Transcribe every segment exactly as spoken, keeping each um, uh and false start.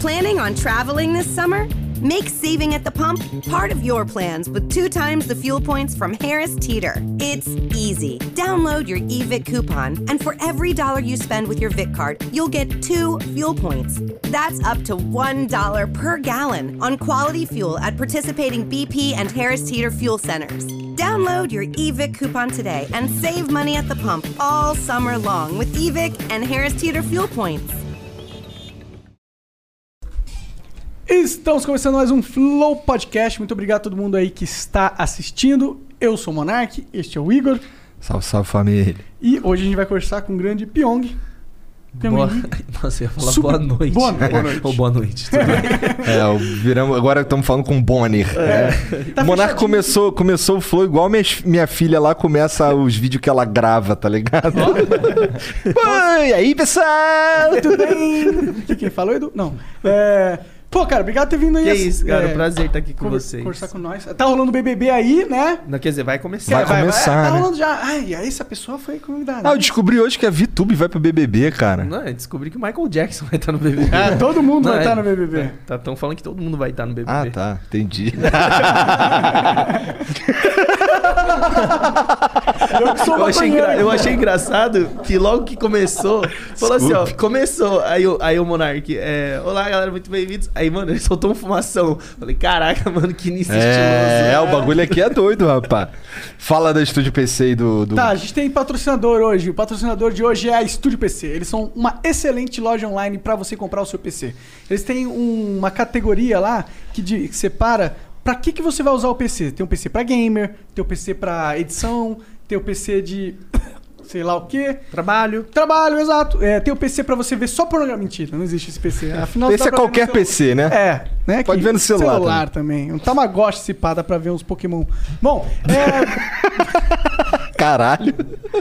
Planning on traveling this summer? Make saving at the pump part of your plans with two times the fuel points from Harris Teeter. It's easy. Download your E V I C coupon, and for every dollar you spend with your V I C card, you'll get two fuel points. That's up to one dollar per gallon on quality fuel at participating B P and Harris Teeter fuel centers. Download your E V I C coupon today and save money at the pump all summer long with E V I C and Harris Teeter fuel points. Estamos começando mais um Flow Podcast. Muito obrigado a todo mundo aí que está assistindo. Eu sou o Monark, este é o Igor. Salve, salve família. E hoje a gente vai conversar com o grande Pyong. Boa... Nossa, eu ia falar Super... boa noite. Boa, boa noite. Ou boa noite. Tudo bem. É, viramos, agora estamos falando com o Bonner. É. Tá o Monark começou, começou o Flow igual minha, minha filha lá começa os vídeos que ela grava, tá ligado? Oi, e aí, pessoal? Tudo bem? Quem falou, Edu? Não. É... Pô, cara, obrigado por ter vindo aí. Que é isso, cara. É, prazer estar aqui com conver- vocês. Conversar com nós. Tá rolando o B B B aí, né? Não, quer dizer, vai começar. Vai, vai começar, vai, né? Tá rolando já. Ai, aí essa pessoa foi convidada. Ah, eu descobri hoje que a VTube vai pro B B B, cara. Não, eu descobri que o Michael Jackson vai estar no B B B. Ah, todo mundo Não, vai é, estar no B B B. É, tá tão falando que todo mundo vai estar no B B B. Ah, tá. Entendi. Eu, que sou Eu achei, engra... maconheiro. eu achei engraçado que logo que começou, falou assim, ó, começou, aí o, aí o Monark, é, olá galera, muito bem-vindos. Aí, mano, ele soltou uma fumação. Falei, caraca, mano, que início estiloso. É, é, o bagulho aqui é doido, rapaz. Fala da Estúdio P C e do, do... Tá, a gente tem patrocinador hoje. O patrocinador de hoje é a Estúdio P C. Eles são uma excelente loja online para você comprar o seu P C. Eles têm um- uma categoria lá que, de- que separa para que, que você vai usar o P C. Tem um P C para gamer, tem um P C para edição, tem o um P C de sei lá o quê. Trabalho. Trabalho, exato. É, tem o P C pra você ver só pornografia. Mentira, não existe esse P C. Afinal, Esse dá é pra ver qualquer no P celu- C, né? É, né? Pode que- ver no celular celular também. Um Tamagotchi se pá, dá pra ver uns Pokémon. Bom, é... Caralho.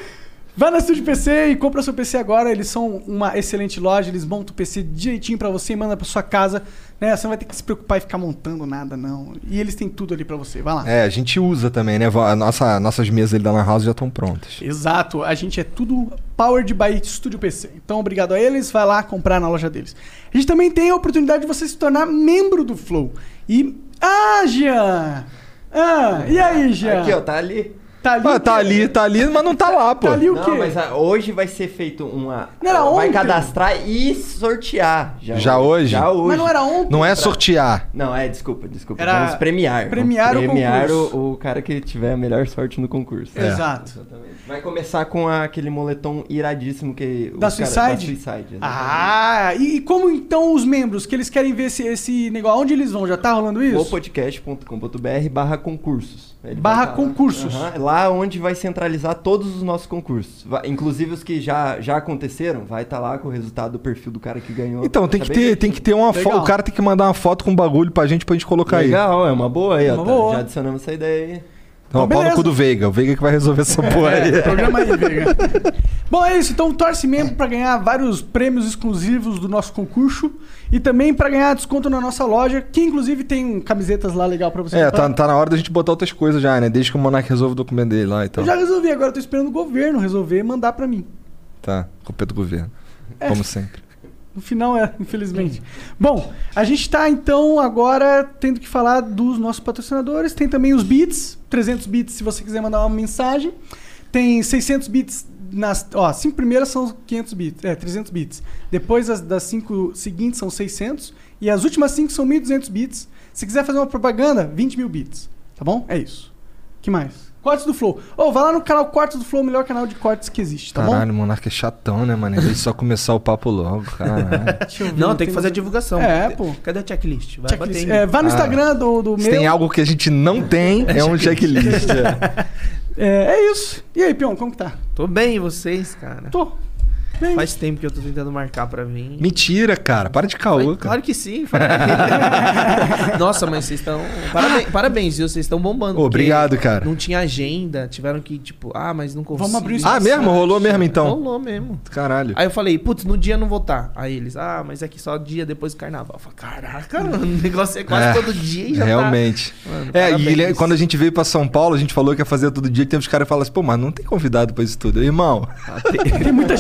vai na Estúdio P C e compra seu P C agora. Eles são uma excelente loja. Eles montam o P C direitinho pra você e mandam pra sua casa. Né? Você não vai ter que se preocupar em ficar montando nada, não. E eles têm tudo ali pra você. Vai lá. É, a gente usa também, né? A nossa, nossas mesas ali da Lan House já estão prontas. Exato. A gente é tudo powered by Studio P C. Então, obrigado a eles. Vai lá comprar na loja deles. A gente também tem a oportunidade de você se tornar membro do Flow. E... Ah, Jean! Ah, e aí, Jean? Aqui, ó, tá ali. Tá ali, Ah, o tá quê? ali, tá ali, mas não tá lá, pô. Tá ali o quê? Não, mas a- hoje vai ser feito uma... Não era vai ontem? cadastrar e sortear. Já, Já hoje? Já hoje. Mas não era ontem? Não é Pra- sortear. Não, é, desculpa, desculpa. Era Vamos premiar. premiar o Vamos premiar concurso. o, o cara que tiver a melhor sorte no concurso. É. Exato. Exatamente. Vai começar com a- aquele moletom iradíssimo que... Da os cara- Suicide? Da Suicide, exatamente. Ah, e, e como então os membros que eles querem ver esse, esse negócio? Onde eles vão? Já tá rolando isso? Flowpodcast ponto com ponto b r barra concursos. Ele vai Barra tá lá. concursos. Aham, lá onde vai centralizar todos os nossos concursos. Vai- inclusive os que já, já aconteceram, vai estar lá com o resultado do perfil do cara que ganhou. Então, tem Tá que bem ter, tem que ter uma Legal. foto. O cara tem que mandar uma foto com um bagulho pra gente, pra gente colocar aí. Legal, é uma boa aí, ó. Uma tá? boa. Já adicionamos essa ideia aí. Então, Então, pau no beleza. cu do Veiga. O Veiga que vai resolver essa porra aí. É, programa aí, Veiga. Bom, é isso. Então, torce membro pra ganhar vários prêmios exclusivos do nosso concurso e também pra ganhar desconto na nossa loja, que inclusive tem camisetas lá legal pra você É, comprar. tá, tá na hora da gente botar outras coisas já, né? Desde que o Monark resolve o documento dele lá e tal. Eu já resolvi, agora eu tô esperando o governo resolver e mandar pra mim. Tá, culpa é do governo. É. Como sempre. No final é, infelizmente. Bom, a gente tá então agora tendo que falar dos nossos patrocinadores. Tem também os bits, trezentos bits se você quiser mandar uma mensagem. Tem seiscentos bits nas, ó, as cinco primeiras são quinhentos bits, é, trezentos bits. Depois as das cinco seguintes são seiscentos e as últimas cinco são mil e duzentos bits. Se quiser fazer uma propaganda, vinte mil bits. Tá bom? É isso. Que mais? Cortes do Flow. Ô, vai lá no canal Cortes do Flow, o melhor canal de cortes que existe, tá Caralho, bom? o Monark é chatão, né, mano? Em vez de só começar o papo logo, caralho. Deixa eu ver, Não, tem que fazer a mais- divulgação. É, pô. Cadê a checklist? Vai Checklist. batendo. É, vai no Ah. Instagram do, do Se meu. tem algo que a gente não tem, é um checklist. é. É, é isso. E aí, Pion, como que tá? Tô bem, e vocês, cara? Tô. Bem. Faz tempo que eu tô tentando marcar pra vir. Mentira, cara. Para de caô, Foi- cara. Claro que sim. Nossa, mas vocês estão... Parabéns, parabéns, viu? Vocês estão bombando. Ô, porque obrigado, cara. Não tinha agenda, tiveram que, tipo... Ah, mas não consigo. Vamos abrir o Ah, mesmo? Rolou mesmo, então? Rolou mesmo. Caralho. Aí eu falei, putz, no dia eu não vou estar. Aí eles, ah, mas é que só dia depois do carnaval. Eu falei, caraca, mano, o negócio é quase É, todo dia e já realmente. tá... Mano, É, e parabéns. ele- quando a gente veio pra São Paulo, a gente falou que ia fazer todo dia, que tem uns caras que falam assim, pô, mas não tem convidado pra isso tudo. Irmão, Ah, tem- Tem muita gente no mundo.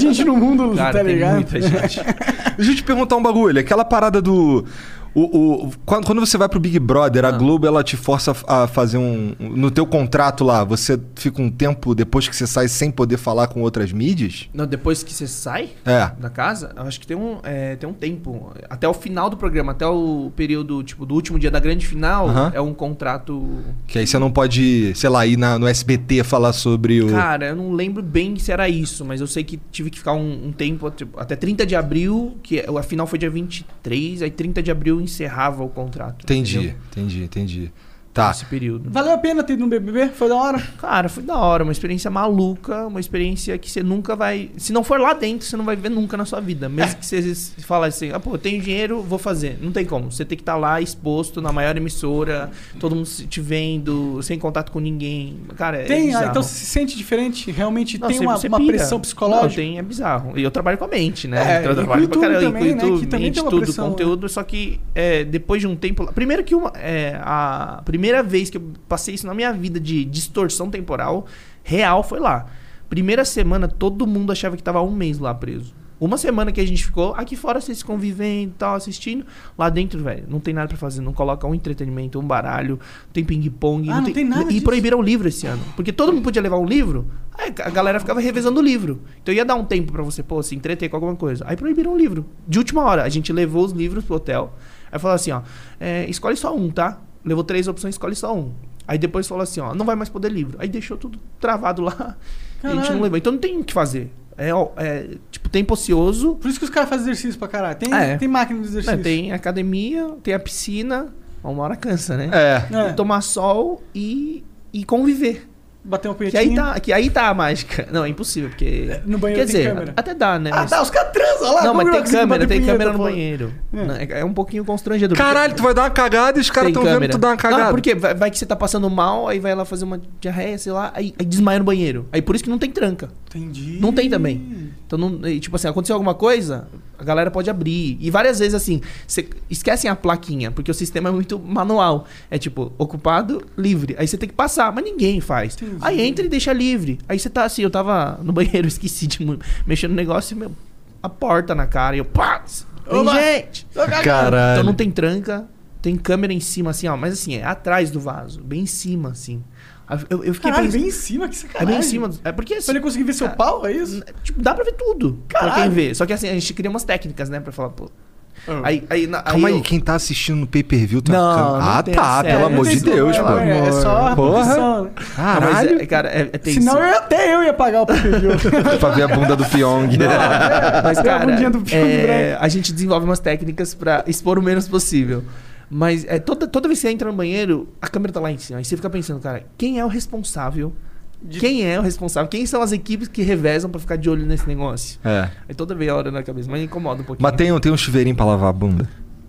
mundo, Cara, tá tem ligado? muita gente. Deixa eu te perguntar um bagulho. Aquela parada do... O, o, quando, quando você vai pro Big Brother, a Ah. Globo, ela te força a fazer um... No teu contrato lá, você fica um tempo depois que você sai sem poder falar com outras mídias? Não, depois que você sai É. da casa, eu acho que tem um, é, tem um tempo. Até o final do programa, até o período, tipo, do último dia da grande final, Aham. é um contrato... Que aí você não pode, sei lá, ir na, no S B T falar sobre o... Cara, eu não lembro bem se era isso, mas eu sei que tive que ficar um, um tempo, tipo, até trinta de abril, que a final foi dia vinte e três, aí trinta de abril encerrava o contrato. Entendi, entendeu? entendi, entendi. Tá. Esse período. Valeu a pena ter ido no B B B? Foi da hora? Cara, foi da hora, uma experiência maluca, uma experiência que você nunca vai... Se não for lá dentro, você não vai ver nunca na sua vida. Mesmo que você fale assim, ah, pô, eu tenho dinheiro, vou fazer. Não tem como. Você tem que estar lá exposto na maior emissora, todo mundo te vendo, sem contato com ninguém. Cara, é Tem, ah, bizarro. então você se sente diferente? Realmente Não, tem você- uma, você uma pira. pressão Não, psicológica? tem, é bizarro. E eu trabalho com a mente, né? É, eu e com trabalho o YouTube pra caralho, também, com o né, YouTube, que também mente, tem uma tudo, pressão, conteúdo. Só que é, depois de um tempo... Primeiro que uma, é, a primeira vez que eu passei isso na minha vida de distorção temporal real foi lá. Primeira semana, todo mundo achava que tava um mês lá preso. Uma semana que a gente ficou, aqui fora vocês convivendo e tal, assistindo. Lá dentro, velho, não tem nada pra fazer. Não coloca um entretenimento, um baralho, não tem ping-pong. Ah, não tem nada E disso. proibiram o livro esse ano. Porque todo mundo podia levar um livro, aí a galera ficava revezando o livro. Então ia dar um tempo pra você, pô, se entreter com alguma coisa. Aí proibiram o livro. De última hora, a gente levou os livros pro hotel. Aí falou assim, ó, é, escolhe só um, tá? Levou três opções, escolhe só um. Aí depois falou assim, ó, não vai mais poder livro. Aí deixou tudo travado lá. E a gente Caralho. não levou. Então não tem o que fazer. É, ó, é tipo, tempo ocioso. Por isso que os caras fazem exercício pra caralho. Tem, É. tem máquina de exercício. Né? Tem academia, tem a piscina. Uma hora cansa, né? É. É. Tomar sol e, e conviver. Bater um Que aí, punhetinho. tá, que aí tá a mágica. Não, é impossível, porque... No banheiro Quer tem dizer, câmera. até dá, né? Ah, mas- tá, os caras transam lá. Não, mas como tem eu consigo câmera, bater tem punheta, câmera no pô? banheiro. É. Não, É, é um pouquinho constrangedor. Caralho, tu vai dar uma cagada e os caras Tem estão vendo câmera. tu dar uma cagada. Não, porque vai, vai que você tá passando mal, aí vai lá fazer uma diarreia, sei lá, aí, aí desmaia no banheiro. Aí por isso que não tem tranca. Entendi. Não tem também. Então, não, e, tipo assim, aconteceu alguma coisa, a galera pode abrir. E várias vezes, assim, você esquecem a plaquinha, porque o sistema é muito manual. É tipo, ocupado, livre. Aí você tem que passar, mas ninguém faz. Entendi. Aí entra e deixa livre. Aí você tá assim, eu tava no banheiro, esqueci de mu- mexer no negócio e, meu, a porta na cara. E eu, pá! Tem Oba! gente! Caralho. Então não tem tranca, tem câmera em cima, assim, ó. Mas assim, é atrás do vaso, bem em cima, assim. Eu, eu fiquei Caralho, pensando. bem em cima, que É sacanagem. bem em cima. É porque Pra ele conseguir ver seu Cara, pau, é isso? Tipo, dá pra ver tudo. Pra Caralho. quem vê. Só que assim, a gente cria umas técnicas, né? Pra falar, pô. Aí, aí, na- Calma aí, eu- quem tá assistindo no pay-per-view tá Não, ficando... não Ah, tem tá, acesso. pelo amor de Não tem Deus, como, pô. É, é só a Porra. profissão, né? Não, mas, Caralho. é, cara, é, é tem Senão sim. eu, até eu ia pagar o pay-per-view. Pra ver a bunda do Pyong. Mas, Tem a cara, bundinha do Pyong é, branco. a gente desenvolve umas técnicas pra expor o menos possível. Mas é, toda, toda vez que você entra no banheiro, a câmera tá lá em cima. Aí você fica pensando, cara, quem é o responsável? Quem é o responsável? Quem são as equipes que revezam pra ficar de olho nesse negócio? É. Aí toda vez a hora na cabeça, mas incomoda um pouquinho. Mas tem, um- tem um chuveirinho pra lavar a bunda?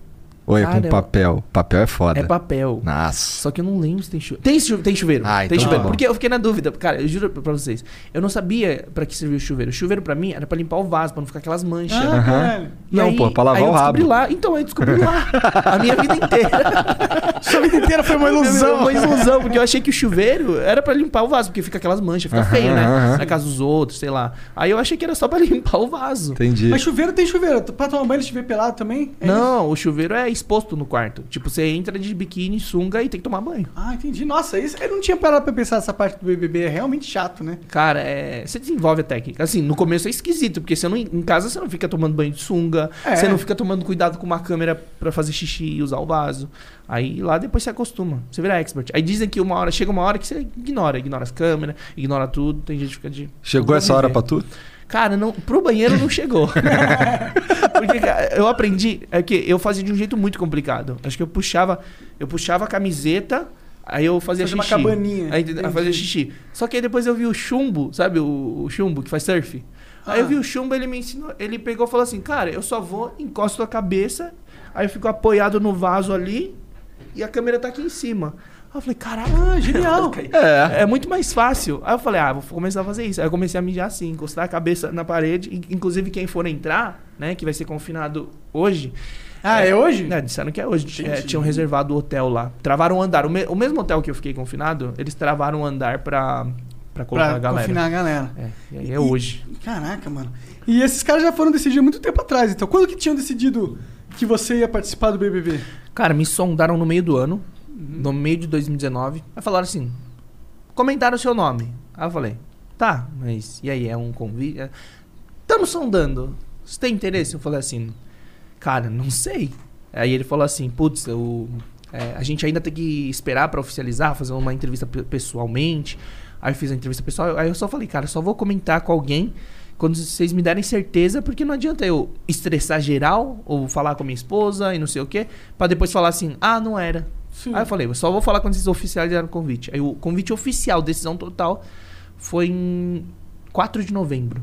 Ou é Cara, com eu- papel? Papel é foda. É papel. Nossa. Só que eu não lembro se tem chuveiro. Tem, chu- tem chuveiro. Ah, tem então chuveiro. tá bom. Porque eu fiquei na dúvida. Cara, eu juro pra vocês. Eu não sabia pra que servia o chuveiro. O chuveiro pra mim era pra limpar o vaso, pra não ficar aquelas manchas. Ah, Aham. caralho. E Não, aí- pô, pra lavar aí eu o descobri rabo. lá. Então, eu descobri lá. A minha vida inteira. Sua vida inteira foi uma Foi ilusão. uma ilusão, porque eu achei que o chuveiro era pra limpar o vaso, porque fica aquelas manchas, fica Aham, feio, né? aham. Na casa dos outros, sei lá. Aí eu achei que era só pra limpar o vaso. Entendi. Mas chuveiro tem chuveiro. Pra tomar banho, ele estiver pelado também? É isso? Não, o chuveiro é exposto no quarto. Tipo, você entra de biquíni, sunga e tem que tomar banho. Ah, entendi. Nossa, isso, eu não tinha parado pra pensar essa parte do B B B. É realmente chato, né? Cara, é, você desenvolve a técnica. Assim, no começo é esquisito, porque você não, em casa você não fica tomando banho de sunga, É. você não fica tomando cuidado com uma câmera pra fazer xixi e usar o vaso. Aí lá depois você acostuma, você vira expert. Aí dizem que uma hora, chega uma hora que você ignora, ignora as câmeras, ignora tudo, tem gente que fica de... Chegou essa hora pra tu? Cara, não, pro banheiro não chegou. Porque cara, eu aprendi, é que eu fazia de um jeito muito complicado. Acho que eu puxava, eu puxava a camiseta, aí eu fazia Fazer uma xixi. cabaninha. Aí eu fazia Entendi. xixi. Só que aí depois eu vi o chumbo, sabe o, o chumbo que faz surf? Aí eu Ah. vi o chumbo, ele me ensinou, ele pegou e falou assim, cara, eu só vou, encosto a cabeça, aí eu fico apoiado no vaso ali e a câmera tá aqui em cima. Aí eu falei, caraca, Ah, genial. É. é muito mais fácil. Aí eu falei, ah, vou começar a fazer isso. Aí eu comecei a mijar assim, encostar a cabeça na parede. In- Inclusive, quem for entrar, né, que vai ser confinado hoje. Ah, é hoje? Né, disseram que é hoje. Entendi. É, tinham reservado o hotel lá. Travaram o andar. O, me- o mesmo hotel que eu fiquei confinado, eles travaram o andar pra, pra colocar Pra a galera. confinar a galera. É, e aí é E- hoje. Caraca, mano. E esses caras já foram decidir há muito tempo atrás, então. Quando que tinham decidido que você ia participar do B B B? Cara, me sondaram no meio do ano, no meio de dois mil e dezenove. Aí falaram assim, comentaram o seu nome. Aí eu falei, tá, mas e aí, é um convite? É, Tamo sondando. Você tem interesse? Eu falei assim, cara, não sei. Aí ele falou assim, putz, eu, é, a gente ainda tem que esperar pra oficializar, fazer uma entrevista pe- pessoalmente. Aí eu fiz a entrevista pessoal, aí eu só falei, cara, só vou comentar com alguém quando vocês me derem certeza, porque não adianta eu estressar geral, ou falar com a minha esposa e não sei o quê, pra depois falar assim, ah, não era. Sim. Aí eu falei, eu só vou falar quando vocês oficializaram o convite. Aí o convite oficial, decisão total, foi em quatro de novembro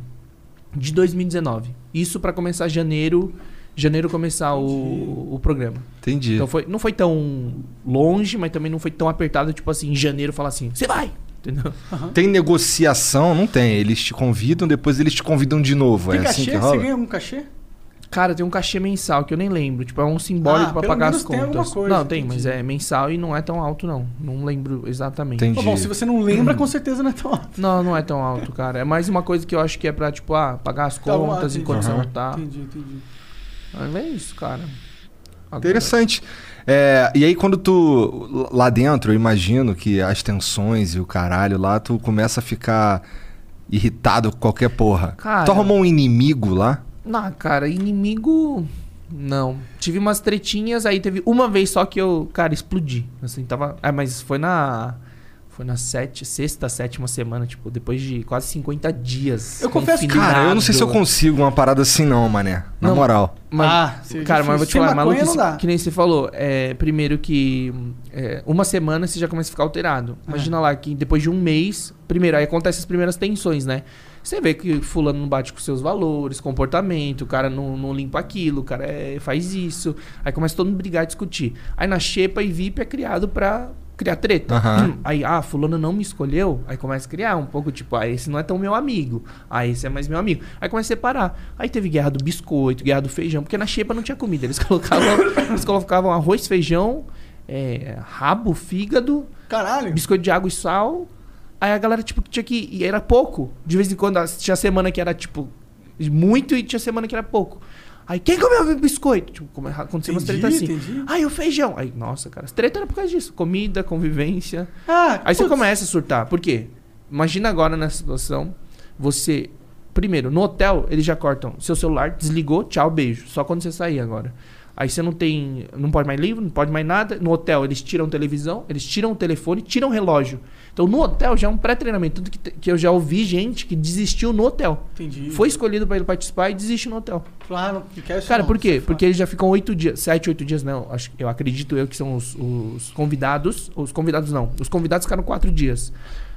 de dois mil e dezenove. Isso pra começar janeiro, janeiro começar o, o programa. Entendi. Então foi, não foi tão longe, mas também não foi tão apertado, tipo assim, em janeiro falar assim, você vai! Entendeu? Tem negociação? Não tem. Eles te convidam, depois eles te convidam de novo. Tem é cachê? assim que Você rola? ganha algum cachê? Cara, tem um cachê mensal que eu nem lembro. Tipo, é um simbólico Ah, pra pelo pagar menos as tem alguma contas. coisa, Não, tem, entendi. mas é mensal e não é tão alto, não. Não lembro exatamente. Entendi. Bom, se você não lembra, com certeza não é tão alto. Não, não é tão alto, cara. É mais uma coisa que eu acho que é pra, tipo, ah, pagar as Tá bom, contas entendi. enquanto você Aham. não tá. Entendi, entendi. Mas é isso, cara. Agora- Interessante. É, e aí, quando tu. Lá dentro, eu imagino que as tensões e o caralho lá, tu começa a ficar irritado com qualquer porra. Cara- Tu arrumou um inimigo lá? Não, cara, inimigo. Não. Tive umas tretinhas, aí teve uma vez só que eu, cara, explodi. Assim, tava. Ah, mas foi na. Foi na sete, sexta, sétima semana, tipo, depois de quase cinquenta dias. Eu confesso que- Cara, eu não sei se eu confinado. consigo uma parada assim, não, mané. Na Não. moral. Mas, Ah, seria cara, mas eu vou te difícil. falar, Sem maconha maluquice, não dá. que nem você falou, é, primeiro que é, uma semana você já começa a ficar alterado. Imagina lá que depois de um mês, primeiro, aí acontecem as primeiras tensões, né? Você vê que fulano não bate com seus valores, comportamento, o cara não, não limpa aquilo, o cara é, faz isso. Aí começa todo mundo a brigar e discutir. Aí na xepa e V I P é criado pra criar treta. Aham. Aí, ah, fulano não me escolheu. Aí começa a criar um pouco, tipo, ah, esse não é tão meu amigo. Ah, esse é mais meu amigo. Aí começa a separar. Aí teve guerra do biscoito, guerra do feijão, porque na xepa não tinha comida. Eles colocavam, eles colocavam arroz, feijão, é, rabo, fígado, Caralho. biscoito de água e sal. Aí a galera, tipo, tinha que... E era pouco. De vez em quando tinha semana que era, tipo, muito e tinha semana que era pouco. Aí, quem comeu o biscoito? Tipo, como- aconteceu umas Entendi, tretas assim. entendi. Aí, o feijão. Aí, nossa, cara, as tretas era por causa disso. Comida, convivência. Ah, Aí você putz. começa a surtar. Por quê? Imagina agora nessa situação, você... Primeiro, no hotel, eles já cortam. Seu celular desligou, tchau, beijo. Só quando você sair agora. Aí você não tem... Não pode mais livro, não pode mais nada. No hotel, eles tiram televisão, eles tiram o telefone, tiram o relógio. Então, no hotel, já é um pré-treinamento. Tanto que, te- que eu já ouvi gente que desistiu no hotel. Entendi. Foi escolhido pra ele participar e desiste no hotel. Claro, que quer isso Cara, não, por quê? sai Porque eles já ficam oito dias, sete, oito dias, não. Acho, eu acredito eu que são os, os convidados. Os convidados não. Os convidados ficaram quatro dias.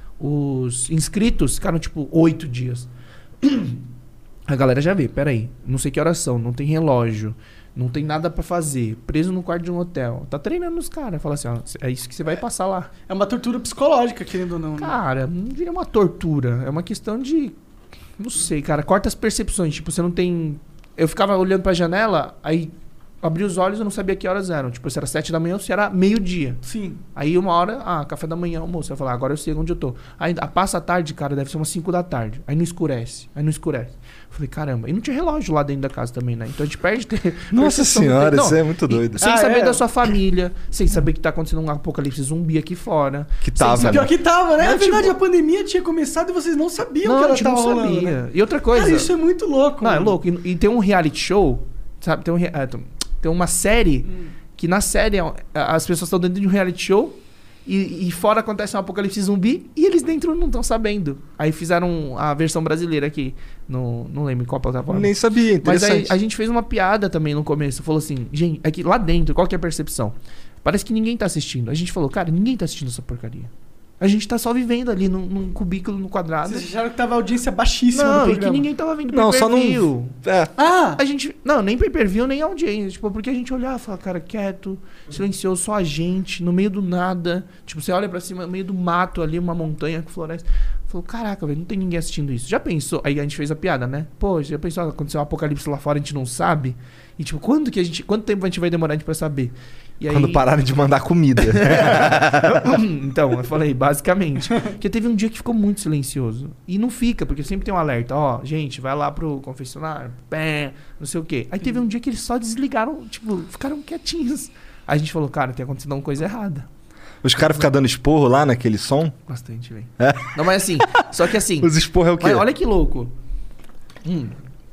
Os inscritos ficaram, tipo, oito dias. A galera já vê, peraí. Não sei que horas são, não tem relógio, não tem nada pra fazer. Preso no quarto de um hotel. Tá treinando os caras. Fala assim, ó, é isso que você vai passar lá. fora. É uma tortura psicológica, querendo ou não. né? Cara, não diria uma tortura. É uma questão de. Não sei, cara. Corta as percepções. Tipo, você não tem. Eu ficava olhando pra janela, aí abri os olhos e eu não sabia que horas eram. Tipo, se era sete da manhã ou se era meio-dia. Sim. Aí uma hora, ah, café da manhã, almoço. Eu falei, ah, agora eu sei onde eu tô. Aí a- passa a tarde, cara, deve ser umas cinco da tarde. Aí não escurece. Aí não escurece. Eu falei, caramba. E não tinha relógio lá dentro da casa também, né? Então a gente perde. ter- Nossa percepção do senhora, tempo. isso Não, é muito e doido. Sem Ah, saber é? da sua família, sem saber que tá acontecendo um apocalipse zumbi aqui fora. Que sem tava, saber- Pior que tava, né? Não, É verdade, tipo- a pandemia tinha começado e vocês não sabiam Não, que a ela gente tava não rolando. sabia. Né? E outra coisa. Cara, isso é muito louco. Não, é mano. louco. E, e tem um reality show, sabe? Tem, um, rea- é, tem- tem uma série que na série é- as pessoas estão dentro de um reality show e, e fora acontece um apocalipse zumbi e eles dentro não estão sabendo. Aí fizeram a versão brasileira aqui. No, não lembro em qual plataforma. Nem sabia, Mas aí interessante. a gente fez uma piada também no começo. Falou assim, gente, aqui lá dentro, qual que é a percepção? Parece que ninguém tá assistindo. A gente falou, cara, ninguém tá assistindo essa porcaria. A gente tá só vivendo ali num, num cubículo, no quadrado. Vocês acharam que tava audiência baixíssima Não, do e que programa. ninguém tava vendo Não, só não- pay-per-view. É. Ah! A gente. Não, nem pay-per-view, nem audiência. Tipo, porque a gente olhava e falava, cara, quieto, silencioso, só a gente, no meio do nada. Tipo, você olha pra cima, no meio do mato ali, uma montanha com floresta. Falou, caraca, velho, não tem ninguém assistindo isso. Já pensou? Aí a gente fez a piada, né? Pô, já pensou, aconteceu um apocalipse lá fora, a gente não sabe? E tipo, quando que a gente, quanto tempo a gente vai demorar pra saber? E aí... Quando pararem de mandar comida. Então, eu falei, basicamente. Porque teve um dia que ficou muito silencioso. E não fica, porque sempre tem um alerta. Ó, gente, vai lá pro confessionário, pé, não sei o quê. Aí teve um dia que eles só desligaram, tipo, ficaram quietinhos. Aí a gente falou, cara, tem acontecido uma coisa errada. Os caras ficam dando esporro lá naquele som? Bastante, velho. É? Não, mas assim, só que assim... Os esporros é o quê? Mas olha que louco. Hum.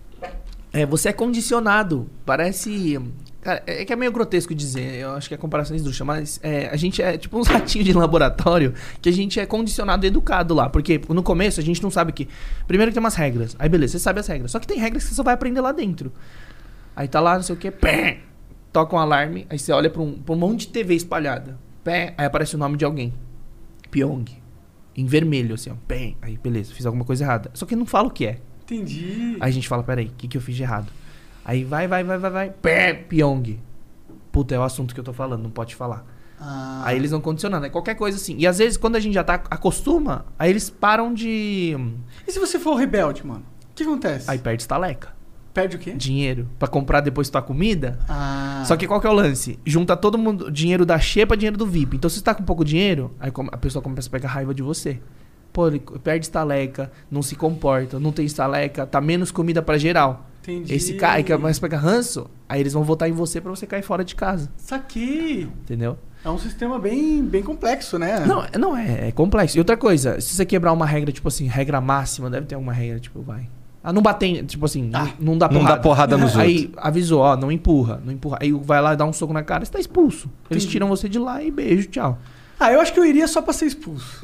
É, você é condicionado. Parece... Cara, é que é meio grotesco dizer. Eu acho que é comparação esdrúxula. Mas é, a gente é tipo uns ratinhos de laboratório que a gente é condicionado e educado lá. Porque no começo a gente não sabe que... Primeiro que tem umas regras. Aí beleza, você sabe as regras. Só que tem regras que você só vai aprender lá dentro. Aí tá lá, não sei o quê. Pé, toca um alarme. Aí você olha pra um, pra um monte de T V espalhada. Pé, aí aparece o nome de alguém. Pyong. Em vermelho, assim, ó. Pé. Aí, beleza, fiz alguma coisa errada. Só que não fala o que é. Entendi. Aí a gente fala, peraí, o que, que eu fiz de errado? Aí vai, vai, vai, vai, vai. Pé, Pyong. Puta, é o assunto que eu tô falando, não pode falar. Ah. Aí eles vão condicionando, é qualquer coisa assim. E às vezes, quando a gente já tá acostuma, aí eles param de... E se você for rebelde, mano? O que acontece? Aí perde estaleca. Perde o quê? Dinheiro. Pra comprar depois tua comida. Ah. Só que qual que é o lance? Junta todo mundo, dinheiro da xepa, dinheiro do V I P. Então se você tá com pouco dinheiro, aí a pessoa começa a pegar raiva de você. Pô, ele perde estaleca, não se comporta, não tem estaleca, tá menos comida pra geral. Entendi. Esse cara aí que começa a pegar ranço, aí eles vão votar em você pra você cair fora de casa. Saquei. Entendeu? É um sistema bem, bem complexo, né? Não, não é, é complexo. E outra coisa, se você quebrar uma regra, tipo assim, regra máxima, deve ter alguma regra, tipo, vai... Ah, não bater, tipo assim, Ah, não, não dá Não porrada. dá porrada nos outros. Aí avisou, ó, não empurra, não empurra. Aí vai lá e dá um soco na cara, você tá expulso. Eles Entendi. tiram você de lá e beijo, tchau. Ah, eu acho que eu iria só pra ser expulso.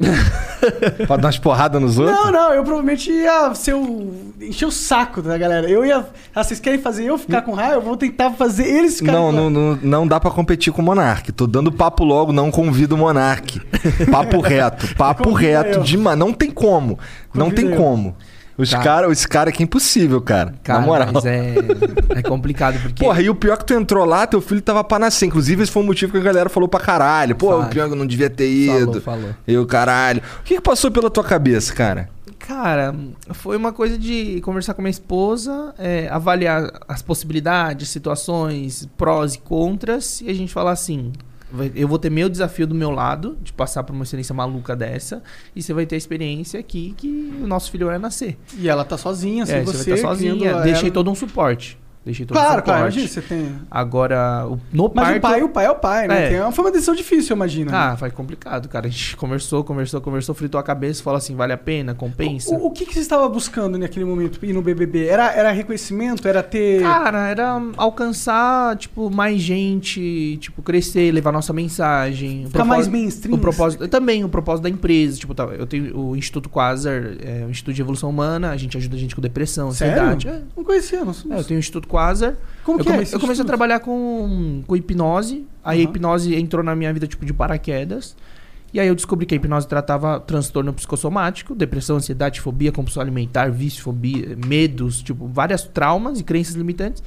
Pra dar umas porradas nos outros? Não, não, eu provavelmente ia ser o... encher o saco da galera. Eu ia... Ah, vocês querem fazer eu ficar com raiva? Eu vou tentar fazer eles ficarem Não, com não, não, não dá pra competir com o Monark. Tô dando papo logo, não convido o Monark. Papo reto, papo Convida reto eu. demais. Não tem como. Não Convida tem eu. como. Os Cara. cara, esse cara aqui é impossível, cara. Cara, na moral. mas é, é complicado, porque... Porra, e o pior é que tu entrou lá, teu filho tava pra nascer. Inclusive, esse foi o motivo que a galera falou pra caralho. Pô, Fala. o Pyong não devia ter ido. Falou, falou. Eu, caralho. O que, que passou pela tua cabeça, cara? Cara, foi uma coisa de conversar com a minha esposa, é, avaliar as possibilidades, situações, prós e contras, e a gente falar assim... vai- Eu vou ter meu desafio do meu lado, de passar por uma experiência maluca dessa, e você vai ter a experiência aqui que o nosso filho vai nascer. E ela tá sozinha, sem É, você. você vai estar sozinha. criando Deixei ela. todo um suporte. Deixei todo um Claro, suporte. claro, imagina, você tem... Agora, o- no Mas parto... o pai, o pai é o pai, né? É. Tem- foi uma decisão difícil, eu imagino. né? Ah, foi complicado, cara. A gente conversou, conversou, conversou, fritou a cabeça, falou assim, vale a pena, compensa. O, o que, que você estava buscando naquele momento, ir no B B B? Era, era reconhecimento? Era ter... Cara, era alcançar, tipo, mais gente, tipo, crescer, levar nossa mensagem. O Ficar mais propósito- mainstream, O propósito, também o propósito da empresa. Tipo, tá, eu tenho o Instituto Quasar, é, o Instituto de Evolução Humana, a gente ajuda a gente com depressão, ansiedade. Sério? É, Não conhecia, não. é, eu tenho o Instituto Quasar. Como eu que é come- esse Eu comecei a instituto? trabalhar com, com hipnose. Aí a Aham. hipnose entrou na minha vida, tipo, de paraquedas. E aí eu descobri que a hipnose tratava transtorno psicossomático, depressão, ansiedade, fobia, compulsão alimentar, vício, fobia, medos, tipo, várias traumas e crenças limitantes.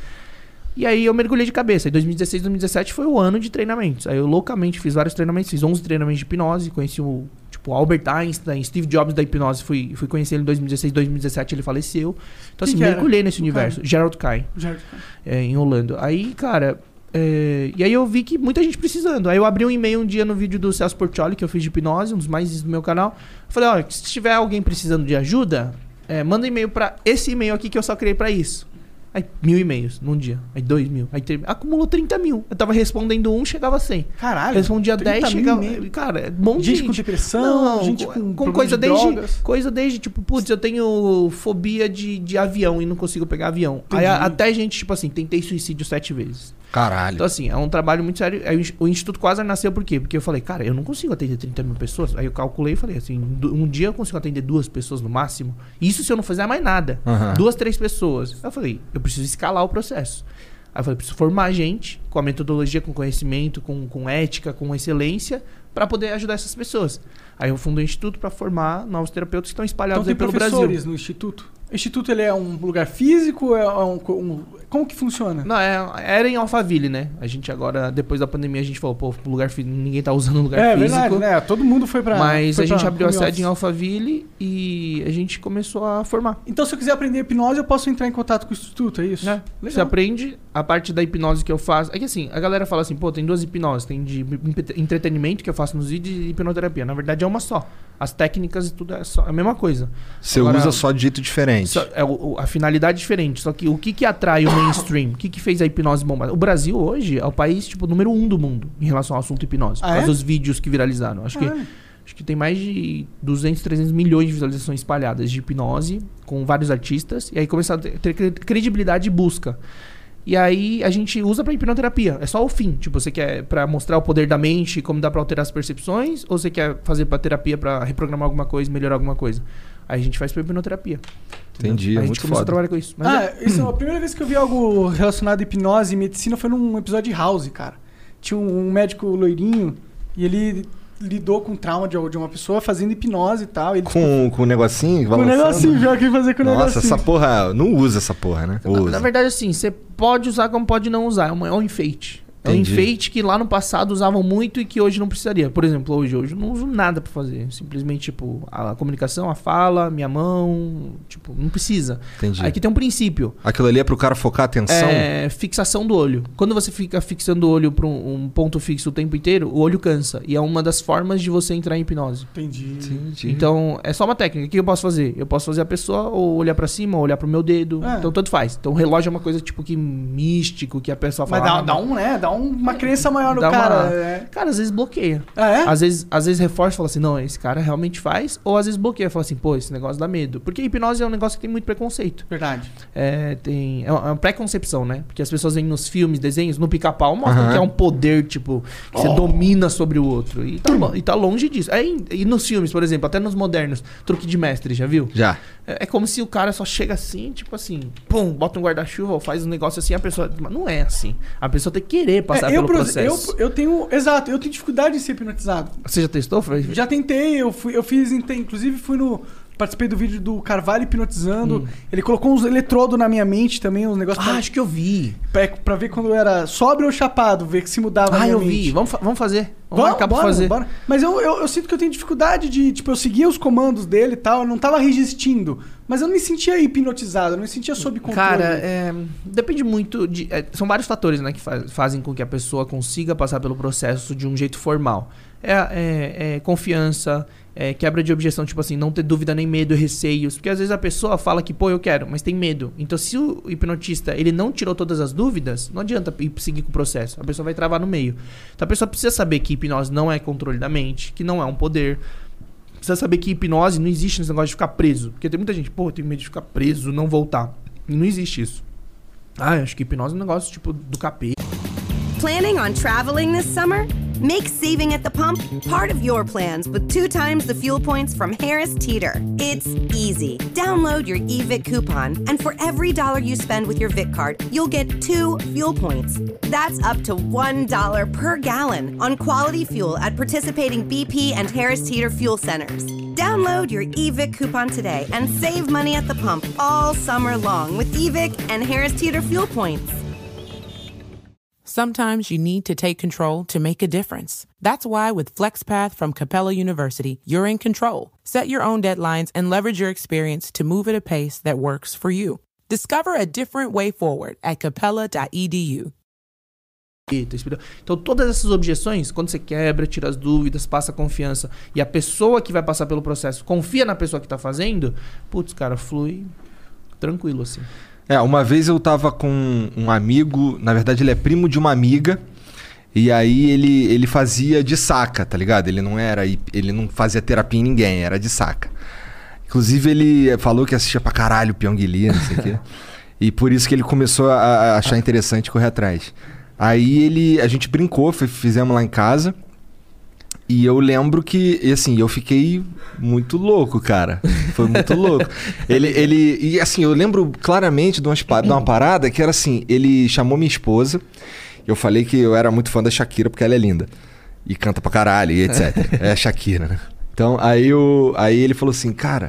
E aí eu mergulhei de cabeça. Em dois mil e dezesseis, dois mil e dezessete foi o ano de treinamentos. Aí eu loucamente fiz vários treinamentos, fiz onze treinamentos de hipnose, conheci o tipo Albert Einstein, Steve Jobs da hipnose, fui, fui conhecer ele em dois mil e dezesseis, dois mil e dezessete ele faleceu. Então Quem assim, que era? mergulhei nesse O universo. cara? Gerald Kai, Já- é, em Orlando. Aí, cara, é, e aí eu vi que muita gente precisando. Aí eu abri um e-mail um dia no vídeo do Celso Portioli, que eu fiz de hipnose, um dos mais vistos do meu canal. Eu falei, olha, se tiver alguém precisando de ajuda, é, manda e-mail pra esse e-mail aqui que eu só criei pra isso. Aí mil e-mails num dia. Aí dois mil. Aí tre- acumulou trinta mil. Eu tava respondendo um, chegava a cem. Caralho. Respondia trinta dez, mil chegava... e-mail. Cara, é um monte de Gente gente. com depressão, Não, gente com, com, com problema coisa de desde drogas. coisa desde tipo, putz, eu tenho fobia de, de avião e não consigo pegar avião. Aí a- Entendi. até gente, tipo assim, tentei suicídio sete vezes. Caralho. Então assim, é um trabalho muito sério. Aí o Instituto Quasar nasceu por quê? Porque eu falei, cara, eu não consigo atender trinta mil pessoas. Aí eu calculei e falei assim, du- um dia eu consigo atender duas pessoas no máximo. Isso se eu não fizer mais nada. Aham. Duas, três pessoas. Aí eu falei, eu preciso escalar o processo. Aí eu falei, preciso formar gente com a metodologia, com conhecimento, com, com ética, com excelência, para poder ajudar essas pessoas. Aí eu fundei um instituto para formar novos terapeutas que estão espalhados Então tem aí pelo Brasil. professores no instituto? O Instituto ele é um lugar físico? É um, um, como que funciona? Não, é, era em Alphaville, né? A gente agora, depois da pandemia, a gente falou, pô, lugar físico, ninguém tá usando lugar é, físico. É verdade, né? Todo mundo foi pra... Mas foi a gente pra abriu a sede office. em Alphaville e a gente começou a formar. Então, se eu quiser aprender hipnose, eu posso entrar em contato com o Instituto, é isso? É. Você aprende a parte da hipnose que eu faço. É que assim, a galera fala assim, pô, tem duas hipnoses. Tem de entretenimento que eu faço nos vídeos e hipnoterapia. Na verdade é uma só. As técnicas e tudo é só, é a mesma coisa. Você Agora, usa só de jeito diferente. Só, é, o, a finalidade é diferente. Só que o que, que atrai o mainstream? O que, que fez a hipnose bombar? O Brasil hoje é o país tipo número um do mundo em relação ao assunto hipnose. Ah, por causa é? dos vídeos que viralizaram. Acho Ah, que... é. Acho que tem mais de duzentos, trezentos milhões de visualizações espalhadas de hipnose, com vários artistas. E aí começou a ter credibilidade e busca. E aí a gente usa pra hipnoterapia. É só o fim. Tipo, você quer pra mostrar o poder da mente, como dá pra alterar as percepções? Ou você quer fazer pra terapia pra reprogramar alguma coisa, melhorar alguma coisa? Aí a gente faz pra hipnoterapia. Entendi, Aí é a muito gente começou foda. a trabalhar com isso. Mas Ah, é- isso, a primeira vez que eu vi algo relacionado a hipnose e medicina foi num episódio de House, cara. Tinha um, um médico loirinho e ele lidou com trauma de, de uma pessoa fazendo hipnose e tal. Ele, Com, com o negocinho? com o balançando? negocinho, pior que fazer com o Nossa, negocinho. essa porra... Não usa essa porra, né? Na, Usa. na verdade, assim, você pode usar como pode não usar. É um, é um enfeite. É um Entendi. enfeite que lá no passado usavam muito e que hoje não precisaria. Por exemplo, hoje, hoje eu não uso nada pra fazer. Simplesmente, tipo, a comunicação, a fala, minha mão, tipo, não precisa. Entendi. Aqui tem um princípio. Aquilo ali é pro cara focar a atenção? É fixação do olho. Quando você fica fixando o olho pra um, um ponto fixo o tempo inteiro, o olho cansa. E é uma das formas de você entrar em hipnose. Entendi. Entendi. Então, é só uma técnica. O que eu posso fazer? Eu posso fazer a pessoa ou olhar pra cima, ou olhar pro meu dedo. É. Então, tanto faz. Então, o relógio é uma coisa, tipo, que místico, que a pessoa Mas fala... dá, ah, dá um, né? Dá um- uma crença maior no Dá cara. uma- é. Cara, às vezes bloqueia. Ah, é? Às vezes, às vezes reforça e fala assim, não, esse cara realmente faz. Ou às vezes bloqueia, fala assim, pô, esse negócio dá medo. Porque a hipnose é um negócio que tem muito preconceito. Verdade. É, tem, é uma é uma pré-concepção, né? Porque as pessoas veem nos filmes, desenhos, no pica-pau, mostram Aham. que é um poder, tipo, que você domina sobre o outro. E tá, lo- e tá longe disso. Aí, e nos filmes, por exemplo, até nos modernos, truque de mestre, já viu? Já. É, é como se o cara só chega assim, tipo assim, pum, bota um guarda-chuva ou faz um negócio assim, a pessoa... Mas não é assim. A pessoa tem que querer passar É, eu, pelo por- processo. Eu, eu tenho. Exato, eu tenho dificuldade em ser hipnotizado. Você já testou? Foi? Já tentei, eu, fui, eu fiz, inte- inclusive fui no. Participei do vídeo do Carvalho hipnotizando. Hum. Ele colocou uns eletrodos na minha mente também, uns negócios Ah, pra, acho que eu vi. pra, pra ver quando eu era sóbrio ou chapado, ver se mudava a Ah, minha eu mente. vi. Vamos, fa- vamos fazer. Vamos Vamos, marcar pra bora, fazer. bora. Mas eu, eu, eu sinto que eu tenho dificuldade de, tipo, eu seguia os comandos dele e tal, eu não tava resistindo. Mas eu não me sentia hipnotizado, eu não me sentia sob controle. Cara, é, depende muito de... é, são vários fatores, né, que fa- fazem com que a pessoa consiga passar pelo processo de um jeito formal. É, é- é confiança, é quebra de objeção, tipo assim, não ter dúvida nem medo, receios. Porque às vezes a pessoa fala que, pô, eu quero, mas tem medo. Então se o hipnotista, ele não tirou todas as dúvidas, não adianta ir seguir com o processo. A pessoa vai travar no meio. Então a pessoa precisa saber que hipnose não é controle da mente, que não é um poder. Precisa saber que hipnose não existe nesse negócio de ficar preso. Porque tem muita gente, pô, eu tenho medo de ficar preso, não voltar. E não existe isso. Ah, eu acho que hipnose é um negócio tipo do capeta. Planning on traveling this summer? Make saving at the pump part of your plans with two times the fuel points from Harris Teeter. It's easy. Download your E V I C coupon, and for every dollar you spend with your V I C card, you'll get two fuel points. That's up to one dollar per gallon on quality fuel at participating B P and Harris Teeter fuel centers. Download your E V I C coupon today and save money at the pump all summer long with E V I C and Harris Teeter fuel points. Sometimes you need to take control to make a difference. That's why with FlexPath from Capella University, you're in control. Set your own deadlines and leverage your experience to move at a pace that works for you. Discover a different way forward at capella dot e d u. Então todas essas objeções, quando você quebra, tira as dúvidas, passa confiança, e a pessoa que vai passar pelo processo confia na pessoa que tá fazendo, putz, cara, flui tranquilo assim. É, uma vez eu tava com um amigo, na verdade ele é primo de uma amiga, e aí ele, ele fazia de saca, tá ligado? Ele não era, ele não fazia terapia em ninguém, era de saca. Inclusive ele falou que assistia pra caralho Pyong Lee, não sei o quê. E por isso que ele começou a, a achar interessante correr atrás. Aí ele, a gente brincou, f- fizemos lá em casa. E eu lembro que, e assim, eu fiquei muito louco, cara. Foi muito louco. Ele, ele, e assim, eu lembro claramente de, umas, pa- de uma parada que era assim, ele chamou minha esposa, eu falei que eu era muito fã da Shakira porque ela é linda. E canta pra caralho, e etcétera. É a Shakira, né? Então, aí, eu, aí ele falou assim, cara,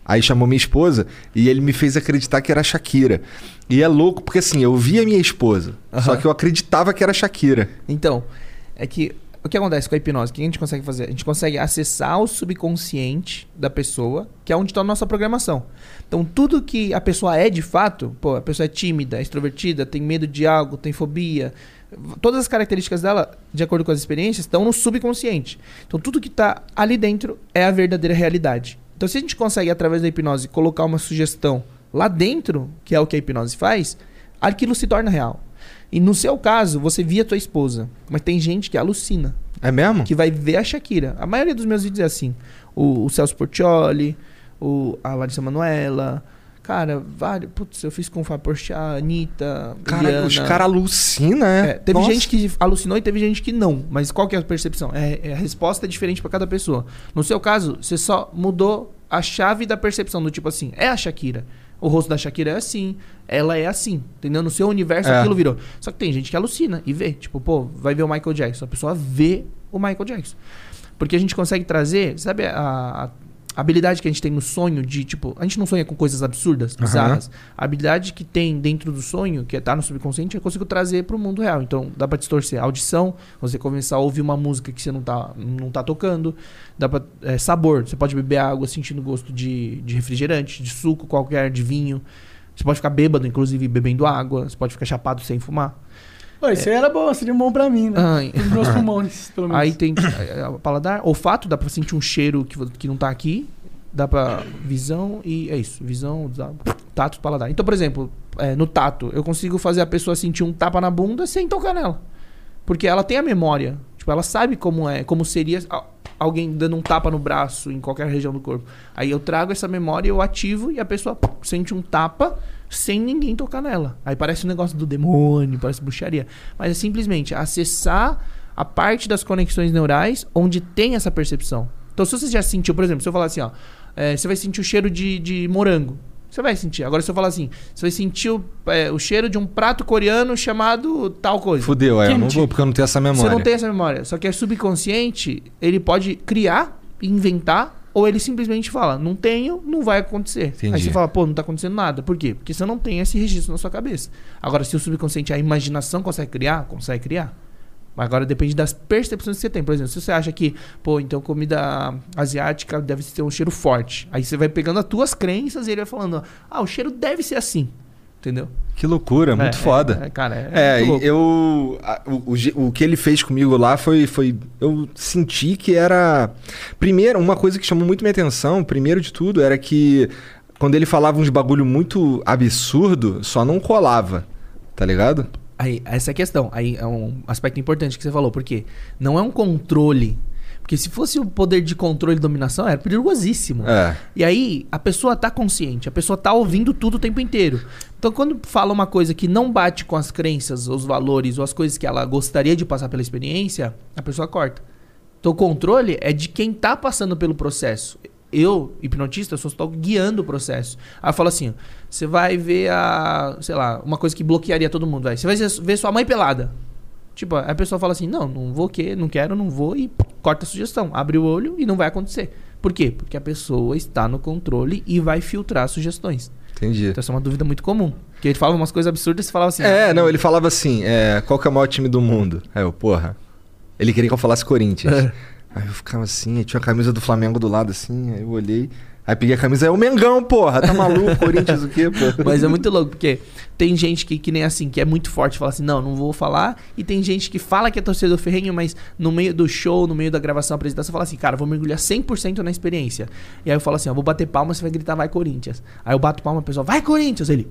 Aí chamou minha esposa e ele me fez acreditar que era a Shakira. E é louco porque assim, eu via minha esposa, Aham. só que eu acreditava que era a Shakira. Então, é que o que acontece com a hipnose? O que a gente consegue fazer? A gente consegue acessar o subconsciente da pessoa, que é onde está a nossa programação. Então, tudo que a pessoa é de fato, pô, a pessoa é tímida, é extrovertida, tem medo de algo, tem fobia, todas as características dela, de acordo com as experiências, estão no subconsciente. Então, tudo que está ali dentro é a verdadeira realidade. Então, se a gente consegue, através da hipnose, colocar uma sugestão lá dentro, que é o que a hipnose faz, aquilo se torna real. E no seu caso, você via a tua esposa. Mas tem gente que alucina. É mesmo? Que vai ver a Shakira. A maioria dos meus vídeos é assim. O, o Celso Portiolli, o, a Larissa Manoela. Cara, vários. Putz, eu fiz com o Fábio Porchat, a Anitta, Cara, Eliana. os caras alucinam, é? É, teve Nossa. gente que alucinou e teve gente que não. Mas qual que é a percepção? É, é, a resposta é diferente para cada pessoa. No seu caso, você só mudou a chave da percepção. Do tipo assim, é a Shakira. O rosto da Shakira é assim, ela é assim, entendeu? No seu universo É. aquilo virou. Só que tem gente que alucina e vê. Tipo, pô, vai ver o Michael Jackson. A pessoa vê o Michael Jackson. Porque a gente consegue trazer, sabe a, a habilidade que a gente tem no sonho de, tipo... A gente não sonha com coisas absurdas, bizarras. A habilidade que tem dentro do sonho, que tá no subconsciente, eu consigo trazer pro mundo real. Então, dá pra distorcer a audição, você começar a ouvir uma música que você não tá, não tá tocando. Dá pra... É, sabor, você pode beber água sentindo gosto de, de refrigerante, de suco qualquer, de vinho. Você pode ficar bêbado, inclusive, bebendo água. Você pode ficar chapado sem fumar. Pô, isso aí era bom, seria bom pra mim, né? Ai. Os meus pulmões, pelo menos. Aí tem é, o paladar, olfato, dá pra sentir um cheiro que, vo- que não tá aqui. Dá pra visão e é isso. Visão, dá- tato, paladar. Então, por exemplo, é, no tato, eu consigo fazer a pessoa sentir um tapa na bunda sem tocar nela. Porque ela tem a memória. Tipo, ela sabe como é, como seria a- alguém dando um tapa no braço em qualquer região do corpo. Aí eu trago essa memória, eu ativo e a pessoa sente um tapa sem ninguém tocar nela. Aí parece um negócio do demônio, parece bruxaria. Mas é simplesmente acessar a parte das conexões neurais onde tem essa percepção. Então, se você já sentiu, por exemplo, se eu falar assim, ó, é, você vai sentir o cheiro de, de morango. Você vai sentir. Agora, se eu falar assim, você vai sentir o, é, o cheiro de um prato coreano chamado tal coisa. Fudeu, é, eu não Quente. vou porque eu não tenho essa memória. Você não tem essa memória. Só que é subconsciente, ele pode criar, inventar, ou ele simplesmente fala, não tenho, não vai acontecer. Entendi. Aí você fala, pô, não tá acontecendo nada. Por quê? Porque você não tem esse registro na sua cabeça. Agora, se o subconsciente, a imaginação consegue criar, consegue criar. Mas agora depende das percepções que você tem. Por exemplo, se você acha que, pô, então comida asiática deve ter um cheiro forte. Aí você vai pegando as tuas crenças e ele vai falando, ah, o cheiro deve ser assim. Entendeu? Que loucura, muito É, foda. É, cara, é, É, muito louco. eu. a- o, o, ge- o que ele fez comigo lá foi, foi. Eu senti que era. Primeiro, uma coisa que chamou muito minha atenção, primeiro de tudo, era que quando ele falava uns bagulho muito absurdo, só não colava. Tá ligado? Aí, essa é a questão. Aí é um aspecto importante que você falou. Por quê? Não é um controle. Porque se fosse o poder de controle e dominação, era perigosíssimo. É. E aí, a pessoa tá consciente, a pessoa tá ouvindo tudo o tempo inteiro. Então, quando fala uma coisa que não bate com as crenças, os valores ou as coisas que ela gostaria de passar pela experiência, a pessoa corta. Então, o controle é de quem tá passando pelo processo. Eu, hipnotista, só estou guiando o processo. Aí eu falo assim, ó, você vai ver a... Sei lá, uma coisa que bloquearia todo mundo. Vai. Você vai ver sua mãe pelada. Tipo, a pessoa fala assim, não, não vou o quê? Não quero, não vou e corta a sugestão. Abre o olho e não vai acontecer. Por quê? Porque a pessoa está no controle e vai filtrar sugestões. Entendi. Então essa é uma dúvida muito comum. Porque ele falava umas coisas absurdas e você falava assim... É, ah, não, ele falava assim, é, qual que é o maior time do mundo? Aí eu, porra. Ele queria que eu falasse Corinthians. É. Aí eu ficava assim, aí tinha a camisa do Flamengo do lado assim, aí eu olhei. Aí peguei a camisa, é o Mengão, porra, tá maluco, Corinthians o quê, pô? Mas é muito louco, porque tem gente que, que nem assim, que é muito forte, fala assim, não, não vou falar. E tem gente que fala que é torcedor ferrenho, mas no meio do show, no meio da gravação, apresentação, fala assim, cara, vou mergulhar cem por cento na experiência. E aí eu falo assim, ó, vou bater palma, você vai gritar, vai Corinthians. Aí eu bato palma, a pessoa, vai Corinthians! Ele...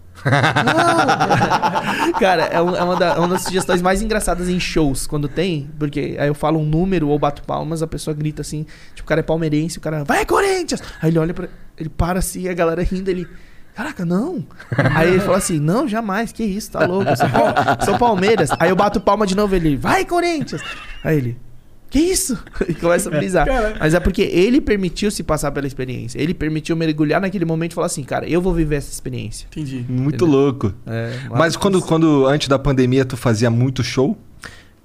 Não! Cara, é, um- é uma, da- é uma das sugestões mais engraçadas em shows, quando tem, porque aí eu falo um número ou bato palmas, a pessoa grita assim, tipo, o cara é palmeirense, o cara, vai Corinthians! Aí ele olha pra. Ele para assim, a galera rindo, ele. Caraca, não! Aí ele fala assim, não, jamais, que isso, tá louco, eu sou, Pal- sou Palmeiras. Aí eu bato palma de novo, ele, vai Corinthians! Aí ele, que isso? E começa a brisar. Cara. Mas é porque ele permitiu se passar pela experiência. Ele permitiu mergulhar naquele momento e falar assim, cara, eu vou viver essa experiência. Entendi. Muito Entendeu? louco. É, Mas quando, quando, antes da pandemia, tu fazia muito show?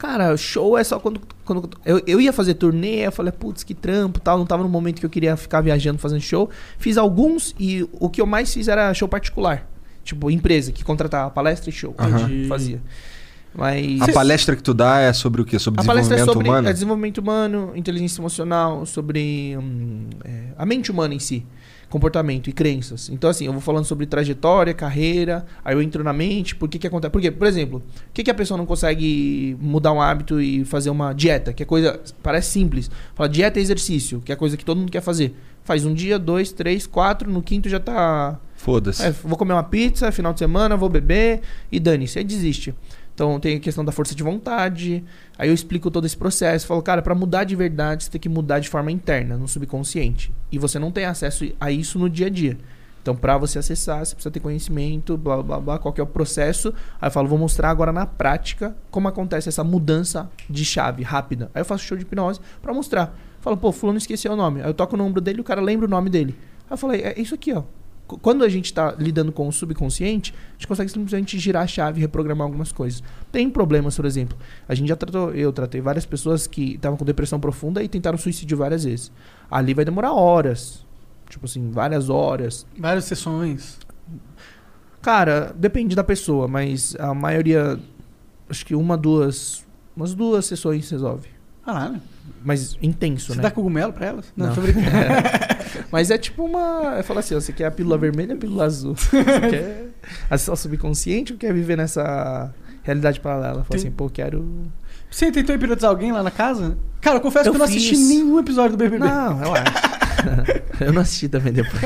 Cara, show é só quando... quando eu, eu ia fazer turnê, eu falei, putz, que trampo tal. Não tava no momento que eu queria ficar viajando, fazendo show. Fiz alguns e o que eu mais fiz era show particular. Tipo, empresa que contratava palestra e show. Entendi. Fazia. Mas... A palestra que tu dá é sobre o quê? Sobre A palestra é desenvolvimento sobre humano? é desenvolvimento humano, inteligência emocional, sobre hum, é, a mente humana em si, comportamento e crenças. Então, assim, eu vou falando sobre trajetória, carreira, aí eu entro na mente, por que que acontece... Porque, por exemplo, por que que a pessoa não consegue mudar um hábito e fazer uma dieta, que é coisa... Parece simples. Fala, dieta é exercício, que é coisa que todo mundo quer fazer. Faz um dia, dois, três, quatro, no quinto já tá... Foda-se. É, vou comer uma pizza, final de semana, vou beber e dane-se, aí desiste. Então tem a questão da força de vontade. Aí eu explico todo esse processo. Falo, cara, pra mudar de verdade, você tem que mudar de forma interna, no subconsciente. E você não tem acesso a isso no dia a dia. Então, pra você acessar, você precisa ter conhecimento, blá, blá, blá, qual que é o processo. Aí eu falo, vou mostrar agora na prática como acontece essa mudança de chave rápida. Aí eu faço show de hipnose pra mostrar. Falo, pô, fulano esqueceu o nome. Aí eu toco no ombro dele, o cara lembra o nome dele. Aí eu falei, é isso aqui, ó. Quando a gente está lidando com o subconsciente, a gente consegue simplesmente girar a chave e reprogramar algumas coisas. Tem problemas, por exemplo. A gente já tratou, eu tratei várias pessoas que estavam com depressão profunda e tentaram suicídio várias vezes. Ali vai demorar horas. Tipo assim, várias horas. Várias sessões. Cara, depende da pessoa, mas a maioria, acho que uma, duas, umas duas sessões resolve. Caralho. Mas intenso, Você né? dá cogumelo pra elas? Não, Não. tô brincando. Mas é tipo uma... Eu falo assim, ó, você quer a pílula vermelha ou a pílula azul? Você quer acessar o subconsciente ou quer viver nessa realidade paralela? Eu falo Tem- assim, pô, quero... Você tentou hipnotizar alguém lá na casa? Cara, eu confesso Eu que eu não assisti fiz. nenhum episódio do B B B. Não, relaxa. Eu não assisti também depois.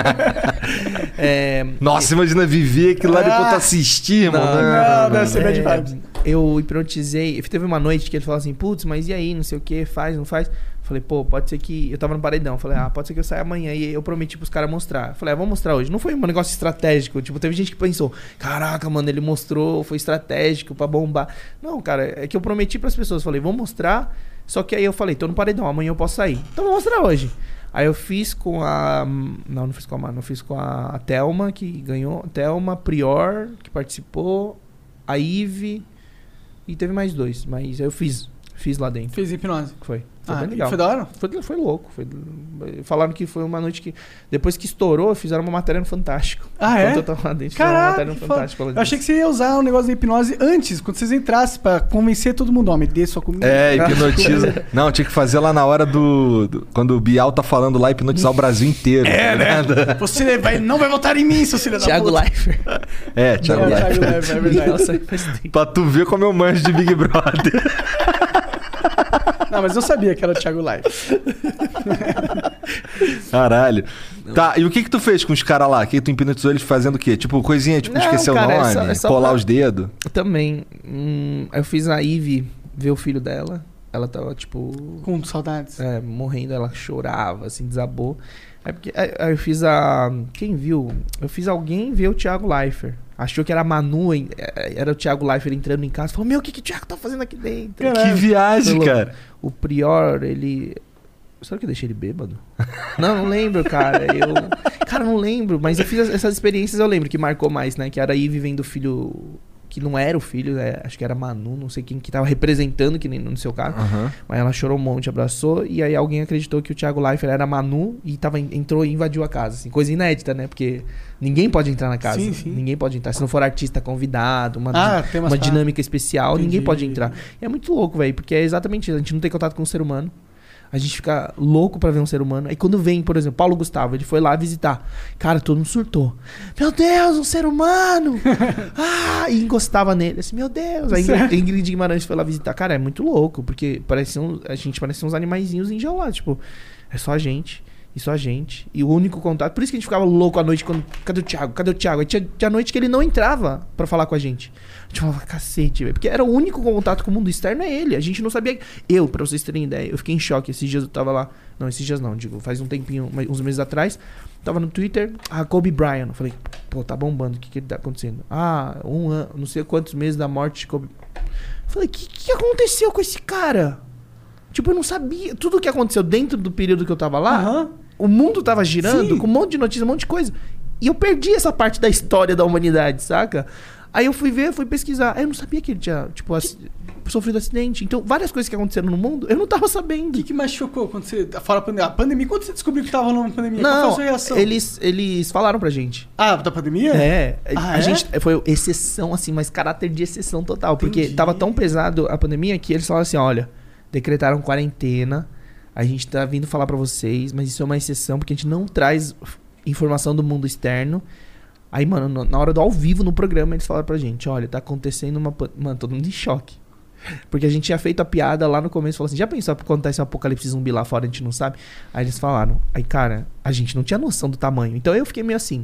é, Nossa, imagina viver aquilo lá depois Ah. tu assistir, Não, mano. não, deve ser bad é, vibes. eu hipnotizei. Teve uma noite que ele falou assim, putz, mas e aí, não sei o que, faz, não faz? Falei, pô, pode ser que... Eu tava no paredão. Falei, ah, pode ser que eu saia amanhã. E eu prometi pros caras mostrar. Falei, ah, vamos mostrar hoje. Não foi um negócio estratégico. Tipo, teve gente que pensou, caraca, mano, ele mostrou, foi estratégico pra bombar. Não, cara, é que eu prometi pras pessoas. Falei, vamos mostrar. Só que aí eu falei, tô no paredão, amanhã eu posso sair. Então vou mostrar hoje. Aí eu fiz com a... Não, não fiz com a Manu, fiz com a, a Thelma, que ganhou. Thelma, Prior, que participou. A Ive. E teve mais dois. Mas eu fiz. Fiz lá dentro. Fez hipnose. Foi. Foi Ah, bem legal. foi da hora? Foi, foi louco. Foi, falaram que foi uma noite que... Depois que estourou, fizeram uma matéria no Fantástico. Ah, é? Enquanto eu tava lá dentro, fizeram uma Caraca, matéria no que foda. Fantástico. Eu achei que você ia usar o negócio da hipnose antes, quando vocês entrassem, pra convencer todo mundo. Ó, me dê sua comida. É, hipnotiza. Não, tinha que fazer lá na hora do, do- quando o Bial tá falando lá, hipnotizar o Brasil inteiro. É, né? Você vai, não vai votar em mim, seu filho da Thiago puta. Leifert. É, Thiago É, Leifert. Thiago Leifert, é verdade. Nossa, faz tempo. Pra tu ver como eu manjo de Big Brother. Não, mas eu sabia que era o Thiago Life. Caralho. Tá, e o que que tu fez com os caras lá? Que tu hipnotizou eles fazendo o quê? Tipo, coisinha, tipo, Não, esquecer cara, o é nome, só- é só colar pra- os dedos. Também. Hum, eu fiz a Ivy ver o filho dela. Ela tava, tipo... Com saudades. É, morrendo, ela chorava, assim, desabou. É porque aí, aí eu fiz a... Quem viu? Eu fiz alguém ver o Thiago Leifert. Achou que era a Manu, em- era o Thiago Leifert entrando em casa. Falou, meu, o que, que o Thiago tá fazendo aqui dentro? Caralho. Que viagem, Foi louco. cara. O Prior, ele... Será que eu deixei ele bêbado? Não, não lembro, cara. Eu... Cara, não lembro. Mas eu fiz as- essas experiências, eu lembro que marcou mais, né? Que era aí vivendo o filho... Que não era o filho, né? Acho que era Manu, não sei quem que tava representando, que nem no seu caso. Aham. Mas ela chorou um monte, abraçou. E aí alguém acreditou que o Thiago Leifert era Manu e tava, entrou e invadiu a casa. Assim, coisa inédita, né? Porque ninguém pode entrar na casa. Sim, sim. Ninguém pode entrar. Se não for artista convidado, uma, Ah, di- tem umas uma pa- dinâmica especial, Entendi. ninguém pode entrar. E é muito louco, velho. Porque é exatamente isso. A gente não tem contato com o ser humano. A gente fica louco pra ver um ser humano. Aí quando vem, por exemplo, Paulo Gustavo, ele foi lá visitar. Cara, todo mundo surtou. Meu Deus, um ser humano! Ah! E encostava nele. Assim, meu Deus! Aí Sério? Ingrid Guimarães foi lá visitar. Cara, é muito louco, porque parece um, a gente parece uns animaizinhos enjaulados. Tipo, é só a gente. E só a gente. E o único contato. Por isso que a gente ficava louco à noite quando. Cadê o Thiago? Cadê o Thiago? Aí tinha, tinha noite que ele não entrava pra falar com a gente. A gente falava, cacete, velho. Porque era o único contato com o mundo externo é ele. A gente não sabia. Eu, pra vocês terem ideia, eu fiquei em choque. Esses dias eu tava lá. Não, esses dias não, digo, faz um tempinho, mais- uns meses atrás. Tava no Twitter, a Kobe Bryant. Eu falei, pô, tá bombando, o que que tá acontecendo? Ah, um ano, não sei quantos meses da morte de Kobe. Eu falei, o que, que aconteceu com esse cara? Tipo, eu não sabia. Tudo o que aconteceu dentro do período que eu tava lá, Aham. o mundo tava girando Sim. com um monte de notícia, um monte de coisa. E eu perdi essa parte da história da humanidade, saca? Aí eu fui ver, fui pesquisar. Aí eu não sabia que ele tinha, tipo, aci- sofrido acidente. Então, várias coisas que aconteceram no mundo, eu não tava O sabendo. que, que mais chocou quando você. Fora a pandemia? A pandemia, quando você descobriu que tava rolando pandemia? Qual foi a Não, sua reação? eles, eles falaram pra gente. Ah, da pandemia? É, Ah, a é? gente foi exceção, assim, mas caráter de exceção total. Porque Entendi. tava tão pesado a pandemia que eles falaram assim: olha, decretaram quarentena, a gente tá vindo falar pra vocês, mas isso é uma exceção porque a gente não traz informação do mundo externo. Aí, mano, no- na hora do ao vivo no programa, eles falaram pra gente: olha, tá acontecendo uma. pan- Mano, todo mundo em choque. Porque a gente tinha feito a piada lá no começo, falou assim: já pensou que acontece um apocalipse zumbi lá fora, a gente não sabe? Aí eles falaram: aí, cara, a gente não tinha noção do tamanho. Então eu fiquei meio assim: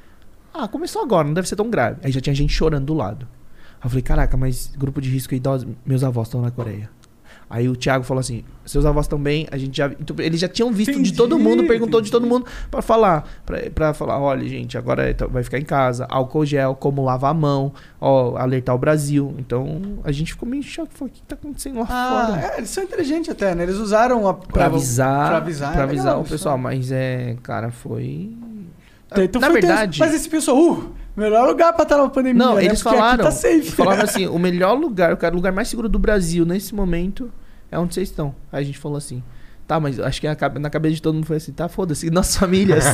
ah, começou agora, não deve ser tão grave. Aí já tinha gente chorando do lado. Aí eu falei: caraca, mas grupo de risco idosos, meus avós estão na Coreia. Aí o Thiago falou assim: seus avós também, a gente já. Então, eles já tinham visto Entendi, de todo mundo, perguntou de todo entendi. mundo pra falar. Pra, pra falar: olha, gente, agora é- vai ficar em casa, álcool gel, como lavar a mão, ó, alertar o Brasil. Então a gente ficou meio em choque. Falou: o que tá acontecendo lá Ah, fora? é, eles são inteligentes até, né? Eles usaram a. Pra avisar, Pra avisar, pra é avisar legal o isso, pessoal. né? Mas é, cara, foi. Então Na foi tenso. verdade. Mas esse pessoal, uh, melhor lugar pra estar na pandemia. Não, né? eles Porque falaram. Aqui tá safe. Falaram assim: o melhor lugar, o cara- o lugar mais seguro do Brasil nesse momento é onde vocês estão. Aí a gente falou assim: tá, mas acho que na cabe- na cabeça de todo mundo foi assim: tá, foda-se, nossas famílias.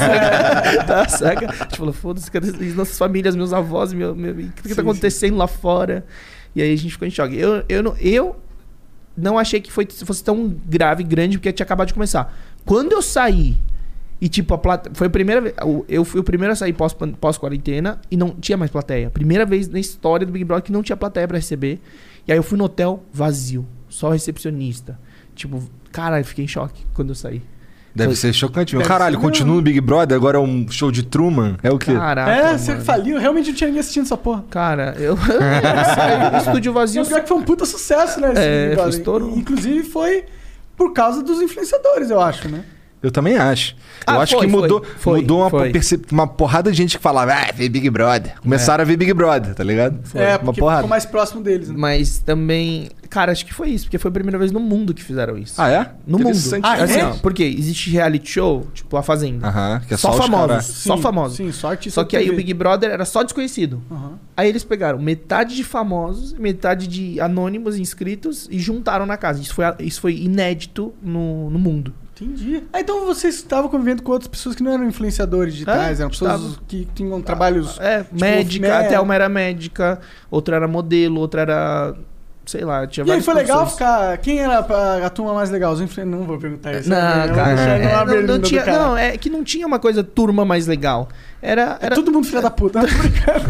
Tá, saca? A gente falou: foda-se, cadê as nossas famílias, meus avós, meu, meu, o que, que Sim, tá acontecendo lá fora? E aí a gente ficou em choque. Eu, eu, não, eu não achei que foi, fosse tão grave, grande, porque tinha acabado de começar. Quando eu saí. E tipo, a plate... foi a primeira vez. Eu fui o primeiro a sair pós- pós-quarentena e não tinha mais plateia. Primeira vez na história do Big Brother que não tinha plateia pra receber. E aí eu fui no hotel vazio, só recepcionista. Tipo, cara, eu fiquei em choque quando eu saí. Deve Foi- ser chocante. Meu Deve caralho, ser continua no Big Brother, agora é um show de Truman. É o quê? Caraca, É, mano. você faliu. Realmente não tinha ninguém assistindo essa porra. Cara, eu, eu saí, estúdio E vazio. o pior que foi um puta sucesso, né? esse É, Big Brother. foi estouro. E, Inclusive foi por causa dos influenciadores, eu acho, né? Eu também acho. Eu Ah, acho foi, que mudou, foi, foi, mudou uma, foi. perce- uma porrada de gente que falava, ah, vê Big Brother. Começaram a ver Big Brother, tá ligado? É, uma porque porrada. ficou mais próximo deles, né? Mas também. Cara, acho que foi isso, porque foi a primeira vez no mundo que fizeram isso. Ah, é? No mundo. Interessante. Ah, assim, é? ó, porque existe reality show, tipo A Fazenda. Aham, que é só só, os famosos. cara- Só Sim, famosos. Sim, só artista Só que aí T V. o Big Brother era só desconhecido. Aham. Aí eles pegaram metade de famosos, metade de anônimos inscritos e juntaram na casa. Isso foi, isso foi inédito no, no mundo. Entendi. Ah, então vocês estavam convivendo com outras pessoas que não eram influenciadores digitais, É, eram pessoas estava. que tinham trabalhos... É, Tipo, médica, né? até uma era médica, outra era modelo, outra era. Sei lá, tinha E aí várias foi legal profissões. ficar... Quem era a, a turma mais legal? Os influ... Não vou perguntar isso. Não, eu vou cara, deixar é, numa não, berlinda não do tinha, cara. não, é que não tinha uma coisa turma mais legal. Era, É era, todo mundo filha da puta. Não, tô brincando.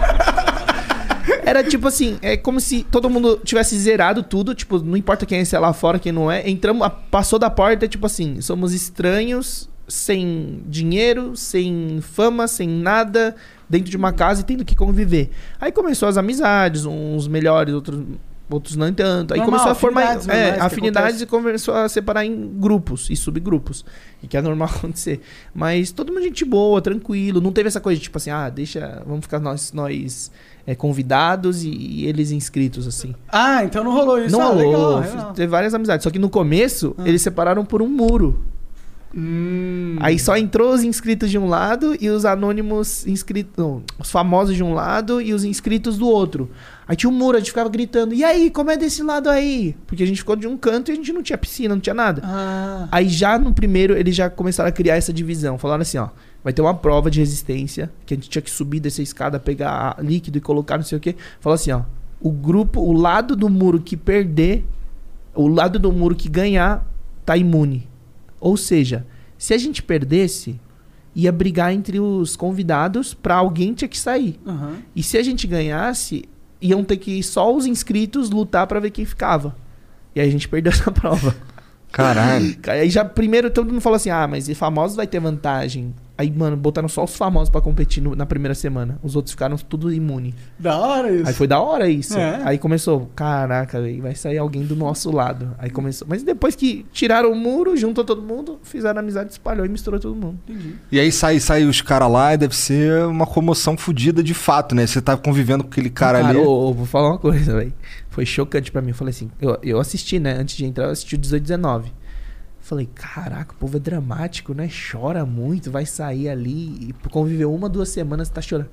era tipo assim, é como se todo mundo tivesse zerado tudo, tipo, não importa quem é lá fora, quem não é. Entramos, a- passou da porta, tipo assim, somos estranhos, sem dinheiro, sem fama, sem nada, dentro de uma casa e tendo que conviver. Aí começou as amizades, uns melhores, outros, outros não tanto. Aí Normal, começou a formar afinidades é, normais que afinidades acontece. e começou a separar em grupos e subgrupos. E que é normal acontecer. Mas todo mundo gente boa, tranquilo. Não teve essa coisa de tipo assim, ah, deixa, vamos ficar nós, nós é, convidados e, e eles inscritos, assim. Ah, então não rolou isso. Não ah, rolou. legal, legal. Teve várias amizades. Só que no começo, Ah. eles separaram por um muro. Hum. Aí só entrou os inscritos de um lado e os anônimos inscritos. Não, os famosos de um lado e os inscritos do outro. Aí tinha um muro, a gente ficava gritando, e aí, como é desse lado aí? Porque a gente ficou de um canto e a gente não tinha piscina, não tinha nada. Ah. Aí já no primeiro, eles já começaram a criar essa divisão. Falaram assim, ó, vai ter uma prova de resistência, que a gente tinha que subir dessa escada, pegar líquido e colocar não sei o quê. Falou assim, ó, o grupo, o lado do muro que perder, o lado do muro que ganhar, tá imune. Ou seja, se a gente perdesse, ia brigar entre os convidados pra alguém tinha que sair. Aham. E se a gente ganhasse, iam ter que só os inscritos lutar pra ver quem ficava. E aí a gente perdeu essa prova. Caralho. Aí já primeiro todo mundo falou assim: ah, mas e famosos vai ter vantagem. Aí, mano, botaram só os famosos pra competir no- na primeira semana. Os outros ficaram tudo imune. Da hora isso. Aí foi da hora isso. É. Aí começou, caraca, véi, vai sair alguém do nosso lado. Aí começou. Mas depois que tiraram o muro, juntou todo mundo, fizeram amizade, espalhou e misturou todo mundo. Entendi. E aí sai, sai os caras lá e deve ser uma comoção fodida de fato, né? Você tá convivendo com aquele cara, ali. ô, ô, vou falar uma coisa, velho. Foi chocante pra mim. Eu falei assim, eu, eu assisti, né? Antes de entrar, eu assisti o dezoito, dezenove. Falei, caraca, o povo é dramático, né? Chora muito, vai sair ali e conviver uma, duas semanas, tá chorando.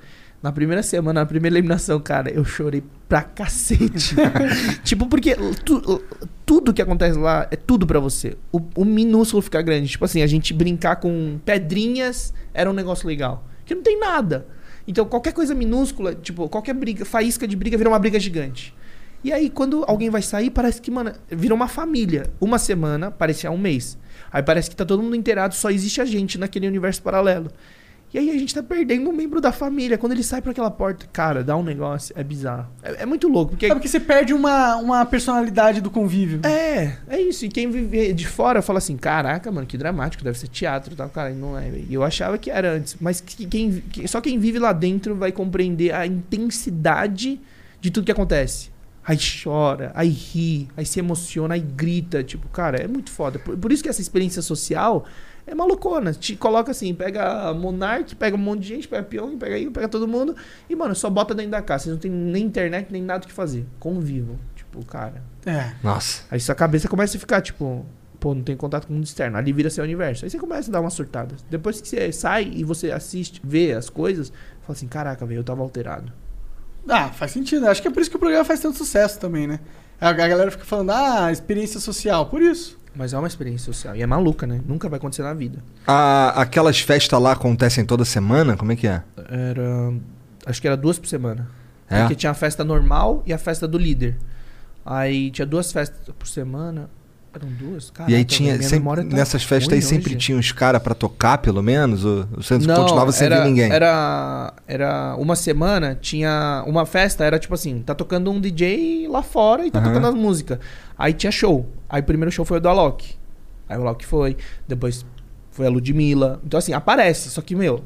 Na primeira semana, na primeira eliminação, cara, eu chorei pra cacete. Tipo, porque tu, tudo que acontece lá é tudo pra você. O, o minúsculo fica grande. Tipo assim, a gente brincar com pedrinhas era um negócio legal. Que não tem nada. Então, qualquer coisa minúscula, tipo, qualquer briga, faísca de briga vira uma briga gigante. E aí, quando alguém vai sair, parece que, mano, vira uma família. Uma semana, parecia um mês. Aí parece que tá todo mundo inteirado, só existe a gente naquele universo paralelo. E aí a gente tá perdendo um membro da família. Quando ele sai por aquela porta, cara, dá um negócio, é bizarro. É, é muito louco. Porque... É porque você perde uma, uma personalidade do convívio. É, é isso. E quem vive de fora fala assim, caraca, mano, que dramático, deve ser teatro e tal. Cara, não é. E eu achava que era antes. Mas que, quem, que, só quem vive lá dentro vai compreender a intensidade de tudo que acontece. Aí chora, aí ri, aí se emociona, aí grita. Tipo, cara, é muito foda. Por, por isso que essa experiência social... É malucona, te coloca assim, pega Monark, pega um monte de gente, pega Pyong, pega aí, pega todo mundo e, mano, só bota dentro da casa. Vocês não tem nem internet, nem nada o que fazer. Convivam. Tipo, cara. É. Nossa. Aí sua cabeça começa a ficar, tipo, pô, não tem contato com o mundo externo. Ali vira seu universo. Aí você começa a dar umas surtadas. Depois que você sai e você assiste, vê as coisas, fala assim, caraca, velho, eu tava alterado. Ah, faz sentido. Acho que é por isso que o programa faz tanto sucesso também, né? A, a galera fica falando, ah, experiência social. Por isso. Mas é uma experiência social. E é maluca, né? Nunca vai acontecer na vida. A, aquelas festas lá acontecem toda semana? Como é que é? Era... Acho que era duas por semana. É? Porque tinha a festa normal e a festa do líder. Aí tinha duas festas por semana. Eram duas? Caraca, e aí tinha... minha Sempre, memória tá nessas festas aí ruim sempre hoje. tinha uns caras pra tocar, pelo menos? Ou você Não, continuava sem era, ver ninguém? Era, era uma semana, tinha uma festa, era tipo assim, tá tocando um D J lá fora e tá Aham. tocando as músicas. Aí tinha show. Aí o primeiro show foi o do Alok. Aí o Alok foi. Depois foi a Ludmilla. Então assim, aparece. Só que, meu,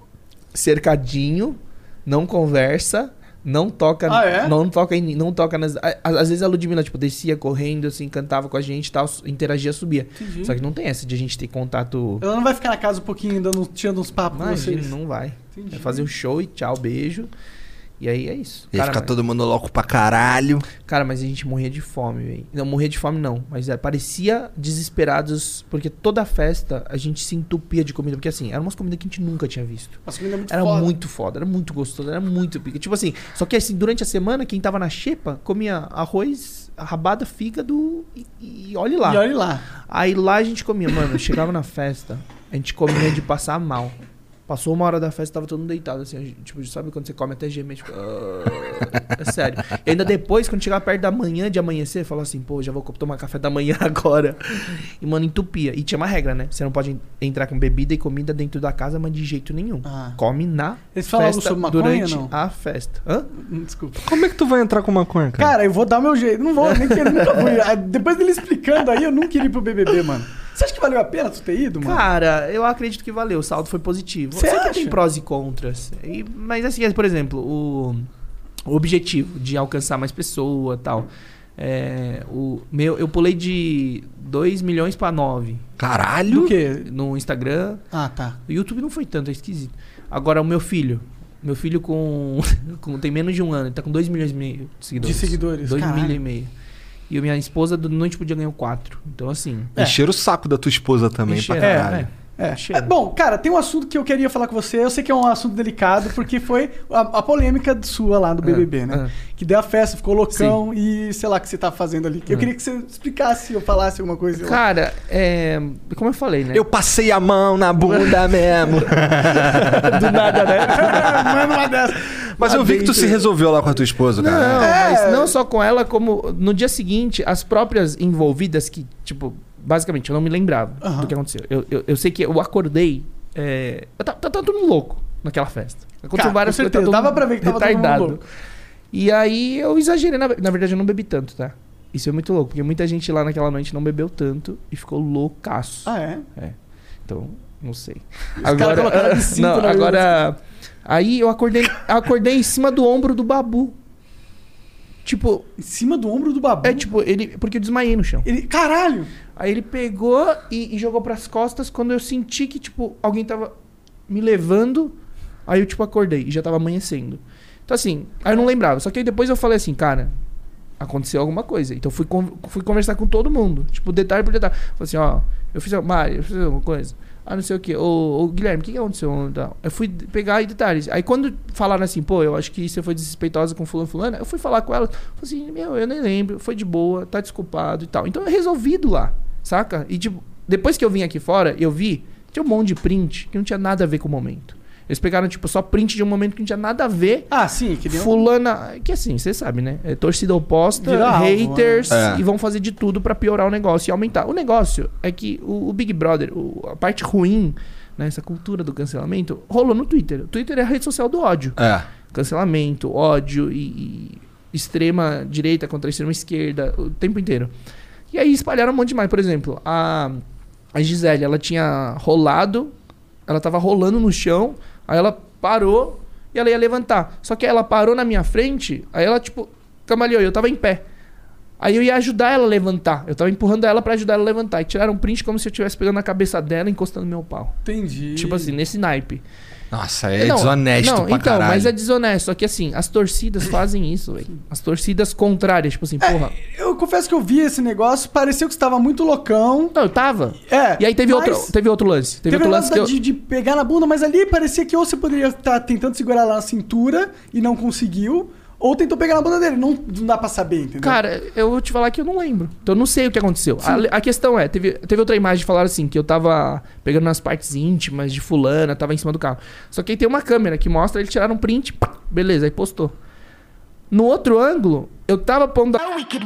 cercadinho, não conversa, não toca, Ah, é? não toca em, não toca nas... a- Às vezes a Ludmilla, tipo, descia correndo, assim, cantava com a gente e tal, interagia, subia. Entendi. Só que não tem essa de a gente ter contato... Ela não vai ficar na casa um pouquinho dando, tirando uns papos com Imagina, vocês. não vai. Entendi. É fazer um show e tchau, beijo. E aí é isso. E aí Cara, fica mas, todo mundo louco pra caralho. cara, mas a gente morria de fome, velho. Não, morria de fome não. Mas é, parecia desesperados, porque toda festa a gente se entupia de comida. Porque assim, eram umas comidas que a gente nunca tinha visto. Nossa, comida é muito Era foda. muito foda, era muito gostoso, era muito pica. Tipo assim, só que assim, durante a semana, quem tava na xepa comia arroz, rabada, fígado e, e olhe lá. E olha lá. Aí lá a gente comia, mano, chegava na festa, a gente comia de passar mal. Passou uma hora da festa, tava todo mundo deitado, assim, a gente, tipo, sabe quando você come até gemer, tipo, "Ah", é sério. E ainda depois, quando chegava perto da manhã, de amanhecer, falava assim, pô, já vou tomar café da manhã agora. E, mano, entupia. E tinha uma regra, né? Você não pode entrar com bebida e comida dentro da casa, mas de jeito nenhum. Ah. Come na Eles falavam festa sobre maconha, durante não? a festa. Hã? Hum, Desculpa. Como é que tu vai entrar com maconha, cara? Cara, eu vou dar o meu jeito. Não vou, nem quero, nunca fui. Ah, depois dele explicando aí, eu não queria ir pro B B B, mano. Você acha que valeu a pena tu ter ido, mano? Cara, eu acredito que valeu. O saldo foi positivo. Você Sempre acha? tem prós e contras. E, mas assim, por exemplo, o, o objetivo de alcançar mais pessoa e tal. É, o meu, eu pulei de dois milhões pra nove Caralho! Do quê? no Instagram. Ah, tá. O YouTube não foi tanto, é esquisito. Agora, o meu filho. Meu filho com, com tem menos de um ano, ele tá com dois milhões e meio de seguidores. De seguidores, dois caralho. milhões e meio. E a minha esposa do noite podia ganhar quatro. Então, assim. É. Encher o saco da tua esposa também encher- pra é, caralho. é. É. Cheiro. É, bom, cara, tem um assunto que eu queria falar com você. Eu sei que é um assunto delicado, porque foi a, a polêmica sua lá do B B B, né? ah. Que deu a festa, ficou loucão e sei lá o que você tá fazendo ali. Eu Ah. queria que você explicasse ou falasse alguma coisa. sei lá. Cara, é. Como eu falei, né? Eu passei a mão na bunda mesmo. Do nada, né? Manda uma dessa. Mas eu vi que tu se resolveu lá com a tua esposa, Não, cara. É. mas não só com ela, como no dia seguinte, as próprias envolvidas que, tipo, basicamente, eu não me lembrava Aham. do que aconteceu. Eu, eu, eu sei que eu acordei. É, eu tava, tava todo mundo louco naquela festa. Aconteceu Cara, várias com certeza. todo Dava mundo pra ver que tava todo mundo retardado. louco. E aí eu exagerei. Na, na verdade, eu não bebi tanto, tá? Isso é muito louco, porque muita gente lá naquela noite não bebeu tanto e ficou loucaço. Ah, é? Então, não sei. caras colocaram absinto não, na agora. Aí eu acordei, acordei em cima do ombro do Babu. Tipo, Em cima do ombro do babu. é tipo, ele. Porque eu desmaiei no chão. Ele, caralho! Aí ele pegou e, e jogou pras costas quando eu senti que, tipo, alguém tava me levando. Aí eu, tipo, acordei e já tava amanhecendo. Então, assim, aí eu não lembrava. Só que aí depois eu falei assim, cara, aconteceu alguma coisa. Então fui, con fui conversar com todo mundo. Tipo, detalhe por detalhe. Falei assim, ó, eu fiz, Mari, eu fiz alguma coisa. Ah, não sei o quê. Ô, ô Guilherme, o que, que aconteceu ontem? Eu fui pegar e detalhes. Aí quando falaram assim, pô, eu acho que você foi desrespeitosa com fulano fulano, eu fui falar com ela, falei assim, meu, eu nem lembro, foi de boa, tá desculpado e tal. Então é resolvido lá, saca? E tipo, depois que eu vim aqui fora, eu vi, tinha um monte de print que não tinha nada a ver com o momento. Eles pegaram, tipo, só print de um momento que não tinha nada a ver. Ah, sim. Que deu... Fulana... Que assim, você sabe, né? É torcida oposta, Vira haters, alvo, né? e vão fazer de tudo pra piorar o negócio e aumentar. O negócio é que o, o Big Brother, o, a parte ruim, né, essa cultura do cancelamento, rolou no Twitter. O Twitter é a rede social do ódio. É. Cancelamento, ódio e, e extrema direita contra a extrema esquerda, o tempo inteiro. E aí espalharam um monte demais. Por exemplo, a, a Gisele, ela tinha rolado, ela tava rolando no chão, aí ela parou e ela ia levantar. Só que ela parou na minha frente, aí ela, tipo, cambaleou, eu tava em pé. Aí eu ia ajudar ela a levantar. Eu tava empurrando ela pra ajudar ela a levantar. E tiraram um print como se eu estivesse pegando na cabeça dela e encostando no meu pau. Entendi. Tipo assim, nesse naipe. Nossa, é Não, desonesto não, pra então, caralho. mas é desonesto. Só que assim, as torcidas fazem isso, velho. As torcidas contrárias, tipo assim, porra. Eu confesso que eu vi esse negócio, pareceu que você tava muito loucão. Não, eu tava. É. E aí teve, mas outro, teve outro lance. Teve, Teve outro um lance lance que eu... de, de pegar na bunda, mas ali parecia que ou você poderia estar tentando segurar lá na cintura e não conseguiu, ou tentou pegar na bunda dele. Não, não dá pra saber, entendeu? Cara, eu vou te falar que eu não lembro. Então eu não sei o que aconteceu. A, a questão é, teve, teve outra imagem que falaram assim, que eu tava pegando nas partes íntimas de fulana, tava em cima do carro. Só que aí tem uma câmera que mostra, eles tiraram um print, pá, beleza, aí postou. No outro ângulo, eu tava pondo...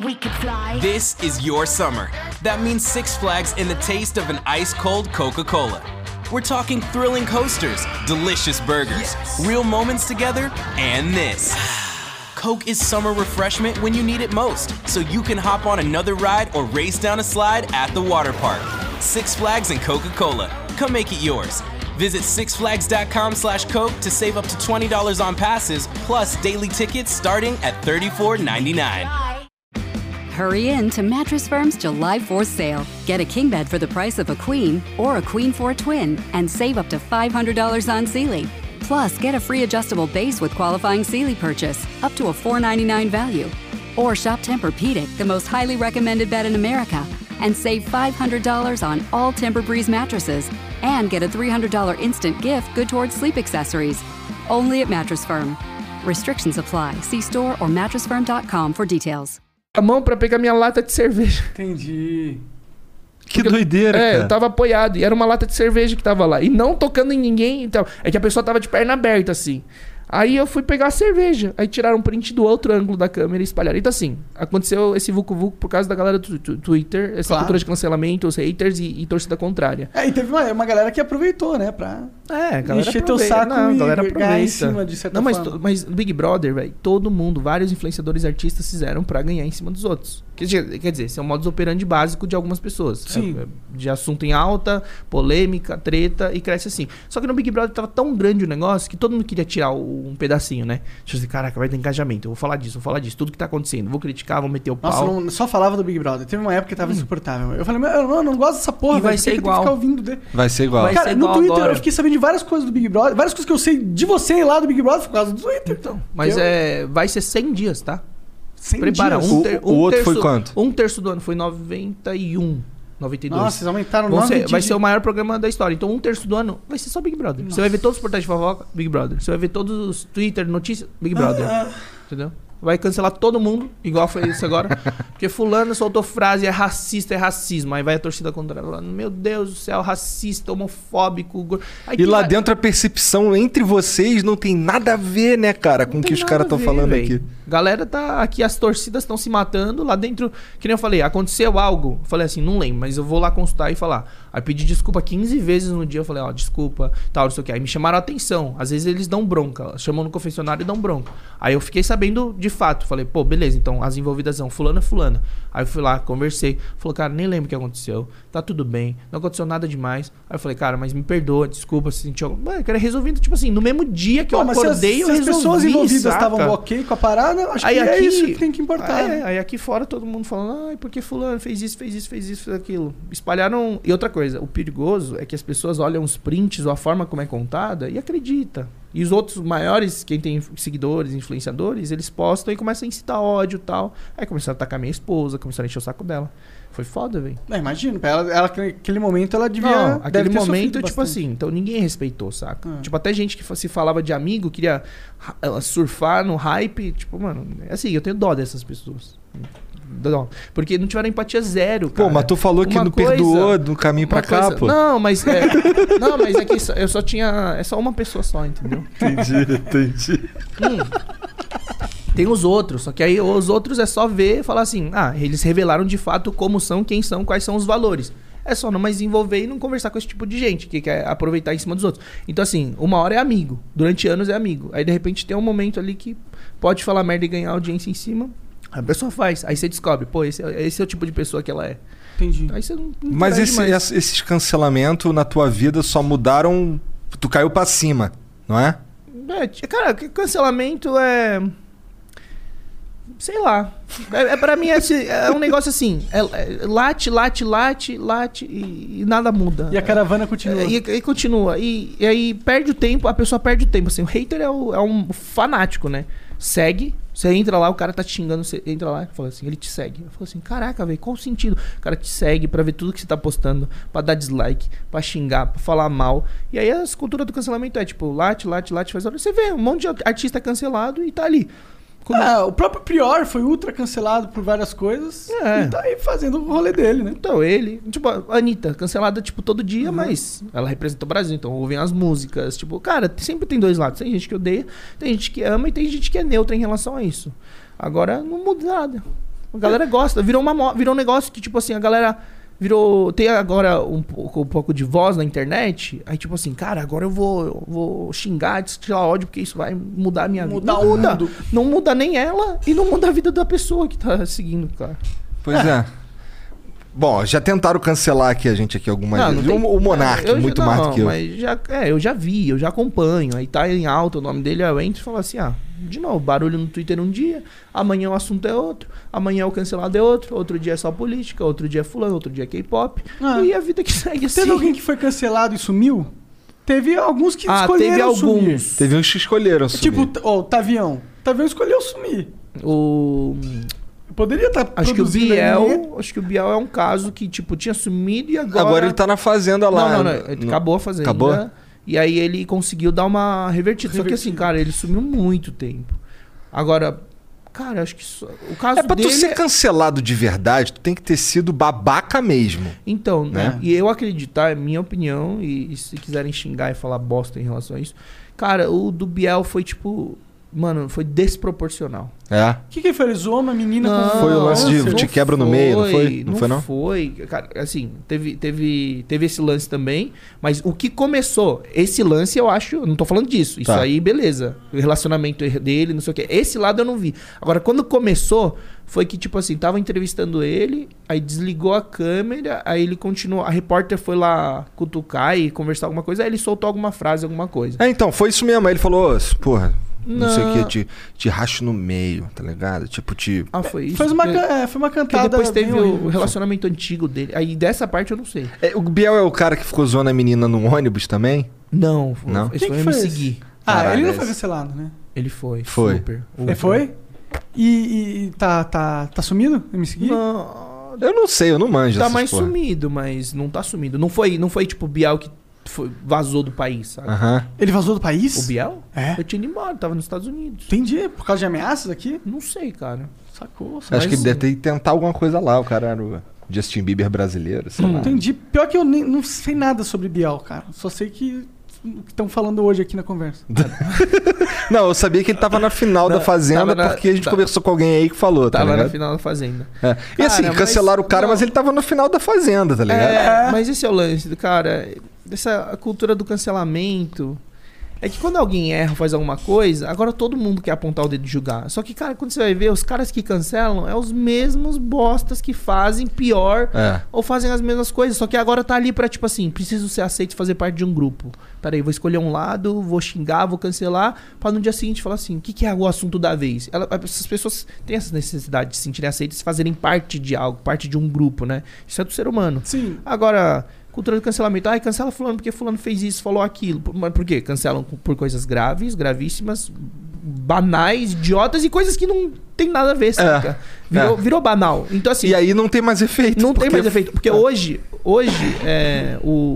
This is your summer. That means Six Flags and the taste of an ice-cold Coca-Cola. We're talking thrilling coasters, delicious burgers, real moments together, and this. Coke is summer refreshment when you need it most, so you can hop on another ride or race down a slide at the water park. Six Flags and Coca-Cola. Come make it yours. Visit sixflags.com slash Coke to save up to twenty dollars on passes, plus daily tickets starting at thirty-four ninety-nine. Hurry in to Mattress Firm's July fourth sale. Get a king bed for the price of a queen or a queen for a twin and save up to five hundred dollars on Sealy. Plus, get a free adjustable base with qualifying Sealy purchase, up to a four ninety-nine value. Or shop Tempur-Pedic, the most highly recommended bed in America, and save five hundred dollars on all Tempur-Breeze mattresses, and get a three hundred dollars instant gift good towards sleep accessories. Only at Mattress Firm. Restrictions apply. See store or mattress firm dot com for details. A mão pra pegar minha lata de cerveja. Entendi. Que Porque- doideira, É, cara. eu tava apoiado e era uma lata de cerveja que tava lá. E não tocando em ninguém. Então, é que a pessoa tava de perna aberta, assim. Aí eu fui pegar a cerveja. Aí tiraram um print do outro ângulo da câmera e espalharam. Então, assim, aconteceu esse vucu-vucu por causa da galera do tu- Twitter, essa Claro. cultura de cancelamento, os haters e, e torcida contrária. É, e teve uma, uma galera que aproveitou, né? Pra É, a galera encher teu aproveita. saco Não, a e galera ganhar em aproveita. cima de certa Não, mas, forma. to- mas no Big Brother, velho, todo mundo, vários influenciadores e artistas fizeram pra ganhar em cima dos outros. Quer dizer, quer dizer, esse é um modus operandi básico de algumas pessoas. Sim. É, é, de assunto em alta, polêmica, treta e cresce assim. Só que no Big Brother tava tão grande o negócio que todo mundo queria tirar o- um pedacinho, né? Tipo assim, caraca, vai ter engajamento, eu vou falar disso, vou falar disso, tudo que tá acontecendo, vou criticar, vou meter o Nossa, pau. não, só falava do Big Brother. Teve uma época que tava insuportável. Eu falei, meu, eu não, eu não gosto dessa porra, E vai velho, por ser que que eu tenho igual. que ficar ouvindo dele? Vai ser igual. Vai Cara, ser no igual Twitter agora. eu fiquei sabendo de várias coisas do Big Brother, várias coisas que eu sei de você lá do Big Brother por causa do Twitter. Então, mas Eu- é, vai ser cem dias, tá? cem Prepara, dias. um, O- ter- o um outro terço, foi quanto? Um terço do ano foi noventa e um, noventa e dois. Nossa, vocês aumentaram Vão nove ser- dias vai de- ser o maior programa da história. Então, um terço do ano vai ser só Big Brother. Você vai ver todos os portais de fofoca, Big Brother. Você vai ver todos os Twitter, notícias, Big Brother. Ah, Entendeu? Vai cancelar todo mundo, igual foi isso agora. Porque fulano soltou frase, é racista, é racismo. Aí vai a torcida contra ela, meu Deus do céu, racista, homofóbico. gor- Aí E tem lá va- dentro a percepção entre vocês não tem nada a ver, né, cara, com o Não que tem os nada caras a estão ver, falando véi. aqui. Galera tá aqui, as torcidas estão se matando. Lá dentro, que nem eu falei, aconteceu algo. Eu falei assim, não lembro, mas eu vou lá consultar e falar. Aí pedi desculpa quinze vezes no dia. Eu falei, ó, desculpa, tal, não sei o que. Aí me chamaram a atenção. Às vezes eles dão bronca. Chamam no confessionário e dão bronca. Aí eu fiquei sabendo de fato. Falei, pô, beleza, então as envolvidas são fulano é fulana. Aí eu fui lá, conversei. Falou, cara, nem lembro o que aconteceu. Tá tudo bem, não aconteceu nada demais. Aí eu falei, cara, mas me perdoa, desculpa se sentiu algo. Mano, eu quero resolvendo, tipo assim, no mesmo dia que Pô, eu mas se as, acordei, se eu as resolvi, pessoas envolvidas saca? estavam ok com a parada, acho que é isso que tem que importar. É, né? aí aqui fora todo mundo falando, ai, porque fulano fez isso, fez isso, fez isso, fez aquilo. Espalharam. E outra coisa, o perigoso é que as pessoas olham os prints ou a forma como é contada e acredita. E os outros maiores, quem tem seguidores, influenciadores, eles postam e começam a incitar ódio e tal. Aí começaram a atacar minha esposa, começaram a encher o saco dela. Foi foda, velho. É, imagino. Ela, ela, naquele momento, ela devia... Não, deve aquele ter momento, sofrido tipo bastante. assim, então ninguém respeitou, saca? Ah. Tipo, até gente que fa- se falava de amigo, queria ra- surfar no hype. Tipo, mano, é assim, eu tenho dó dessas pessoas. Dó. Porque não tiveram empatia zero, cara. Pô, mas tu falou que Uma não coisa- perdoou do caminho pra uma cá, coisa- pô. Não, mas é, não, mas é que só- eu só tinha, é só uma pessoa só, entendeu? Entendi, entendi. Hum. Tem os outros, só que aí os outros é só ver e falar assim, ah, eles revelaram de fato como são, quem são, quais são os valores. É só não mais envolver e não conversar com esse tipo de gente que quer aproveitar em cima dos outros. Então assim, uma hora é amigo, durante anos é amigo. Aí de repente tem um momento ali que pode falar merda e ganhar audiência em cima. A pessoa faz, aí você descobre, pô, esse é, esse é o tipo de pessoa que ela é. Entendi. Aí você não, não Mas interage esse, mais. essa- esses cancelamentos na tua vida só mudaram... Tu caiu pra cima, não é? É, t- cara, que cancelamento é. Sei lá. É, é pra mim é, assim, é um negócio assim. É, é late, late, late, late e, e nada muda. E a caravana continua. É, e, e continua. E, e aí perde o tempo, a pessoa perde o tempo. Assim, o hater é, o- é um fanático, né? Segue, você entra lá, o cara tá te xingando, você entra lá e fala assim, ele te segue. Eu falo assim, caraca, velho, qual o sentido? O cara te segue pra ver tudo que você tá postando, pra dar dislike, pra xingar, pra falar mal. E aí a cultura do cancelamento é tipo, late, late, late, faz... Você vê um monte de artista cancelado e tá ali. Quando- Ah, o próprio Prior foi ultra cancelado por várias coisas. É. E tá aí fazendo o rolê dele, né? Então, ele... Tipo, a Anitta, cancelada, tipo, todo dia, mas ela representa o Brasil, então ouvem as músicas. Tipo, cara, sempre tem dois lados. Tem gente que odeia, tem gente que ama e tem gente que é neutra em relação a isso. Agora, não muda nada. A galera gosta. Virou, uma, mo- virou um negócio que, tipo assim, a galera... Virou... Tem agora um pouco, um pouco de voz na internet. Aí, tipo assim, cara, agora eu vou, eu vou xingar, tirar ódio, porque isso vai mudar a minha Mudar vida. Não o muda. mundo. Não muda nem ela e não muda a vida da pessoa que tá seguindo, cara. Pois é. Bom, já tentaram cancelar aqui a gente aqui algumas Não, não vezes. tem- O, o Monark, eu já- muito não, mais do que eu. Mas já, é, eu já vi, eu já acompanho. Aí tá em alta o nome dele, eu entro e falo assim, ah, de novo, barulho no Twitter um dia, amanhã o assunto é outro, amanhã o cancelado é outro, outro dia é só política, outro dia é fulano, outro dia é K-pop. Ah. E a vida que segue assim. Teve alguém que foi cancelado e sumiu? Teve alguns que Ah, escolheram teve sumir. alguns. Teve uns que escolheram sumir. Tipo, ó, o Tavião. O Tavião escolheu sumir. O... Poderia estar Acho que o produzindo aí, né? Biel, acho que o Biel é um caso que, tipo, tinha sumido e agora... Agora ele tá na fazenda lá. Não, não, não. Ele No- acabou a fazenda. Acabou? E aí ele conseguiu dar uma revertida. Só que assim, Revertida. cara, ele sumiu muito tempo. Agora, cara, acho que só- o caso É pra dele... tu ser cancelado de verdade, tu tem que ter sido babaca mesmo. Então, Né? e eu acreditar, é minha opinião, e, e se quiserem xingar e falar bosta em relação a isso, cara, o do Biel foi tipo... Mano, foi desproporcional. É. O que que ele fez? Ele zoou uma menina Não, com... Foi o lance de Não, te quebra no meio, não foi? Não foi, não? foi. Cara, assim, teve, teve, teve esse lance também, mas o que começou, esse lance eu acho, eu não tô falando disso, isso Tá. aí beleza, o relacionamento dele, não sei o que, esse lado eu não vi. Agora, quando começou, foi que tipo assim, tava entrevistando ele, aí desligou a câmera, aí ele continuou, a repórter foi lá cutucar e conversar alguma coisa, aí ele soltou alguma frase, alguma coisa. É, então, foi isso mesmo. Aí ele falou, porra, não, Não. sei o que, te, te racho no meio, tá ligado? Tipo, te... Ah, foi isso. Fez uma, Porque- ca- é, foi uma porque cantada depois teve bem o horrível. relacionamento antigo dele, aí dessa parte eu não sei. É, o Biel é o cara que ficou zoando a menina no ônibus também? Não, Não? esse Quem foi que o foi M C esse? Gui. Ah, Caralho, ele não foi esse- cancelado, né? Ele foi. Foi. Super. Ele foi? E, e- e tá, tá, tá sumido? Me seguir? Não, Eu não sei, eu não manjo tá essas mais porra. sumido, mas não tá sumido. Não foi, não foi tipo o Biel que foi- vazou do país, sabe? Aham. Ele vazou do país? O Biel? É. Eu tinha ido embora, tava nos Estados Unidos. Entendi. Por causa de ameaças aqui? Não sei, cara. Sacou. Acho mas- que ele deve ter ido tentar alguma coisa lá. O cara era o Justin Bieber brasileiro, sei lá. Entendi. Pior que eu nem, não sei nada sobre Biel, cara. Só sei que estão falando hoje aqui na conversa. Não, eu sabia que ele tava na final Não, da Fazenda tava na- porque a gente tá- conversou com alguém aí que falou, tá Tava na ligado? final da Fazenda. É. E assim, Cara, cancelaram mas- o cara, não. mas ele tava no final da Fazenda, tá ligado? É, mas esse é o lance, do cara. Essa cultura do cancelamento. É que quando alguém erra ou faz alguma coisa, agora todo mundo quer apontar o dedo e julgar. Só que, cara, quando você vai ver, os caras que cancelam é os mesmos bostas que fazem pior É. ou fazem as mesmas coisas. Só que agora tá ali pra, tipo assim, preciso ser aceito e fazer parte de um grupo. Peraí, vou escolher um lado, vou xingar, vou cancelar, pra no dia seguinte falar assim, o que, que é o assunto da vez? Ela- essas pessoas têm essa necessidade de se sentirem aceitas e fazerem parte de algo, parte de um grupo, né? Isso é do ser humano. Sim. Agora, Cultura do cancelamento. Ai, cancela fulano porque fulano fez isso, falou aquilo. Mas por quê? Cancelam por coisas graves, gravíssimas, banais, idiotas e coisas que não tem nada a ver, sabe? É, virou, é. virou banal. Então, assim... E aí não tem mais efeito. Não porque... tem mais efeito. Porque é. hoje, hoje é,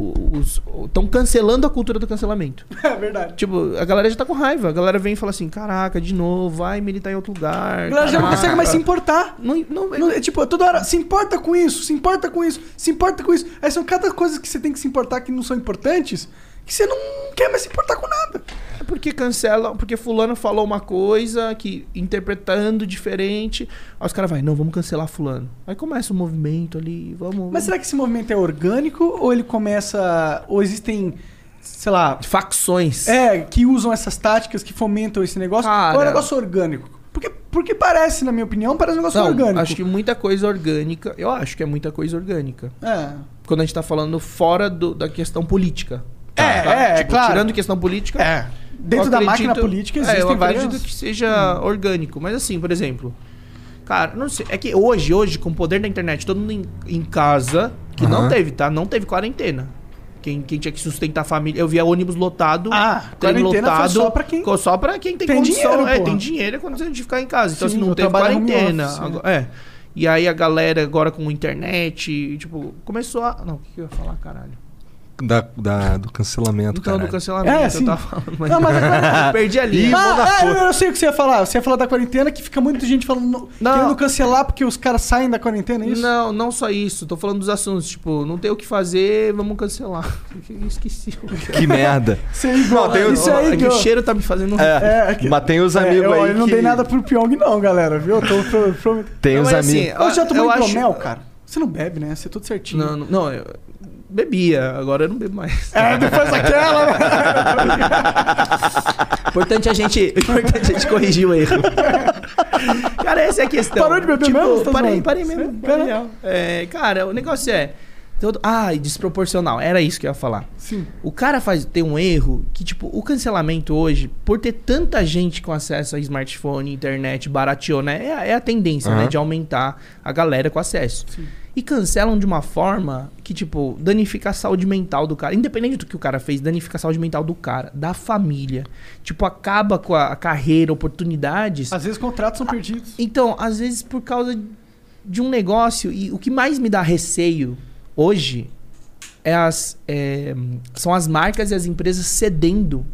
estão cancelando a cultura do cancelamento. É verdade. Tipo, a galera já tá com raiva. A galera vem e fala assim, caraca, de novo, vai militar em outro lugar. A galera já não consegue mais se importar. Não, não, não, é, tipo, toda hora, se importa com isso, se importa com isso, se importa com isso. Aí são cada coisa que você tem que se importar que não são importantes, que você não quer mais se importar com nada. É porque cancela, porque fulano falou uma coisa que interpretando diferente, aí os caras vai, não, vamos cancelar fulano. Aí começa o movimento ali, vamos... Mas vamos... será que esse movimento é orgânico ou ele começa, ou existem, sei lá... facções. É, que usam essas táticas, que fomentam esse negócio, Cara... ou é um negócio orgânico? Porque, porque parece, na minha opinião, parece um negócio não, orgânico. Acho que muita coisa orgânica, eu acho que é muita coisa orgânica. É. Quando a gente tá falando fora do, da questão política. É, tá? é, tipo, claro. Tirando questão política. É. Dentro da máquina política existem é, eu várias... acredito que seja hum. orgânico. Mas assim, por exemplo... Cara, não sei. É que hoje, hoje, com o poder da internet, todo mundo em, em casa... Que uhum. não teve, tá? Não teve quarentena. Quem, quem tinha que sustentar a família... Eu via ônibus lotado. Ah, quarentena lotado, foi só pra quem... Só pra quem tem, tem condição. Dinheiro, é, porra. tem dinheiro quando a gente ficar em casa. Então, Sim, assim, não teve quarentena. Office, agora, é. E aí a galera agora com internet... Tipo, começou a... Não, o que, que eu ia falar, caralho? Da, da, do cancelamento, Então, caralho. do cancelamento, é, eu sim. tava falando, mas... Não, mas agora... eu perdi a linha. Ah, ah, eu, eu sei o que você ia falar. Você ia falar da quarentena, que fica muita gente falando... Não. Querendo cancelar porque os caras saem da quarentena, é isso? Não, não só isso. Tô falando dos assuntos. Tipo, não tem o que fazer, vamos cancelar. Eu esqueci. Que merda. Isso aí, igual. Não, tem os... Isso aí, é que o cheiro tá me fazendo... É, é que... Mas tem os amigos é, eu, aí Eu não que... dei nada pro Pyong não, galera, viu? Eu tô... Pro, pro... Tem não, os amigos... Assim, eu já tomou hidromel, acho... cara. Você não bebe, né? Você é tudo certinho. Não, não, não eu bebia. Agora eu não bebo mais. É, depois daquela, né? Importante a gente... Importante a gente corrigir o erro. Cara, essa é a questão. Parou de beber tipo, mesmo? Tá parei, zoando? parei mesmo. Parei. É, cara, o negócio é... Todo... Ah, desproporcional. Era isso que eu ia falar. Sim. O cara faz, tem um erro que, tipo, o cancelamento hoje, por ter tanta gente com acesso a smartphone, internet, barateou, né? É, a- é a tendência, Uhum. né? De aumentar a galera com acesso. Sim. E cancelam de uma forma que, tipo, danifica a saúde mental do cara. Independente do que o cara fez, danifica a saúde mental do cara, da família. Tipo, acaba com a, a carreira, oportunidades. Às vezes contratos são perdidos. Então, às vezes por causa de um negócio. E o que mais me dá receio hoje é as, é, são as marcas e as empresas cedendo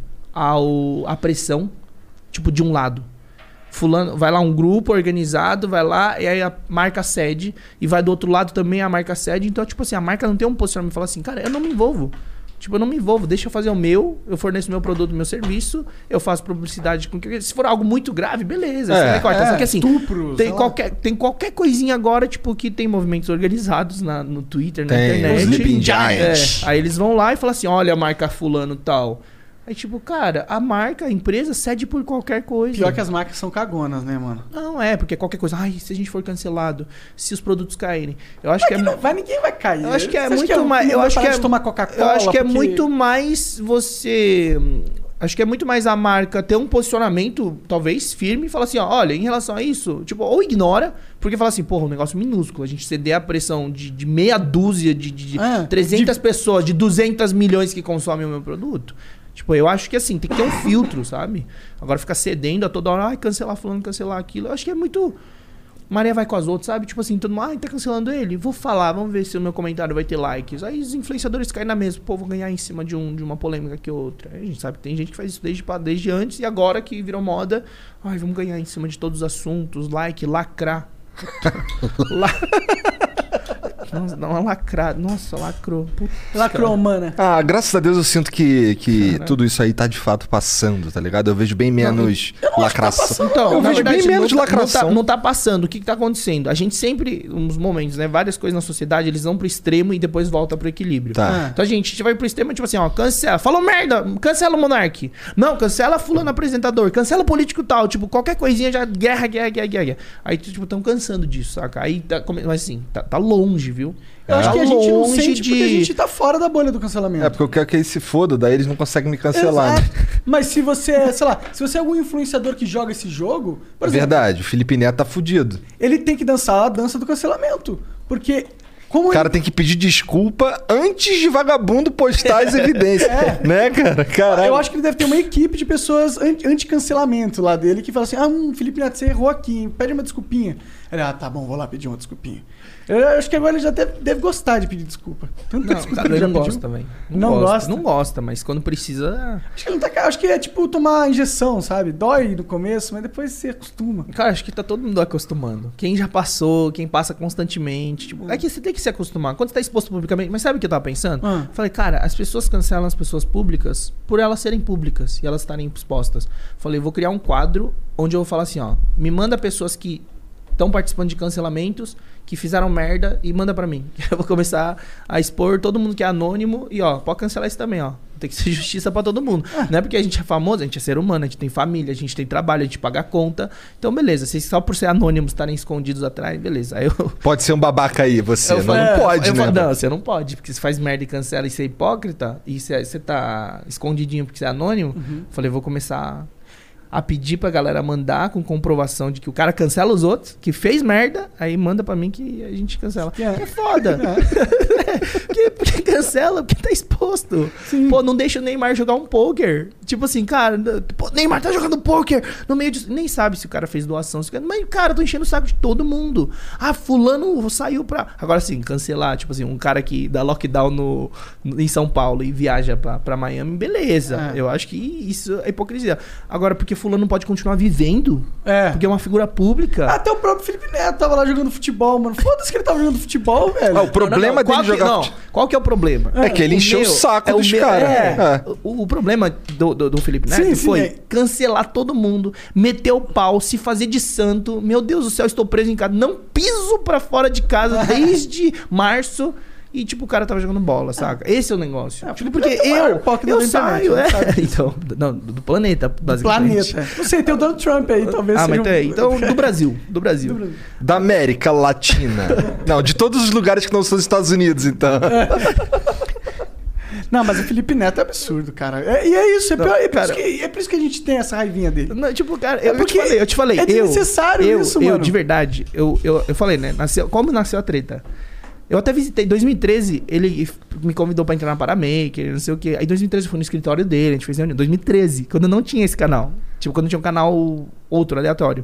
ao, à pressão, tipo, de um lado. Fulano, vai lá um grupo organizado, vai lá, e aí a marca cede, e vai do outro lado também a marca cede. Então, tipo assim, a marca não tem um posicionamento e fala assim, cara, eu não me envolvo. Tipo, eu não me envolvo, deixa eu fazer o meu, eu forneço meu produto, meu serviço, eu faço publicidade com que. Se for algo muito grave, beleza, É, você vai cortar. é, Só que assim, estupro, sei tem lá. qualquer, tem qualquer coisinha agora, tipo, que tem movimentos organizados na, no Twitter, na Tem, internet. os Sleeping É, Giants. aí eles vão lá e falam assim, olha a marca fulano tal. Aí, tipo, cara, a marca, a empresa cede por qualquer coisa. Pior que as marcas são cagonas, né, mano? Não, é, porque qualquer coisa. Ai, se a gente for cancelado, se os produtos caírem. Eu acho Mas que é. que não vai, ninguém vai cair. Eu acho que é Você acha muito mais. não Eu vai acho que parar é. de tomar Coca-Cola. Eu acho que é porque- muito mais você. Acho que é muito mais a marca ter um posicionamento, talvez, firme e falar assim, ó, olha, em relação a isso, tipo, ou ignora, porque fala assim, porra, um negócio minúsculo, a gente ceder a pressão de, de meia dúzia, de, de, de É, trezentas de- pessoas, de duzentos milhões que consomem o meu produto. Tipo, eu acho que assim, tem que ter um filtro, sabe? Agora ficar cedendo a toda hora, ai, cancelar fulano, cancelar aquilo. Eu acho que é muito... Maria vai com as outras, sabe? Tipo assim, todo mundo, ai, tá cancelando ele? Vou falar, vamos ver se o meu comentário vai ter likes. Aí os influenciadores caem na mesa, pô, vou ganhar em cima de, um, de uma polêmica que outra. Aí a gente sabe que tem gente que faz isso desde, desde antes e agora que virou moda, ai, vamos ganhar em cima de todos os assuntos, like, lacrar. La... Nossa, dá uma lacrada. Nossa, lacrou. Putz, Lacrou, mano. Ah, graças a Deus eu sinto que, que Caralho. tudo isso aí tá de fato passando, tá ligado? Eu vejo bem menos lacração. Então, eu na vejo verdade, bem menos de não, tá, não, lacração. tá, não tá passando. O que, que tá acontecendo? A gente sempre, uns momentos, né? Várias coisas na sociedade, eles vão pro extremo e depois volta pro equilíbrio. Tá. Então a gente, a gente vai pro extremo, tipo assim, ó, cancela. Falou merda, cancela o Monark. Não, cancela fulano apresentador, cancela político tal. Tipo, qualquer coisinha já guerra, guerra, guerra, guerra. guerra. Aí, tipo, tão cansando disso, saca? Aí tá, come- mas assim, tá, tá longe, viu? Eu acho Tá que a gente não longe sente porque a gente tá fora da bolha do cancelamento. É porque eu quero que eles se fodam, daí eles não conseguem me cancelar. Exato. Né? Mas se você, é, sei lá, se você é algum influenciador que joga esse jogo, por É exemplo, verdade, o Felipe Neto tá fudido. ele tem que dançar a dança do cancelamento. Porque Como O cara tem que pedir desculpa antes de vagabundo postar as evidências. É. Né, cara? Caralho. Eu acho que ele deve ter uma equipe de pessoas anti- anti-cancelamento lá dele que fala assim: ah, hum, Felipe Neto, você errou aqui, hein? Pede uma desculpinha. Ele, ah, tá bom, vou lá pedir uma desculpinha. Eu acho que agora ele já deve, deve gostar de pedir desculpa. Tanta Não, desculpa cara, que ele já não pediu. gosta, velho. Não gosta? Não gosta, mas quando precisa... Acho que, ele não tá, acho que é tipo tomar injeção, sabe? Dói no começo, mas depois você acostuma. Cara, acho que tá todo mundo acostumando. Quem já passou, quem passa constantemente. Tipo, é que você tem que se acostumar. Quando você tá exposto publicamente... Mas sabe o que eu tava pensando? Ah. Falei, cara, as pessoas cancelam as pessoas públicas por elas serem públicas e elas estarem expostas. Falei, vou criar um quadro onde eu vou falar assim, ó. Me manda pessoas que estão participando de cancelamentos, que fizeram merda e manda pra mim. Eu vou começar a expor todo mundo que é anônimo e, ó, pode cancelar isso também, ó. Tem que ser justiça pra todo mundo. Não é porque a gente é famoso, a gente é ser humano, a gente tem família, a gente tem trabalho, a gente paga a conta. Então, beleza. Vocês só por ser anônimos estarem escondidos atrás, beleza. Aí eu... Pode ser um babaca aí, você. Eu não, falei, não pode, eu né? falei, não, você não pode, porque você faz merda e cancela e você é hipócrita, e você, você tá escondidinho porque você é anônimo. Uhum. Falei, vou começar a pedir pra galera mandar com comprovação de que o cara cancela os outros, que fez merda, aí manda pra mim que a gente cancela. É. É foda. É. porque, porque cancela, porque tá exposto. Sim. Pô, não deixa o Neymar jogar um poker. Tipo assim, cara, pô, Neymar tá jogando poker no meio de... Nem sabe se o cara fez doação. Se... Mas, cara, tô enchendo o saco de todo mundo. Ah, fulano saiu pra... Agora sim, cancelar, tipo assim, um cara que dá lockdown no, no, em São Paulo e viaja pra, pra Miami, beleza. É. Eu acho que isso é hipocrisia. Agora, porque fulano não pode continuar vivendo, É. porque é uma figura pública. Até o próprio Felipe Neto tava lá jogando futebol, mano. Foda-se que ele tava jogando futebol, velho. Ah, o problema Qual dele que- jogar não, fute- qual que é o problema? É que ele encheu o saco é dos meu- caras. É. É. O, o problema do, do, do Felipe Neto Sim, sim, foi é. cancelar todo mundo, meter o pau, se fazer de santo. Meu Deus do céu, estou preso em casa. Não piso pra fora de casa desde março. E, tipo, o cara tava jogando bola, saca? Esse é o negócio. É, tipo, porque porque é o maior eu, hipócrita eu da internet, saio, né? é. Sabe? Então, não, do, do planeta, basicamente. Planeta. Não sei, tem o Donald Trump aí, talvez Ah, seja mas um- tem. Então, do Brasil. Do Brasil. Da América Latina. Não, de todos os lugares que não são os Estados Unidos, então. Não, mas o Felipe Neto é absurdo, cara. É- e é isso, é, Não, pior- é por cara- isso que, é por isso que a gente tem essa raivinha dele. Não, tipo, cara, eu, eu te porque falei, eu te falei. é eu, desnecessário eu, isso, eu, mano. de verdade, eu, eu, eu falei, né? Nasceu, como nasceu a treta? Eu até visitei, em dois mil e treze, ele me convidou pra entrar na Paramaker, não sei o quê. Aí em dois mil e treze eu fui no escritório dele, a gente fez reunião. dois mil e treze, quando eu não tinha esse canal. Tipo, quando tinha um canal outro, aleatório.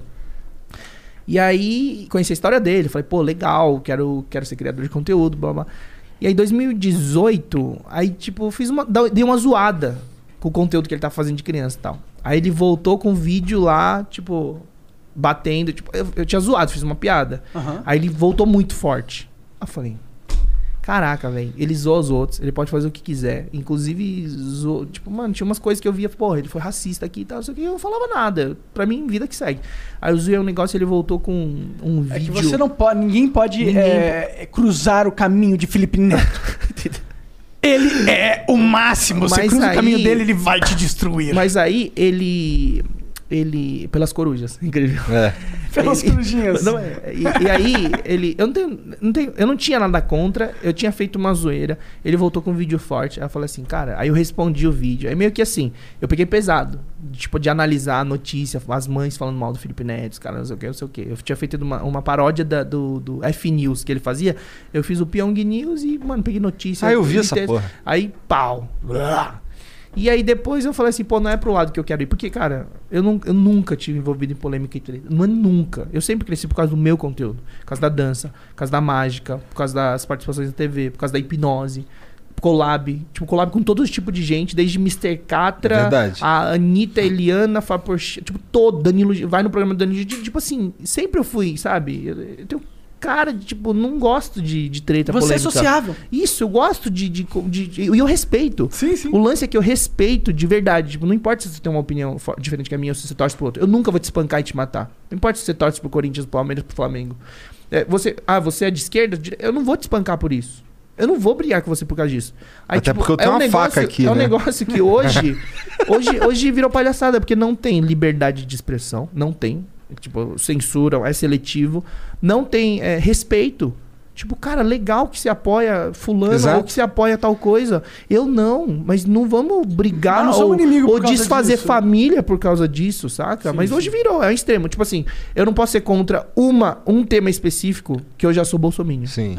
E aí, conheci a história dele, falei, pô, legal, quero, quero ser criador de conteúdo, blá, blá. E aí, em dois mil e dezoito, aí, tipo, fiz uma, da- dei uma zoada com o conteúdo que ele tava fazendo de criança e tal. Aí ele voltou com um vídeo lá, tipo, batendo, tipo, eu, eu tinha zoado, fiz uma piada. Aham. Aí ele voltou muito forte. Aí eu falei, caraca, velho, ele zoa os outros, ele pode fazer o que quiser. Inclusive, zoou, tipo, mano, tinha umas coisas que eu via, porra, ele foi racista aqui e tal, só que eu não falava nada. Pra mim, vida que segue. Aí eu zoei um negócio e ele voltou com um É que vídeo. você não pode, ninguém pode Ninguém é, é, cruzar o caminho de Felipe Neto. Ele é o máximo. Você Mas cruza aí- o caminho dele, ele vai te destruir. Mas aí ele. Ele. Pelas corujas. Incrível. É. Pelas Ele- corujinhas. Não, é, e, e aí, ele. Eu não, tenho, não tenho. Eu não tinha nada contra, eu tinha feito uma zoeira. Ele voltou com um vídeo forte. Aí eu falei assim, cara. Aí eu respondi o vídeo. Aí meio que assim, eu peguei pesado. Tipo, de analisar a notícia, as mães falando mal do Felipe Neto, os caras, não sei o que, não sei o que. Eu tinha feito uma, uma paródia da- do, do F News que ele fazia. Eu fiz o Pyong News e, mano, peguei notícia. Ah, eu vi li essa texto. porra. Aí, pau. Blá. E aí depois eu falei assim, pô, não é pro lado que eu quero ir. Porque, cara, eu, não, eu nunca tive envolvido em polêmica e treta. Não é nunca. Eu sempre cresci por causa do meu conteúdo. Por causa da dança, por causa da mágica, por causa das participações na T V, por causa da hipnose. Collab. Tipo, collab com todo tipo de gente, desde mister Catra, É verdade. a Anitta, Eliana, Faporche, tipo, todo. Danilo, vai no programa do Danilo. Tipo assim, sempre eu fui, sabe? Eu, eu tenho cara de, tipo, não gosto de, de treta Você é polêmica. sociável. Isso, eu gosto de... de, de, de- e eu respeito. Sim, sim. O lance é que eu respeito de verdade. Tipo, não importa se você tem uma opinião fo- diferente que a minha ou se você torce pro outro. Eu nunca vou te espancar e te matar. Não importa se você torce pro Corinthians, pro Palmeiras, pro Flamengo. É, você, ah, você é de esquerda? De- Eu não vou te espancar por isso. Eu não vou brigar com você por causa disso. Aí, Até porque eu tenho é um uma negócio, faca aqui, É um né? negócio que hoje, hoje... Hoje virou palhaçada, porque não tem liberdade de expressão. Não tem. Tipo, censuram, é seletivo. Não tem é, respeito. Tipo, cara, legal que se apoia fulano Exato. ou que se apoia tal coisa. Eu não, mas não vamos brigar Nós não somos ou, inimigo por ou causa desfazer disso. família por causa disso, saca? Sim, mas sim. hoje virou, é um extremo. Tipo assim, eu não posso ser contra uma, um tema específico que eu já sou bolsominion. Sim. É.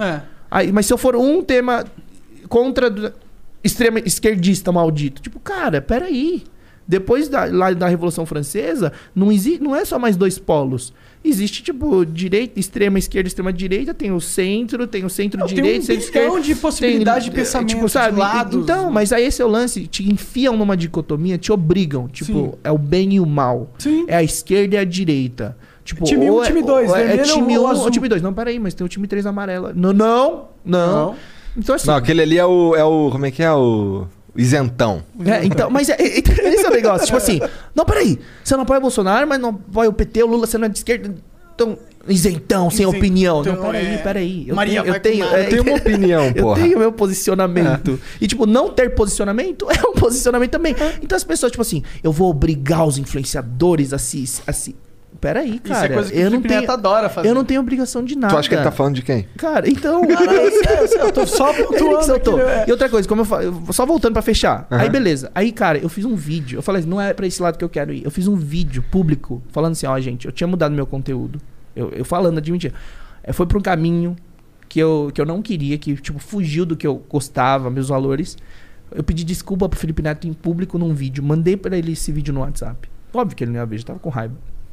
Aí, mas se eu for um tema contra do extrema esquerdista maldito, tipo, cara, peraí. Depois da, lá da Revolução Francesa, não, existe, não é só mais dois polos. Existe, tipo, direita, extrema esquerda, extrema direita, tem o centro, tem o centro-direita, tem um bilhão de possibilidades de pensamento, tipo, sabe? de lados. Então, mas aí esse é o lance, te enfiam numa dicotomia, te obrigam. Tipo, Sim. é o bem e o mal. Sim. É a esquerda e a direita. Tipo, time um, é, time dois, é, é time um um azul. ou time dois. Não, peraí, mas tem o time três amarelo. Não, não, não. não. Então, assim, não, aquele ali é o, é o... Como é que é? O... Isentão. É, então, mas é, é, esse é o negócio. Tipo assim, não, peraí. Você não apoia o Bolsonaro, mas não apoia o P T, o Lula, você não é de esquerda. Então, isentão, sem Isent... opinião. Então, não, peraí, é... peraí. Eu Maria tenho, eu tenho, eu tenho uma opinião, porra. Eu tenho meu posicionamento. É. E, tipo, não ter posicionamento é um posicionamento também. Então, as pessoas, tipo assim, eu vou obrigar os influenciadores a se... A se... Peraí, cara. Isso é coisa que eu o não tenho, adora fazer. Eu não tenho obrigação de nada. Tu acha que ele tá falando de quem? Cara, então... Cara, eu, eu tô só pontuando aqui, né? E outra coisa, como eu falo, só voltando pra fechar. Uhum. Aí, beleza. Aí, cara, eu fiz um vídeo. Eu falei assim, não é pra esse lado que eu quero ir. Eu fiz um vídeo público falando assim, ó, gente, eu tinha mudado meu conteúdo. Eu, eu falando, admitir. É, foi pra um caminho que eu, que eu não queria, que, tipo, fugiu do que eu gostava, meus valores. Eu pedi desculpa pro Felipe Neto em público num vídeo. Mandei pra ele esse vídeo no WhatsApp. Óbvio que ele não ia ver, já tava com raiva.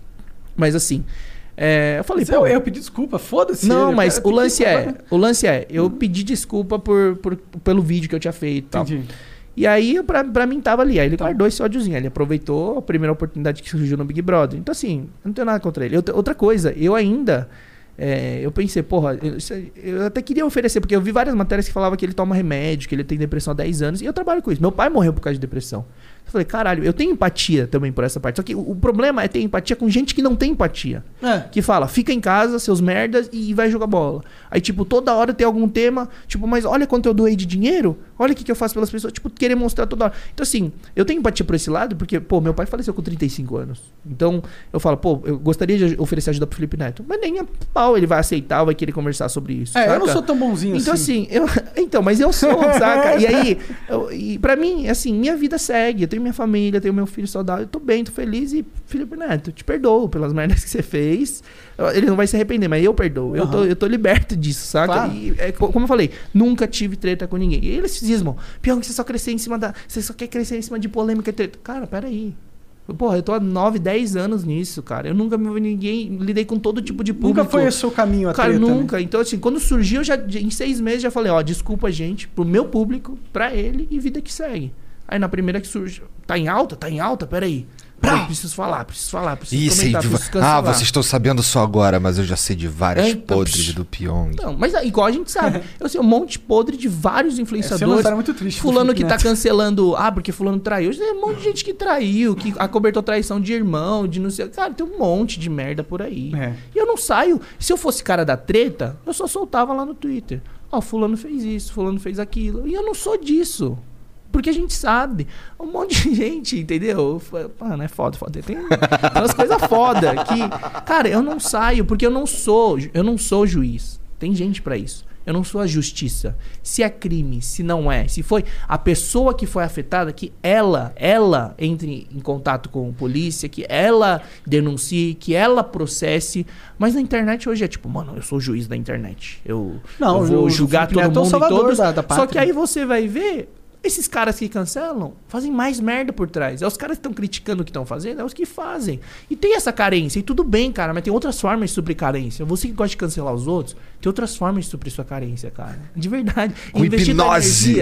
Mas assim, é, eu falei, pô... Eu, eu pedi desculpa, foda-se. Não, ele, mas cara, o lance que... é... O lance é, eu pedi desculpa por, por, pelo vídeo que eu tinha feito e tal. Entendi. E aí, pra, pra mim, tava ali. Aí ele tá. guardou esse ódiozinho. Ele aproveitou a primeira oportunidade que surgiu no Big Brother. Então, assim, eu não tenho nada contra ele. Eu, outra coisa, eu ainda... É, eu pensei, porra, eu, eu até queria oferecer, porque eu vi várias matérias que falavam que ele toma remédio, que ele tem depressão há dez anos, e eu trabalho com isso. Meu pai morreu por causa de depressão. Eu falei, caralho, eu tenho empatia também por essa parte. Só que o, o problema é ter empatia com gente que não tem empatia. É. Que fala, fica em casa, seus merdas, e vai jogar bola. Aí, tipo, toda hora tem algum tema, tipo, mas olha quanto eu doei de dinheiro, olha o que, que eu faço pelas pessoas, tipo, querer mostrar toda hora. Então, assim, eu tenho empatia por esse lado, porque, pô, meu pai faleceu com trinta e cinco anos. Então, eu falo, pô, eu gostaria de oferecer ajuda pro Felipe Neto. Mas nem a pau ele vai aceitar, vai querer conversar sobre isso. É, saca? eu não sou tão bonzinho então, assim. Então, assim, eu, então, mas eu sou, saca? E aí, eu, e pra mim, assim, minha vida segue, eu tenho minha família, tenho meu filho saudável, eu tô bem, tô feliz e, Felipe Neto, te perdoo pelas merdas que você fez. Ele não vai se arrepender, mas eu perdoo. Uhum. Eu, tô, eu tô liberto disso, saca? Claro. E, é, como eu falei, nunca tive treta com ninguém. E eles cismam. Pior que você só crescer em cima da... Você só quer crescer em cima de polêmica e treta. Cara, peraí. Porra, eu tô há nove, dez anos nisso, cara. Eu nunca me vi ninguém... Lidei com todo tipo de público. Nunca foi o seu caminho a Cara, treta, nunca. Né? Então, assim, quando surgiu, eu já, em seis meses, já falei, ó, desculpa, gente, pro meu público, pra ele e vida que segue. Aí na primeira que surge, tá em alta? Tá em alta? Peraí. Peraí, preciso falar, preciso falar, preciso Ih, comentar, de... preciso cancelar. Ah, vocês estão sabendo só agora, mas eu já sei de várias é, então, podres psh, do Pyong. Não, mas igual a gente sabe. Eu sei um monte podre de vários influenciadores. É, muito triste. Fulano que tá cancelando, ah, porque fulano traiu. Tem um monte de gente que traiu, que acobertou traição de irmão, de não sei... Cara, tem um monte de merda por aí. É. E eu não saio... Se eu fosse cara da treta, eu só soltava lá no Twitter. Ó, oh, fulano fez isso, fulano fez aquilo. E eu não sou disso. Porque a gente sabe. Um monte de gente, entendeu? Mano, é foda, foda. Tem umas coisas foda que... Cara, eu não saio porque eu não sou... Eu não sou juiz. Tem gente pra isso. Eu não sou a justiça. Se é crime, se não é, se foi a pessoa que foi afetada, que ela, ela entre em contato com a polícia, que ela denuncie, que ela processe. Mas na internet hoje é tipo, mano, eu sou o juiz da internet. Eu, não, eu vou julgar todo mundo e todos. Da, da só que aí você vai ver... Esses caras que cancelam fazem mais merda por trás. É os caras que estão criticando o que estão fazendo, é os que fazem. E tem essa carência, e tudo bem, cara, mas tem outras formas de suprir carência. Você que gosta de cancelar os outros, tem outras formas de suprir sua carência, cara. De verdade. Com hipnose.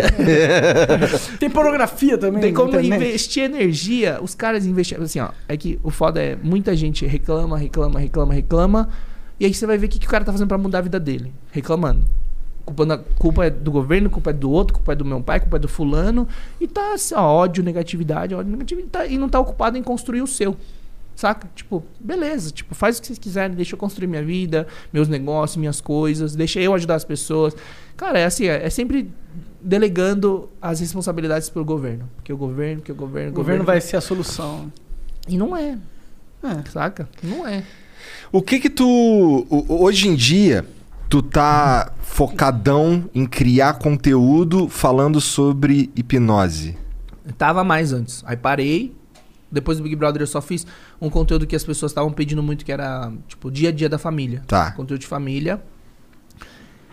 Tem pornografia também. Tem como investir energia. Os caras investem... Assim, ó, é que o foda é muita gente reclama, reclama, reclama, reclama. E aí você vai ver o que, que o cara tá fazendo pra mudar a vida dele. Reclamando. Culpa, culpa é do governo, culpa é do outro, culpa é do meu pai, culpa é do fulano. E tá assim, ó, ódio, negatividade, ódio, negatividade. E não tá ocupado em construir o seu. Saca? Tipo, beleza. Tipo, faz o que vocês quiserem. Deixa eu construir minha vida, meus negócios, minhas coisas. Deixa eu ajudar as pessoas. Cara, é assim, é, é sempre delegando as responsabilidades pro governo. Porque o governo, porque o governo... O governo, governo vai ser a solução. E não é. é. Saca? Não é. O que que tu... Hoje em dia... Tu tá focadão em criar conteúdo falando sobre hipnose. Eu tava mais antes. Aí parei. Depois do Big Brother eu só fiz um conteúdo que as pessoas estavam pedindo muito, que era tipo dia a dia da família. Tá. Conteúdo de família.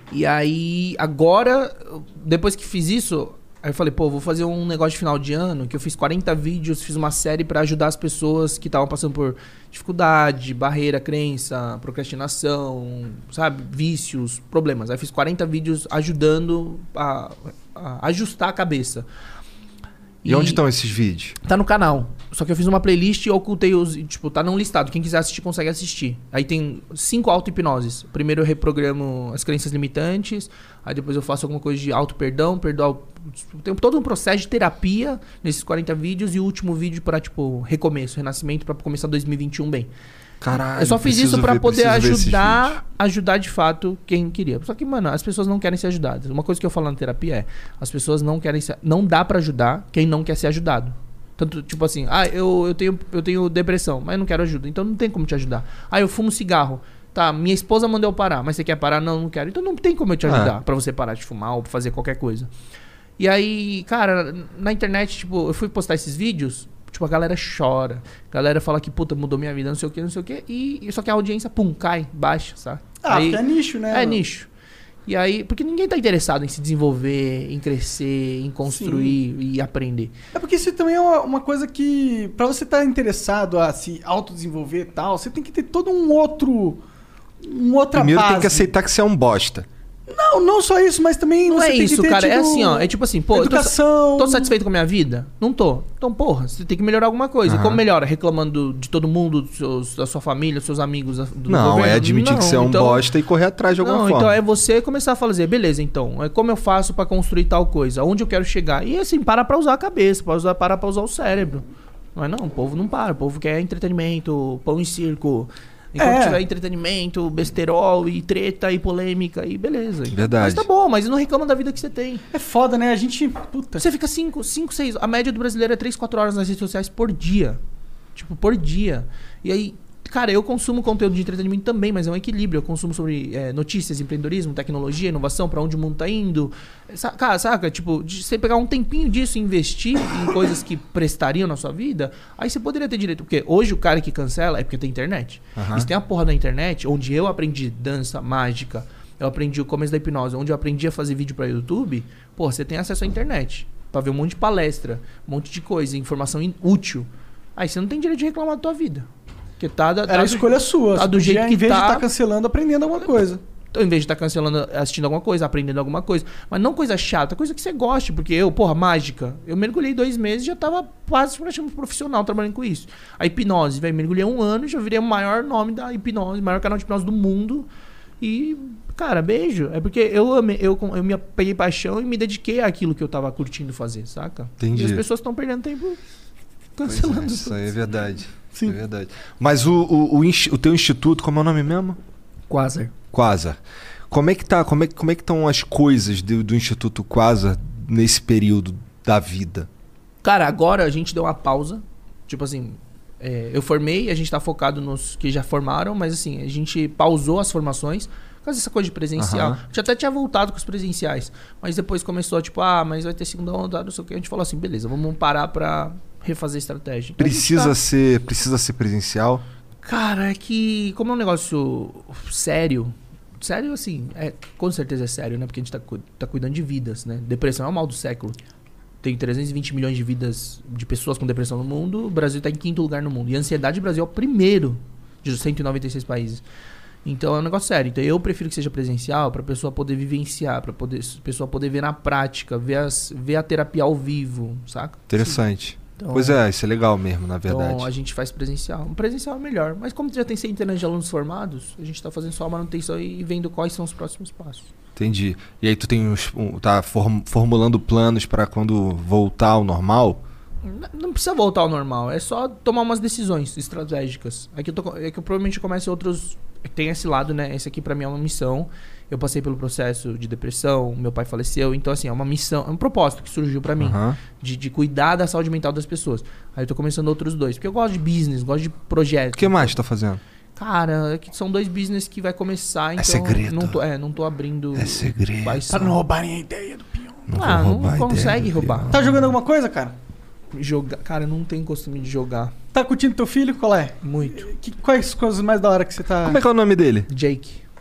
E aí, agora, depois que fiz isso, aí eu falei, pô, vou fazer um negócio de final de ano, que eu fiz quarenta vídeos, fiz uma série pra ajudar as pessoas que estavam passando por dificuldade, barreira, crença, procrastinação, sabe? Vícios, problemas. Aí eu fiz quarenta vídeos ajudando a, a ajustar a cabeça. E, e onde estão esses vídeos? Tá no canal. Só que eu fiz uma playlist e ocultei os... Tipo, tá num listado. Quem quiser assistir, consegue assistir. Aí tem cinco auto-hipnoses. Primeiro eu reprogramo as crenças limitantes. Aí depois eu faço alguma coisa de auto-perdão. Perdão. Tem todo um processo de terapia nesses quarenta vídeos. E o último vídeo pra, tipo, recomeço, renascimento, pra começar dois mil e vinte e um bem. Caralho, eu só fiz isso pra ver, poder ajudar, ajudar de fato quem queria. Só que, mano, as pessoas não querem ser ajudadas. Uma coisa que eu falo na terapia é, as pessoas não querem ser, não dá pra ajudar quem não quer ser ajudado. Tanto, tipo assim, ah, eu, eu, tenho, eu tenho depressão, mas eu não quero ajuda, então não tem como te ajudar. Ah, eu fumo cigarro. Tá, minha esposa mandou eu parar, mas você quer parar? Não, não quero. Então não tem como eu te ajudar ah. pra você parar de fumar ou fazer qualquer coisa. E aí, cara, na internet, tipo, eu fui postar esses vídeos... Tipo, a galera chora. A galera fala que, puta, mudou minha vida, não sei o que, não sei o que. E só que a audiência, pum, cai, baixa, sabe? Ah, aí, porque é nicho, né? É mano? nicho. E aí, porque ninguém tá interessado em se desenvolver, em crescer, em construir Sim. e aprender. É porque isso também é uma, uma coisa que, pra você estar tá interessado a se autodesenvolver e tal, você tem que ter todo um outro... Um outra Primeiro base. tem que aceitar que você é um bosta. Não, não só isso, mas também não você é tem isso, que ter, cara. tipo, é assim, ó. É tipo assim, pô, educação. Eu tô, tô satisfeito com a minha vida? Não tô. Então, porra, você tem que melhorar alguma coisa. Uhum. Como melhora? Reclamando de todo mundo, dos seus, da sua família, dos seus amigos, do Não, governo? é admitir não, que você é um então, bosta e correr atrás de alguma não, forma. Então é você começar a fazer, beleza, então, é como eu faço pra construir tal coisa? Onde eu quero chegar? E assim, para pra usar a cabeça, para usar, para pra usar o cérebro. Mas não, o povo não para. O povo quer entretenimento, pão e circo... Enquanto é. tiver entretenimento, besterol e treta e polêmica e beleza. Verdade. Mas tá bom, mas não reclama da vida que você tem. É foda, né? A gente... Puta. Você fica cinco, seis... A média do brasileiro é três, quatro horas nas redes sociais por dia. Tipo, por dia. E aí, cara, eu consumo conteúdo de entretenimento também, mas é um equilíbrio. Eu consumo sobre é, notícias, empreendedorismo, tecnologia, inovação, pra onde o mundo tá indo. Sa cara, saca? Tipo, de você pegar um tempinho disso e investir em coisas que prestariam na sua vida, aí você poderia ter direito. Porque hoje o cara que cancela é porque tem internet. Uhum. E se tem a porra da internet, onde eu aprendi dança, mágica, eu aprendi o começo da hipnose, onde eu aprendi a fazer vídeo pra YouTube, pô, você tem acesso à internet. Pra ver um monte de palestra, um monte de coisa, informação útil. Aí você não tem direito de reclamar da tua vida. Porque tá, da, Era tá a escolha do, sua. Tá do jeito que em vez tá, de estar tá cancelando, aprendendo alguma coisa. Então, em vez de estar tá cancelando, assistindo alguma coisa, aprendendo alguma coisa. Mas não coisa chata, coisa que você goste. Porque eu, porra, mágica. Eu mergulhei dois meses e já tava quase praticamente profissional trabalhando com isso. A hipnose, velho, mergulhei um ano e já virei o maior nome da hipnose, o maior canal de hipnose do mundo. E, cara, beijo. É porque eu, amei, eu, eu me peguei paixão e me dediquei àquilo que eu tava curtindo fazer, saca? Entendi. E as pessoas estão perdendo tempo cancelando. É, isso aí é verdade. Sim. É verdade. Mas o, o, o, o teu instituto, como é o nome mesmo? Quasar. Quasar. Como é que tá? Como é, como é que estão as coisas do, do Instituto Quasar nesse período da vida? Cara, agora a gente deu uma pausa. Tipo assim, é, eu formei, a gente tá focado nos que já formaram, mas assim, a gente pausou as formações por causa dessa coisa de presencial. Uhum. A gente até tinha voltado com os presenciais, mas depois começou, tipo, ah, mas vai ter segunda onda, não sei o que. A gente falou assim, beleza, vamos parar pra refazer a estratégia. Então, precisa, a tá... ser, precisa ser presencial? Cara, é que como é um negócio sério, sério assim, é, com certeza é sério, né? Porque a gente tá, tá cuidando de vidas, né? Depressão é o mal do século. Tem trezentos e vinte milhões de vidas de pessoas com depressão no mundo, o Brasil tá em quinto lugar no mundo. E a ansiedade, o Brasil é o primeiro de cento e noventa e seis países. Então é um negócio sério. Então eu prefiro que seja presencial pra pessoa poder vivenciar, pra poder, pessoa poder ver na prática, ver, as, ver a terapia ao vivo, saca? Interessante. Então, pois é, isso é legal mesmo, na verdade. Então a gente faz presencial. O presencial é melhor. Mas como já tem centenas de alunos formados, a gente tá fazendo só a manutenção e vendo quais são os próximos passos. Entendi. E aí tu tem uns, um, tá form, formulando planos pra quando voltar ao normal? Não, não precisa voltar ao normal. É só tomar umas decisões estratégicas. É que eu, tô, é que eu provavelmente começo outros... Tem esse lado, né? Esse aqui pra mim é uma missão. Eu passei pelo processo de depressão, meu pai faleceu. Então, assim, é uma missão, é um propósito que surgiu pra mim. Uhum. De, de cuidar da saúde mental das pessoas. Aí eu tô começando outros dois. Porque eu gosto de business, gosto de projetos. O que mais tu tá fazendo? Cara, é que são dois business que vai começar, então... É segredo. Não tô, é, não tô abrindo... É segredo. Pra não roubarem a ideia do peão. Não ah, vou não roubar a consegue ideia, roubar. filho. Tá jogando alguma coisa, cara? Jogar... Cara, eu não tenho costume de jogar. Tá curtindo teu filho? Qual é? Muito. Que, quais coisas mais da hora que você tá... Como é que é o nome dele? Jake.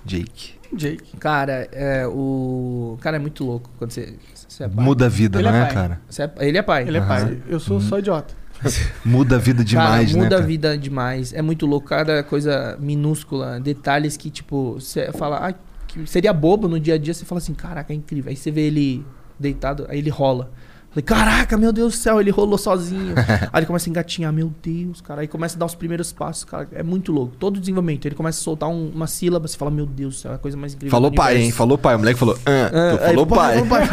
Jake. Jake. Cara, é, o... Cara, é muito louco quando você, você é pai. Muda a vida, Ele não é é, pai. cara? Você é- Ele é pai. Ele é pai. Aham. Eu sou só idiota. Muda a vida demais, cara, muda né? a cara? vida demais. É muito louco. Cada coisa minúscula, detalhes que, tipo, você fala, ah, que seria bobo no dia a dia. Você fala assim, caraca, é incrível. Aí você vê ele deitado, aí ele rola. Falei, caraca, meu Deus do céu, ele rolou sozinho. Aí ele começa a engatinhar, meu Deus, cara. Aí começa a dar os primeiros passos, cara. É muito louco. Todo o desenvolvimento. Ele começa a soltar um- uma sílaba, você fala, meu Deus do céu, é a coisa mais incrível. Falou do pai, hein? universo. Falou pai. O moleque falou, ah, Ah, tu aí, falou pô, pai. falou pai.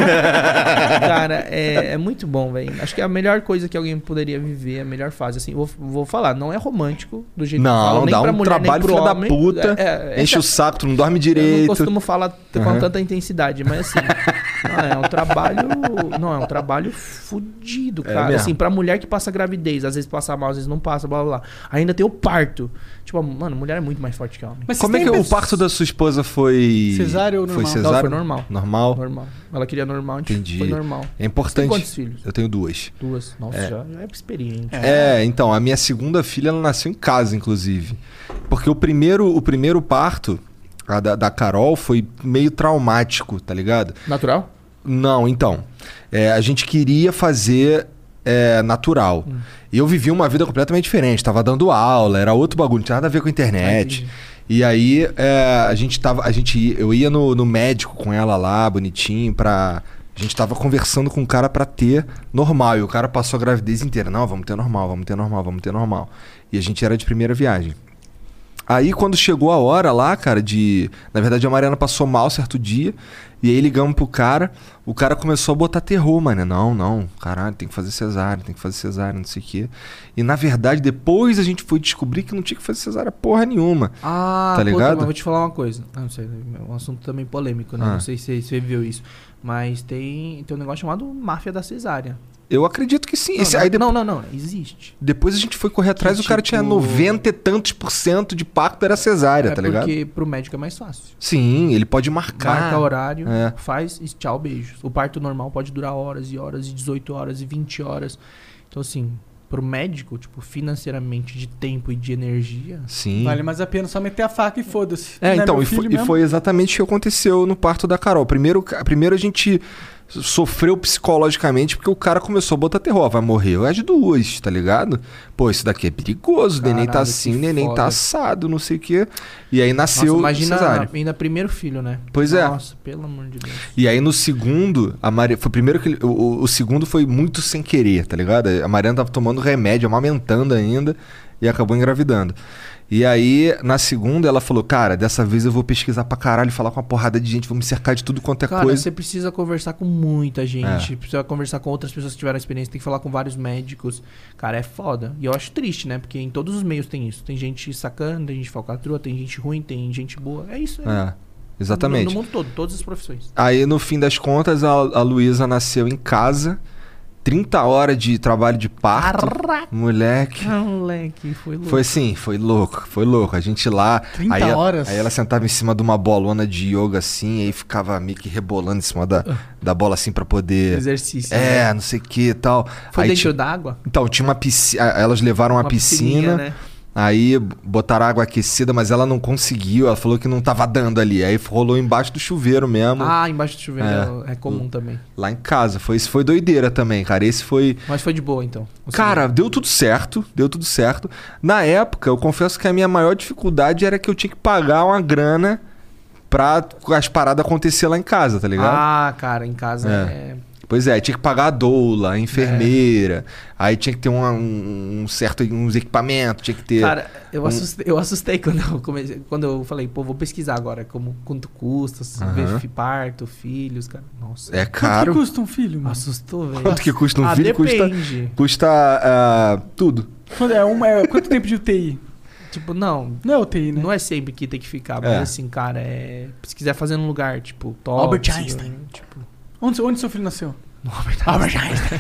Cara, é, é muito bom, velho. Acho que é a melhor coisa que alguém poderia viver, a melhor fase. Assim, vou, vou falar, não é romântico do jeito que eu Não, falo, nem dá pra um mulher, nem trabalho pro filho da homem. puta. É, é, Enche essa- o saco, tu não dorme Eu não direito. costumo falar t- com Aham. tanta intensidade, mas assim, não, é um trabalho. Não, é um trabalho fudido, É cara. mesmo. Assim, pra mulher que passa gravidez, às vezes passa mal, às vezes não passa, blá blá blá. Ainda tem o parto. Tipo, mano, mulher é muito mais forte que homem. Mas Como é vocês que têm o pessoas- parto da sua esposa foi... Cesárea ou Foi normal? cesárea? Não, foi normal. Normal? Normal. Ela queria normal, a gente Entendi. foi normal. É Você tem importante. quantos filhos? Eu tenho duas. Duas. Nossa, já, já é experiente. É, então, a minha segunda filha, ela nasceu em casa, inclusive. Porque o primeiro, o primeiro parto, a da, da Carol, foi meio traumático, tá ligado? Natural? Não, então. É, a gente queria fazer é, natural. Hum. E eu vivia uma vida completamente diferente. Tava dando aula, era outro bagulho, não tinha nada a ver com a Ah, internet. entendi. E aí é, a gente tava. A gente ia, eu ia no, no médico com ela lá, bonitinho, pra. A gente tava conversando com o cara pra ter normal. E o cara passou a gravidez inteira. Não, vamos ter normal, vamos ter normal, vamos ter normal. E a gente era de primeira viagem. Aí quando chegou a hora lá, cara, de... Na verdade a Mariana passou mal certo dia. E aí ligamos pro cara. O cara começou a botar terror, mano. Não, não, caralho, tem que fazer cesárea, tem que fazer cesárea, não sei o quê. E na verdade depois a gente foi descobrir que não tinha que fazer cesárea porra nenhuma. Ah, Tá puta, ligado? mas vou te falar uma coisa. Ah, não sei, é um assunto também polêmico, né? Ah. Não sei se você viu isso. Mas tem, tem um negócio chamado máfia da cesárea. Eu acredito que sim. Não, Esse- não, aí depo- não, não, não, existe. Depois a gente foi correr atrás, Que o cara tinha tipo- noventa e tantos por cento de parto era cesárea, É tá ligado? porque pro médico é mais fácil. Sim, ele pode marcar. Marca horário, É. faz e tchau, beijos. O parto normal pode durar horas e horas, e dezoito horas, e vinte horas. Então, assim, pro médico, tipo, financeiramente, de tempo e de energia... Sim. Vale mais a pena só meter a faca e foda-se. É, Não então, meu e foi, filho e mesmo? foi exatamente o que aconteceu no parto da Carol. Primeiro, ca- primeiro a gente sofreu psicologicamente porque o cara começou a botar terror. Vai morrer as duas, tá ligado? Pô, isso daqui é perigoso. O neném tá Caralho, assim, que o neném foda. tá assado, não sei o quê. E aí nasceu Nossa, imagina cesárea. ainda primeiro filho, né? Pois é. Nossa, pelo amor de Deus. E aí no segundo, a Maria... foi primeiro que ele- o, o- o segundo foi muito sem querer, tá ligado? A Mariana tava tomando remédio, amamentando ainda e acabou engravidando. E aí, na segunda, ela falou, cara, dessa vez eu vou pesquisar pra caralho, falar com uma porrada de gente, vou me cercar de tudo quanto é Cara, coisa. você precisa conversar com muita gente, É. precisa conversar com outras pessoas que tiveram experiência, tem que falar com vários médicos. Cara, é foda. E eu acho triste, né? Porque em todos os meios tem isso. Tem gente sacana, tem gente falcatrua, tem gente ruim, tem gente boa. É isso. É, exatamente. No, no mundo todo, todas as profissões. Aí, no fim das contas, a, a Luísa nasceu em casa, trinta horas de trabalho de parto. Moleque. Ah, moleque, foi louco. Foi assim, foi louco, foi louco. A gente lá. trinta aí, ela- horas? Aí ela sentava em cima de uma bolona de yoga assim, aí ficava meio que rebolando em cima da, da bola assim pra poder. Exercício. É, né? não sei o que e tal. Foi Aí dentro tinha- d'água? Então, tinha uma piscina. Elas levaram uma, Uma piscina. piscininha, né? Aí botaram água aquecida, mas ela não conseguiu. Ela falou que não tava dando ali. Aí rolou embaixo do chuveiro mesmo. Ah, embaixo do chuveiro é, é comum também. Lá em casa. Foi, esse foi doideira também, cara. Esse foi. Mas foi de boa, então. O Cara, deu tudo certo. Deu tudo certo. Na época, eu confesso que a minha maior dificuldade era que eu tinha que pagar uma grana pra as paradas acontecer lá em casa, tá ligado? Ah, cara, em casa É. é... Pois é, tinha que pagar a doula, a enfermeira. Aí tinha que ter uma- um, um certo uns equipamentos, tinha que ter. Cara, eu um- assustei, eu assustei quando eu comecei, quando eu falei, pô, vou pesquisar agora como quanto custa, Aham. ver fi- parto, filhos, cara. Nossa. É Quanto caro. que custa um filho, mano? Assustou, velho. Quanto que custa um ah, filho? Custa, depende. custa ah, tudo. Quanto, é uma, é, quanto tempo de U T I? Tipo, não, Não é U T I, né? não é sempre que tem que ficar, É. mas assim, cara, é, se quiser fazer num lugar, tipo, top, Albert se- Einstein. tipo, Onde, onde seu filho nasceu? no Albert Einstein.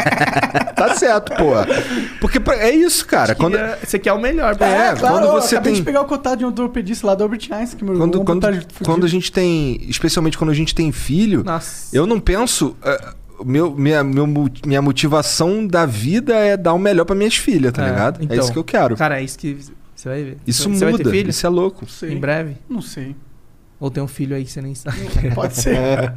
Tá certo, pô. Porque pra- é isso, cara. Quando, Queria- Você quer o melhor, pra É, Claro, quando eu você acabei tem- de pegar o contato de um ortopedista lá do Albert Einstein, que meu quando, irmão quando, botar de fudido. quando a gente tem. Especialmente quando a gente tem filho, Nossa. eu não penso. ah, meu, minha, meu, mo- minha motivação da vida é dar o melhor pra minhas filhas, tá É, ligado? é então, isso que eu quero. Cara, é isso que você vai ver. Isso você vai ter muda. filho? Isso é louco. Sei. Em breve? Não sei. Ou tem um filho aí que você nem sabe. Pode ser.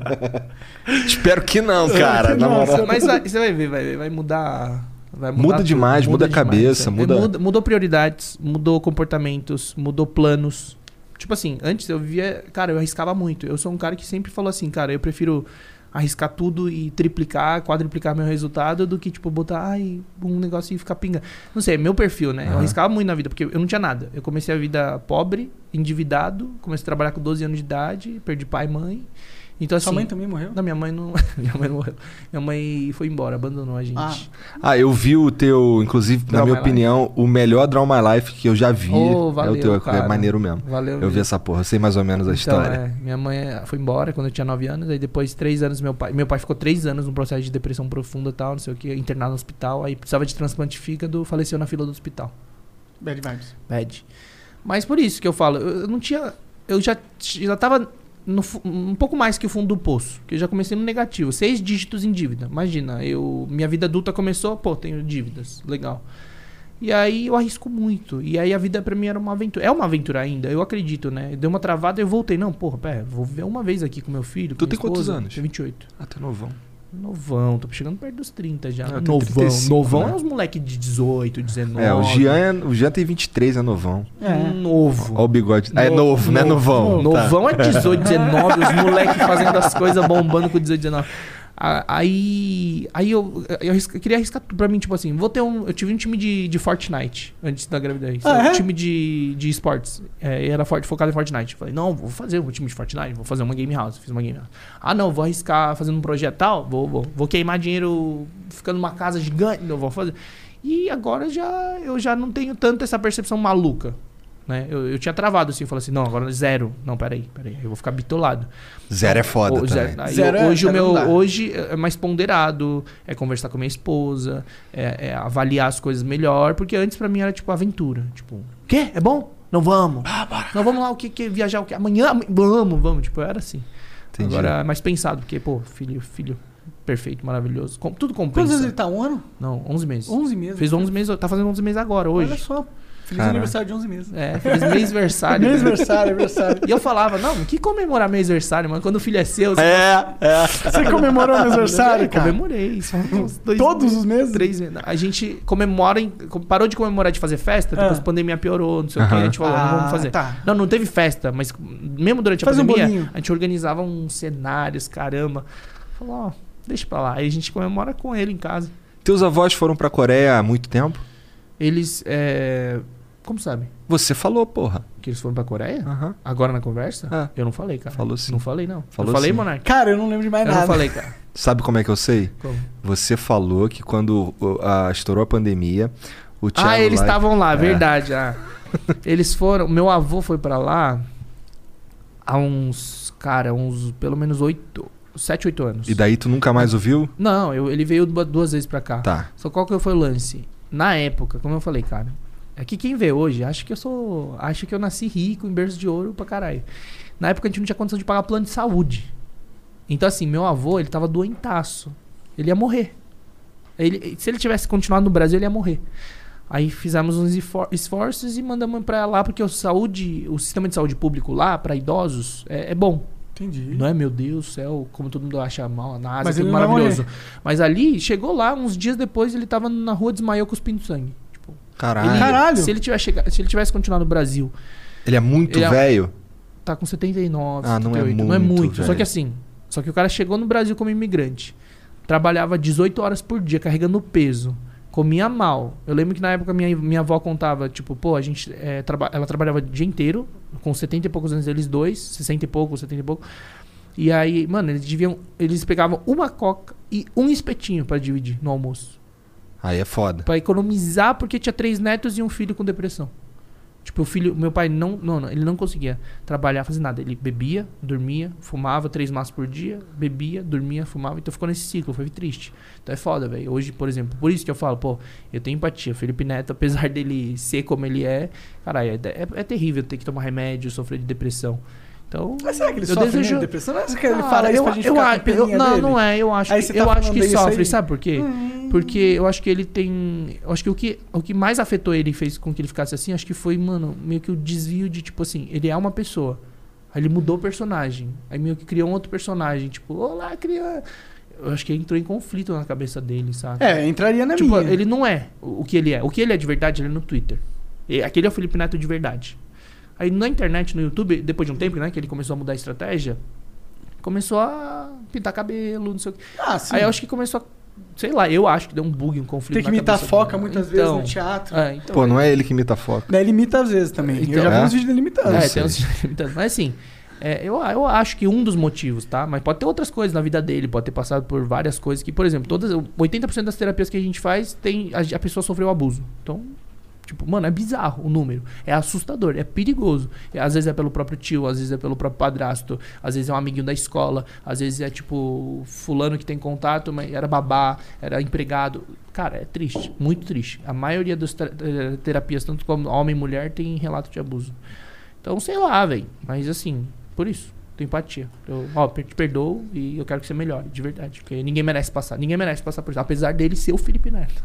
Espero que não, cara. Na moral. Mas vai- você vai ver, vai, vai mudar. Vai mudar Muda tudo, demais, muda a cabeça, é. muda- muda. Mudou prioridades, mudou comportamentos, mudou planos. Tipo assim, antes eu via. Cara, eu arriscava muito. Eu sou um cara que sempre falou assim, cara, eu prefiro arriscar tudo e triplicar, quadruplicar meu resultado do que, tipo, botar ai, um negócio e ficar pinga. Não sei, é meu perfil, né? Eu Aham. arriscava muito na vida, porque eu não tinha nada. Eu comecei a vida pobre, endividado, comecei a trabalhar com doze anos de idade, perdi pai e mãe. Então, assim, Sua mãe também morreu? Não, minha mãe não. Minha mãe não morreu. Minha mãe foi embora, abandonou a gente. Ah. Ah, eu vi o teu, inclusive, na Draw minha My opinião, o melhor Draw My Life que eu já vi. Oh, é valeu, o teu, é cara. maneiro mesmo. Valeu Eu mesmo. vi essa porra, eu sei mais ou menos a Então, história. é, minha mãe foi embora quando eu tinha nove anos, aí depois de três anos meu pai. Meu pai ficou três anos num processo de depressão profunda e tal, não sei o que, internado no hospital, aí precisava de transplante de fígado, faleceu na fila do hospital. Bad vibes. Bad. Mas por isso que eu falo, eu, eu não tinha. Eu já, já tava no, fu- um pouco mais que o fundo do poço. Que eu já comecei no negativo. Seis dígitos em dívida. Imagina, eu, minha vida adulta começou, pô, tenho dívidas. Legal. E aí eu arrisco muito. E aí a vida pra mim era uma aventura. É uma aventura ainda, eu acredito, né? Deu uma travada e eu voltei. Não, porra, pera, vou viver uma vez aqui com meu filho. Tu com minha tem quantos esposa. anos? Tenho vinte e oito. Ah, tá novão. Novão, tô chegando perto dos trinta já. Eu tenho Novão. trinta e cinco, Novão né? é uns moleque de dezoito, dezenove. É, o Jean, é- o Jean tem vinte e três, é novão. É. Novo. Olha o bigode. Ah, é novo, né? Novão. Tá. Novão é dezoito, dezenove, os moleques fazendo as coisas bombando com dezoito, dezenove. A- Aí, aí eu, eu, arrisca- eu queria arriscar tudo pra mim, tipo assim, vou ter um. Eu tive um time de, de Fortnite antes da gravidez. Ah, um é? time de, de esportes. É, era forte, focado em Fortnite. Falei, não, vou fazer um time de Fortnite, vou fazer uma game house. Fiz uma game house. Ah, não, vou arriscar fazendo um projeto tal, vou, vou, vou queimar dinheiro ficando numa casa gigante, não vou fazer. E agora já eu já não tenho tanto essa percepção maluca. Né? Eu, eu tinha travado assim, eu falei assim, não, agora zero. Não, peraí, peraí, eu vou ficar bitolado. Zero é foda O zero- também. aí Zero é- hoje o zero meu não dá. hoje é mais ponderado, é conversar com a minha esposa, é, é avaliar as coisas melhor, porque antes pra mim era tipo aventura, tipo, quê? É bom? Não vamos. Não vamos lá, o que que viajar o que amanhã? Amanhã- Vamos, vamos, tipo, eu era assim. Entendi. Agora é mais pensado, porque pô, filho, filho perfeito, maravilhoso, com, tudo Quantos compensa. anos ele tá? Um ano? Não, onze meses. onze meses. Fez onze meses, tá fazendo onze meses agora hoje. Olha só. Feliz Caraca. aniversário de onze meses. É, fez mês-versário. Mês aniversário, aniversário. E eu falava, não, que comemorar mês-versário, mano, quando o filho é seu, você É, é. Você comemorou o aniversário, cara? Comemorei. Só uns dois Todos os meses? Três meses. A gente comemora, em- parou de comemorar de fazer festa, depois Ah. a pandemia piorou, não sei o que. A Aham. gente falou, não Ah, vamos fazer. tá. Não, não teve festa, mas mesmo durante a Faz um pandemia, bolinho. a gente organizava uns cenários, caramba. Falou, ó, deixa pra lá. Aí a gente comemora com ele em casa. Teus avós foram pra Coreia há muito tempo? Eles, é... como sabe? Você falou, porra. Que eles foram pra Coreia? Aham. Agora na conversa? Ah. Eu não falei, cara. Falou sim. Não falei, não. Falou eu falei, sim. Monark? Cara, eu não lembro de mais Eu nada. não falei, cara. Sabe como é que eu sei? Como? Você falou que quando o- a- estourou a pandemia, o Thiago Ah, eles lá- estavam lá, É. verdade. Ah. Eles foram. Meu avô foi pra lá há uns. Cara, uns pelo menos oito. Sete, oito anos. E daí tu nunca mais ouviu? Não, eu- ele veio du- duas vezes pra cá. Tá. Só qual que foi o lance? Na época, como eu falei, cara. É que quem vê hoje acha que eu sou. Acha que eu nasci rico em berço de ouro pra caralho. Na época a gente não tinha condição de pagar plano de saúde. Então, assim, meu avô, ele tava doentaço. Ele ia morrer. Ele, se ele tivesse continuado no Brasil, ele ia morrer. Aí fizemos uns esfor- esforços e mandamos pra lá, porque o, saúde, o sistema de saúde público lá, pra idosos, é, é bom. Entendi. Não é, meu Deus do céu, como todo mundo acha mal, na Ásia, Mas tudo ele não vai maravilhoso. Mas ali, chegou lá, uns dias depois, ele tava na rua, desmaiou cuspindo sangue. Tipo, Caralho. ele- Caralho. Se ele, tivesse chega- se ele tivesse continuado no Brasil, Ele é muito Ele é- velho? tá com setenta e nove, Ah, não é setenta e oito. Não é muito, muito. Só velho. que assim, só que o cara chegou no Brasil como imigrante. Trabalhava dezoito horas por dia, carregando peso. Comia mal. Eu lembro que na época minha, minha avó contava, tipo, pô, a gente. é, traba- ela trabalhava o dia inteiro, com setenta e poucos anos eles dois, sessenta e pouco, setenta e pouco. E aí, mano, eles deviam. Eles pegavam uma coca e um espetinho pra dividir no almoço. Aí é foda. Pra economizar, porque tinha três netos e um filho com depressão. Tipo, o filho, meu pai não, não, não, ele não conseguia trabalhar, fazer nada. Ele bebia, dormia, fumava três maços por dia, bebia, dormia, fumava. Então ficou nesse ciclo, foi triste. Então é foda, velho. Hoje, por exemplo, por isso que eu falo, pô, eu tenho empatia. O Felipe Neto, apesar dele ser como ele é, caralho, é, é, é terrível ter que tomar remédio, sofrer de depressão. Então, Mas será que ele eu sofre desejo... mesmo de depressão? Não é isso que ele Cara, fala isso eu, pra gente eu, ficar acho- com peninha eu- Não, dele? não é. Eu acho Aí que, você tá eu acho falando que isso sofre. aí? Sabe por quê? Porque eu acho que ele tem... Eu acho que o que, o que mais afetou ele e fez com que ele ficasse assim, acho que foi, mano, meio que o desvio de, tipo assim, ele é uma pessoa. Aí ele mudou o personagem. Aí meio que criou um outro personagem. Tipo, olá, criança. Eu acho que entrou em conflito na cabeça dele, sabe? É, entraria na tipo, minha. ele não é o o que ele é. O que ele é de verdade, ele é no Twitter. E aquele é o Felipe Neto de verdade. Aí na internet, no YouTube, depois de um tempo, né, que ele começou a mudar a estratégia, começou a pintar cabelo, não sei o quê. Ah, sim. Aí eu acho que começou a... Sei lá, eu acho que deu um bug, um conflito Tem que na imitar cabeça Foca dele. muitas Então, vezes no teatro. É, então, Pô, não é ele que imita a Foca. Daí ele imita às vezes também. Então, eu já vi é? uns vídeos dele imitando. É, sei. tem uns imitando. Mas assim, é, eu, eu acho que um dos motivos, tá? Mas pode ter outras coisas na vida dele, pode ter passado por várias coisas que, por exemplo, todas, oitenta por cento das terapias que a gente faz, tem, a, a pessoa sofreu abuso. Então, tipo, mano, é bizarro o número. É assustador, é perigoso. É, às vezes é pelo próprio tio, às vezes é pelo próprio padrasto, às vezes é um amiguinho da escola, às vezes é tipo fulano que tem contato, mas era babá, era empregado. Cara, é triste, muito triste. A maioria das ter- ter- terapias, tanto como homem e mulher, tem relato de abuso. Então, sei lá, velho. Mas assim, por isso, tenho empatia. Eu, ó, per- te perdoo e eu quero que você melhore, de verdade. Porque ninguém merece passar. Ninguém merece passar por isso. Apesar dele ser o Felipe Neto.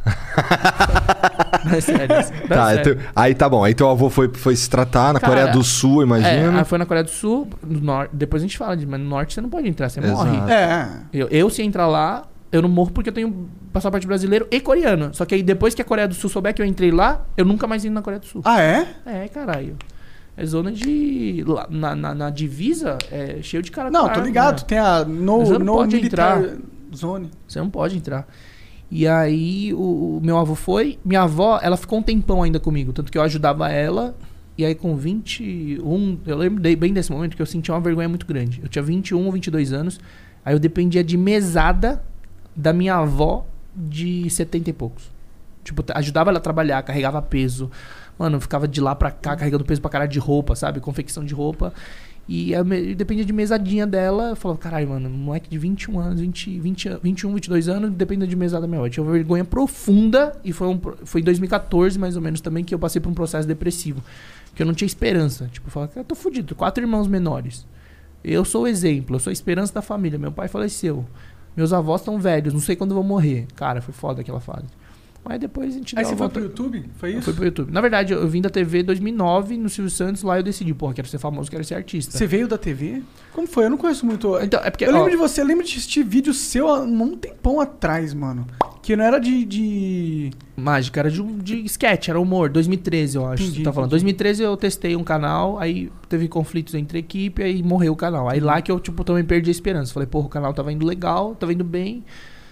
Não, é sério, é sério. Não, é Tá, sério. então- aí tá bom. Aí teu avô foi, foi se tratar na Cara, Coreia do Sul, É, imagina. aí foi na Coreia do Sul, no norte, depois a gente fala, de, mas no norte você não pode entrar, você Exato. morre. É. Eu, eu, se entrar lá, eu não morro porque eu tenho passaporte brasileiro e coreano. Só que aí depois que a Coreia do Sul souber que eu entrei lá, eu nunca mais entro na Coreia do Sul. Ah, é? É, caralho. É zona de... lá na, na, na divisa, é cheio de cara com Não, tô arma, ligado. né? Tem a No, Mas eu não no pode Militar entrar. Zone. Você não pode entrar. E aí, o, o meu avô foi. Minha avó, ela ficou um tempão ainda comigo. Tanto que eu ajudava ela. E aí, com vinte e um... Eu lembro de- bem desse momento que eu sentia uma vergonha muito grande. Eu tinha vinte e um ou vinte e dois anos. Aí eu dependia de mesada da minha avó de setenta e poucos. Tipo, t- ajudava ela a trabalhar, carregava peso. Mano, eu ficava de lá pra cá, carregando peso pra caralho de roupa, sabe? Confecção de roupa. E eu me- dependia de mesadinha dela. Eu falava, caralho, mano, moleque de vinte e um anos, vinte, vinte, vinte e um, vinte e dois anos, depende de mesada da minha avó. Eu tinha uma vergonha profunda. E foi, um, pro- foi em dois mil e quatorze, mais ou menos, também, que eu passei por um processo depressivo. Que eu não tinha esperança. Tipo, eu falava, cara, eu tô fudido. Quatro irmãos menores. Eu sou o exemplo, eu sou a esperança da família. Meu pai faleceu. Meus avós estão velhos, não sei quando vão morrer. Cara, foi foda aquela fase. Mas depois a gente Aí deu você uma foi volta- pro YouTube? Foi Eu isso? fui pro YouTube. Na verdade, eu vim da T V em dois mil e nove, no Silvio Santos, lá eu decidi, porra, quero ser famoso, quero ser artista. Você veio da T V? Como foi? Eu não conheço muito. Então, é porque, eu lembro ó, de você, eu lembro de assistir vídeo seu há um tempão atrás, mano. Que não era de. de... mágica, era de, um- de sketch, era humor, dois mil e treze, eu acho. Entendi, Você tá falando. entendi. dois mil e treze eu testei um canal, aí teve conflitos entre equipe, aí morreu o canal. Aí lá que eu, tipo, também perdi a esperança. Falei, porra, o canal tava indo legal, tava indo bem.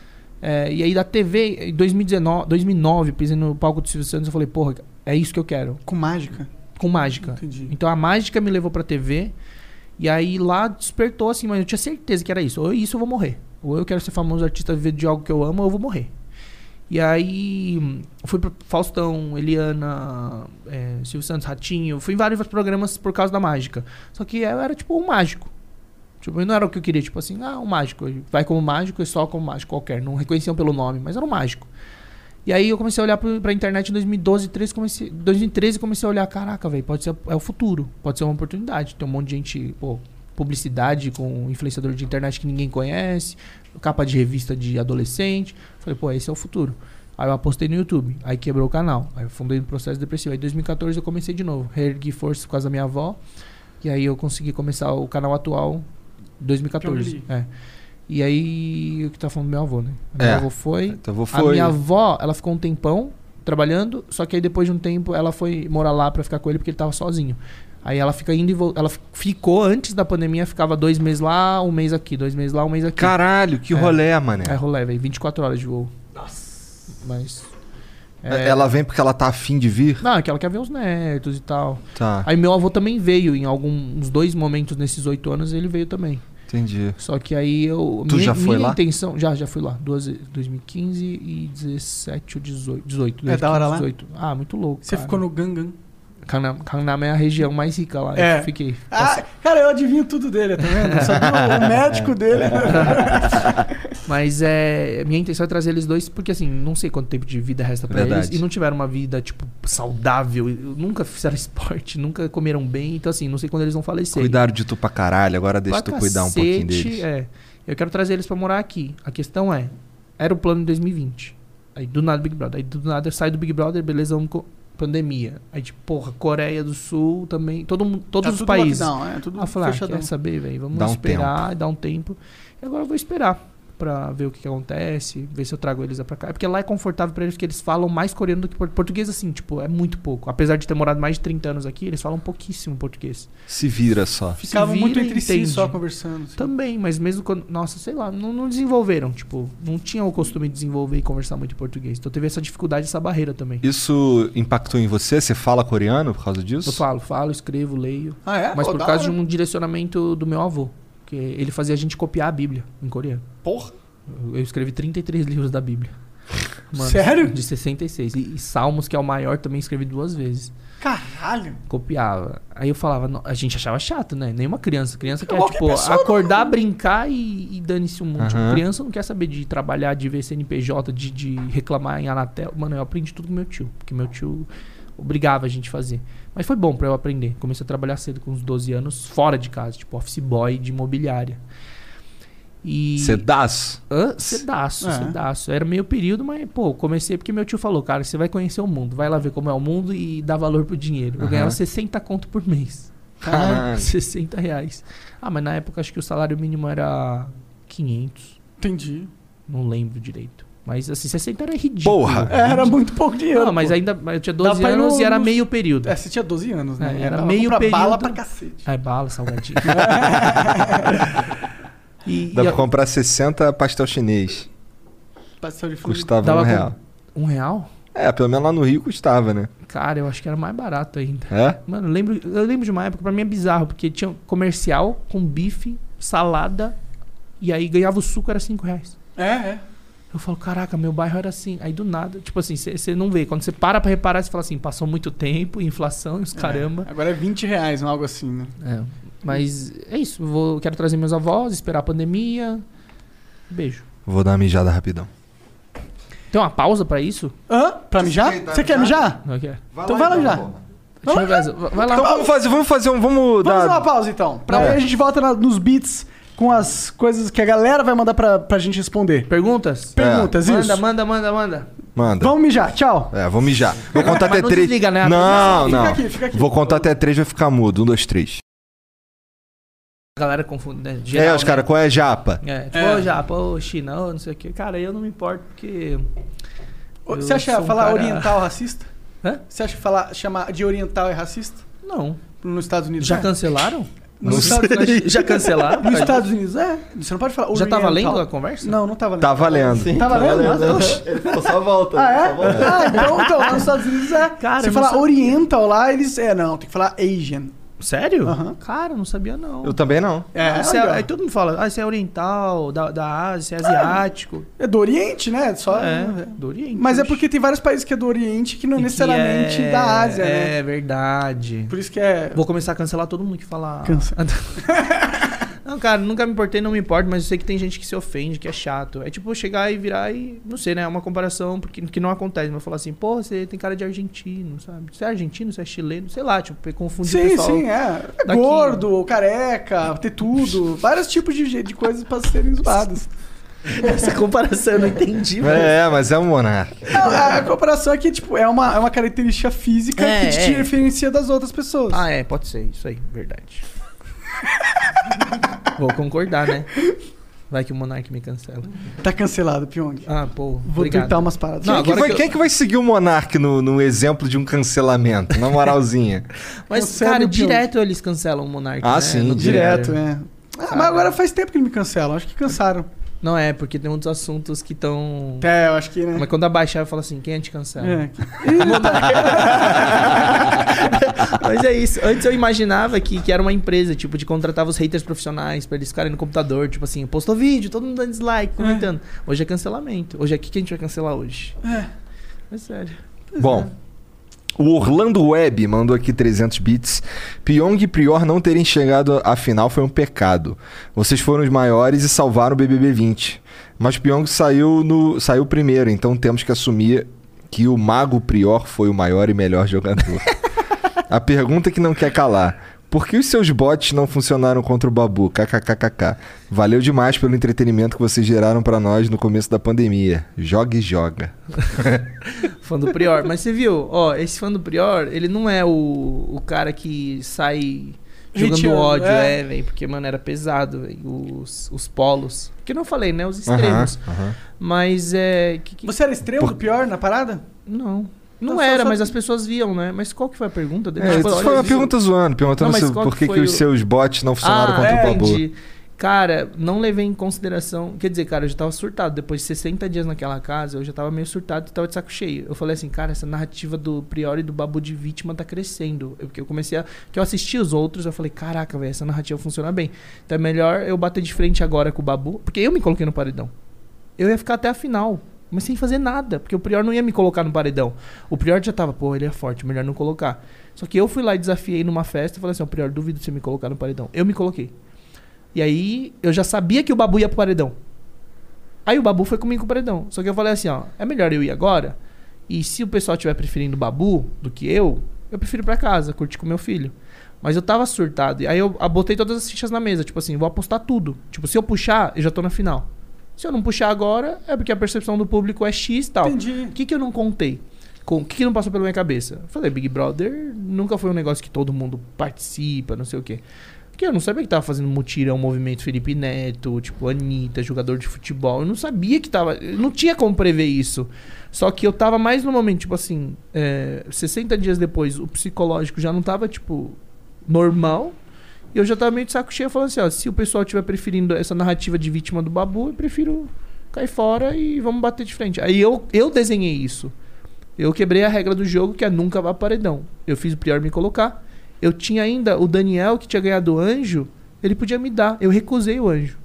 É, e aí da T V, em dois mil e dezenove, dois mil e nove, pisei no palco do Silvio Santos, eu falei, porra, é isso que eu quero. Com mágica. Com mágica. Entendi. Então a mágica me levou pra T V. E aí lá despertou assim, mas eu tinha certeza que era isso. Ou isso eu vou morrer. Ou eu quero ser famoso artista, viver de algo que eu amo, ou eu vou morrer. E aí hum, fui pro Faustão, Eliana, é, Silvio Santos, Ratinho. Fui em vários programas por causa da mágica. Só que eu era tipo um mágico. Tipo, não era o que eu queria, tipo assim, ah, um mágico. Vai como mágico e só como mágico qualquer. Não reconheciam pelo nome, mas era um mágico. E aí eu comecei a olhar pro, pra internet em dois mil e doze, treze, comecei, dois mil e treze comecei a olhar, caraca, velho, pode ser é o futuro, pode ser uma oportunidade. Tem um monte de gente, pô, publicidade com influenciador de internet que ninguém conhece, capa de revista de adolescente. Falei, pô, esse é o futuro. Aí eu apostei no YouTube, aí quebrou o canal, aí eu fundei no processo depressivo. Aí em dois mil e quatorze eu comecei de novo, reergui força por causa da minha avó, e aí eu consegui começar o canal atual em dois mil e quatorze. É. E aí, o que tá falando do meu avô, né? Meu É. avô foi. Teu avô A foi. minha avó, ela ficou um tempão trabalhando, só que aí depois de um tempo ela foi morar lá pra ficar com ele porque ele tava sozinho. Aí ela fica indo e vol- ela fi- ficou antes da pandemia, ficava dois meses lá, um mês aqui, dois meses lá, um mês aqui. Caralho, que É. rolé, mané. É rolê, velho, vinte e quatro horas de voo. Nossa. Mas é- Ela vem porque ela tá afim de vir? não, é que ela quer ver os netos e tal. Tá, Aí meu avô também veio em alguns dois momentos nesses oito anos, ele veio também. entendi. Só que aí eu. Tu já foi minha lá? intenção. Já, já fui lá. Duas, dois mil e quinze e dezessete ou dezoito. dezoito É da hora lá? dezoito. Ah, muito louco. Você ficou no Gangan. Gangnam, Gangnam é a região mais rica lá. É. Eu fiquei. Ah, cara, eu adivinho tudo dele, tá vendo? Eu sabia o médico dele. Mas é. Minha intenção é trazer eles dois, porque assim, não sei quanto tempo de vida resta pra Verdade. eles. E não tiveram uma vida, tipo, saudável. Nunca fizeram esporte, nunca comeram bem. Então, assim, não sei quando eles vão falecer. Cuidaram de tu pra caralho, agora deixa Pra tu cuidar um pouquinho cacete, deles. É. Eu quero trazer eles pra morar aqui. A questão é, era o plano em dois mil e vinte. Aí do nada Big Brother. Aí do nada sai do Big Brother, beleza, vamos co- pandemia. Aí, tipo, porra, Coreia do Sul também, todo, mundo- todos Tá os tudo países. lockdown, é, tudo Aí eu falei, ah, fechadão. quer saber, velho? Vamos Dá um esperar, dar um tempo. E agora eu vou esperar pra ver o que, que acontece, ver se eu trago eles pra cá. É porque lá é confortável pra eles, porque eles falam mais coreano do que por- português, assim, tipo, é muito pouco. Apesar de ter morado mais de trinta anos aqui, eles falam pouquíssimo português. Se vira só. Ficavam Se muito vira e entre si entende. só conversando. assim. Também, mas mesmo quando. Nossa, sei lá, não, não desenvolveram. Tipo, não tinham o costume de desenvolver e conversar muito em português. Então teve essa dificuldade, essa barreira também. Isso impactou em você? Você fala coreano por causa disso? Eu falo, falo, escrevo, leio. Ah, é? Mas Pô, por da causa de hora. um direcionamento do meu avô. Que ele fazia a gente copiar a Bíblia em coreano. Porra. Eu eu escrevi trinta e três livros da Bíblia. Sério? De sessenta e seis. E, e Salmos, que é o maior, também escrevi duas vezes. Caralho. Copiava. Aí eu falava, "Não", a gente achava chato, né? Nenhuma criança. Criança quer, Qualquer tipo, pessoa acordar, brincar e, e dane-se o mundo. Tipo, Aham. criança não quer saber de trabalhar, de ver C N P J, de, de reclamar em Anatel. Mano, eu aprendi tudo com meu tio. Porque meu tio obrigava a gente a fazer. Mas foi bom pra eu aprender. Comecei a trabalhar cedo, com uns doze anos, fora de casa. Tipo, office boy de imobiliária. E... Cedaço? Hã? Cedaço, É. cedaço. Era meio período, mas, pô, comecei porque meu tio falou, cara, você vai conhecer o mundo, vai lá ver como é o mundo e dá valor pro dinheiro. Eu Aham. ganhava sessenta conto por mês. Caralho. sessenta reais. Ah, mas na época acho que o salário mínimo era quinhentos. Entendi. Não lembro direito. Mas assim, sessenta era ridículo. Porra! É, era muito pouco dinheiro. Não, mas pô. ainda eu tinha Dá doze pra ir anos no- e era no- meio período. É, você tinha doze anos, né? É, era Dava meio pra comprar bala período. pra cacete. Ai, bala, salgadinho. e, Dá e pra a- comprar sessenta pastel chinês. Pastel de frango. Custava Dava um com- real. um real? É, pelo menos lá no Rio custava, né? Cara, eu acho que era mais barato ainda. É? Mano, eu lembro, eu lembro de uma época, pra mim é bizarro, porque tinha comercial com bife, salada, e aí ganhava o suco, era cinco reais. É, é. Eu falo, caraca, meu bairro era assim. Aí do nada, tipo assim, você não vê. Quando você para pra reparar, você fala assim, passou muito tempo, inflação, e os caramba. É. Agora é vinte reais, algo assim, né? É. Mas é isso, eu vou, quero trazer meus avós, esperar a pandemia. Beijo. Vou dar uma mijada rapidão. Tem uma pausa pra isso? Hã? Pra mijar? Você quer mijar? Não quer? Então vai lá mijar. Deixa eu ver. essa- Vai lá. Então vamos fazer, vamos fazer um. Vamos Vamos fazer dar. uma pausa então. Pra É. aí a gente volta na- nos beats com as coisas que a galera vai mandar pra, pra gente responder. Perguntas? Perguntas, Manda, isso. manda, manda, manda. Manda. Vamos mijar, tchau. É, vou mijar. Vou contar Mas até não três. desliga, né? Não, Fica não. aqui, fica aqui. Vou contar até três, vai ficar mudo. Um, dois, três. A galera confunde, né? é, Geral, os caras, né? qual é japa? É, tipo, É. ô Japa, ô China, ô não sei o que. Cara, eu não me importo porque. eu Você acha sou um falar cara- oriental racista? Hã? Você acha que falar, chamar de oriental é racista? Não. Nos Estados Unidos? Já é. cancelaram? Não Nos sei. Estados Unidos- Já cancelaram? Nos Estados Unidos, é. Você não pode falar Já tá oriental. valendo a conversa? Não, não tá valendo. Tá valendo. Sim, Tá valendo? valendo. Oxi. Ele falou, só volta. Ah, é? Só volta. Ah, então, então, lá nos Estados Unidos é. Cara, Você eu não falar sabia. oriental lá, eles. É, não, tem que falar Asian. Sério? Aham. Cara, eu não sabia não. Eu também não. É, Você é- aí, ó. aí todo mundo fala, ah, você é oriental, da, da Ásia, você é asiático. É do Oriente, né? Só, É, do Oriente. Mas é oxe. porque tem vários países que é do Oriente que não E que necessariamente é- da Ásia, né? É verdade. Por isso que é. Vou começar a cancelar todo mundo que fala. Cansa. Não, cara, nunca me importei, não me importo, mas eu sei que tem gente que se ofende, que é chato. É tipo chegar e virar e. Não sei, né? É uma comparação porque, que não acontece. Mas falar assim, porra, você tem cara de argentino, sabe? Você é argentino, você é chileno, sei lá, tipo, confundir o Sim, pessoal. sim, é. É daqui. gordo, careca, ter tudo. Vários tipos de, de coisas pra serem zoadas. Essa comparação eu não entendi, velho. É, mas é um monarca. Não, a comparação aqui, tipo, é uma, é uma característica física É, que te é. diferencia das outras pessoas. Ah, é, pode ser, isso aí, verdade. Vou concordar, né? Vai que o Monark me cancela. Tá cancelado, Pyong. Ah, pô, Vou obrigado. tuitar umas paradas. Não, Quem, que agora vai, que eu- quem é que vai seguir o monarca no, no exemplo de um cancelamento? Na moralzinha. Mas, Cancela cara, o Pyong. direto eles cancelam o Monark, Ah, né? sim, No Direto, Twitter. é. Ah, mas agora faz tempo que eles me cancelam. Acho que cansaram. Não é, porque tem muitos assuntos que estão... É, eu acho que, né? Mas quando abaixar, eu falo assim, quem a gente cancela? É. Mas é isso. Antes eu imaginava que, que era uma empresa, tipo, de contratava os haters profissionais pra eles ficarem no computador. Tipo assim, postou vídeo, todo mundo dando dislike, comentando. Hoje é cancelamento. Hoje é o que que a gente vai cancelar hoje? É. É sério. Bom, o Orlando Web mandou aqui trezentos bits. Pyong e Prior não terem chegado à final foi um pecado. Vocês foram os maiores e salvaram o B B B vinte. Mas Pyong saiu, no, saiu primeiro, então temos que assumir que o Mago Prior foi o maior e melhor jogador. A pergunta que não quer calar. Por que os seus bots não funcionaram contra o Babu? KKKKK. Valeu demais pelo entretenimento que vocês geraram pra nós no começo da pandemia. Joga e joga. Fã do Prior. Mas você viu, ó, esse fã do Prior, ele não é o, o cara que sai jogando Hateando, ódio, é. é, velho. Porque, mano, era pesado, véio, os, os polos. Que eu não falei, né? Os extremos. Aham, aham. Mas é... Que, que... Você era extremo do pior na parada? Não. Não Então, era, só- mas as pessoas viam, né? Mas qual que foi a pergunta dele? É, Tipo, isso olha, foi uma viu? pergunta zoando, perguntando Não, mas se- qual por que que, que foi os o- seus bots não funcionaram Ah, contra é, o Babu. entendi. Cara, não levei em consideração... Quer dizer, cara, eu já tava surtado. Depois de sessenta dias naquela casa, eu já tava meio surtado e tava de saco cheio. Eu falei assim, cara, essa narrativa do Prior e do Babu de vítima tá crescendo. Eu- Porque eu comecei a... Que eu assisti os outros, eu falei, caraca, velho, essa narrativa funciona bem. Então é melhor eu bater de frente agora com o Babu. Porque eu me coloquei no paredão. Eu ia ficar até a final. Mas sem fazer nada, porque o Prior não ia me colocar no paredão. O Prior já tava, pô, ele é forte, melhor não colocar. Só que eu fui lá e desafiei numa festa e falei assim, ó, Prior, duvido de você me colocar no paredão. Eu me coloquei. E aí, eu já sabia que o Babu ia pro paredão. Aí o Babu foi comigo pro paredão. Só que eu falei assim, ó, é melhor eu ir agora. E se o pessoal estiver preferindo o Babu do que eu, eu prefiro ir pra casa, curtir com meu filho. Mas eu tava surtado. E aí eu a- botei todas as fichas na mesa, tipo assim, vou apostar tudo. Tipo, se eu puxar, eu já tô na final. Se eu não puxar agora, é porque a percepção do público é X e tal. Entendi. O que que eu não contei? Com- O que que não passou pela minha cabeça? Eu falei, Big Brother nunca foi um negócio que todo mundo participa, não sei o quê. Porque eu não sabia que tava fazendo mutirão, movimento Felipe Neto, tipo, Anitta, jogador de futebol. Eu não sabia que tava... Eu não tinha como prever isso. Só que eu tava mais no momento, tipo assim... É, sessenta dias depois, o psicológico já não tava, tipo, normal. E eu já tava meio de saco cheio, falando assim, ó... Se o pessoal estiver preferindo essa narrativa de vítima do Babu, eu prefiro cair fora e vamos bater de frente. Aí eu, eu desenhei isso. Eu quebrei a regra do jogo, que é nunca vá paredão. Eu fiz o Prior me colocar. Eu tinha ainda o Daniel, que tinha ganhado o anjo. Ele podia me dar. Eu recusei o anjo.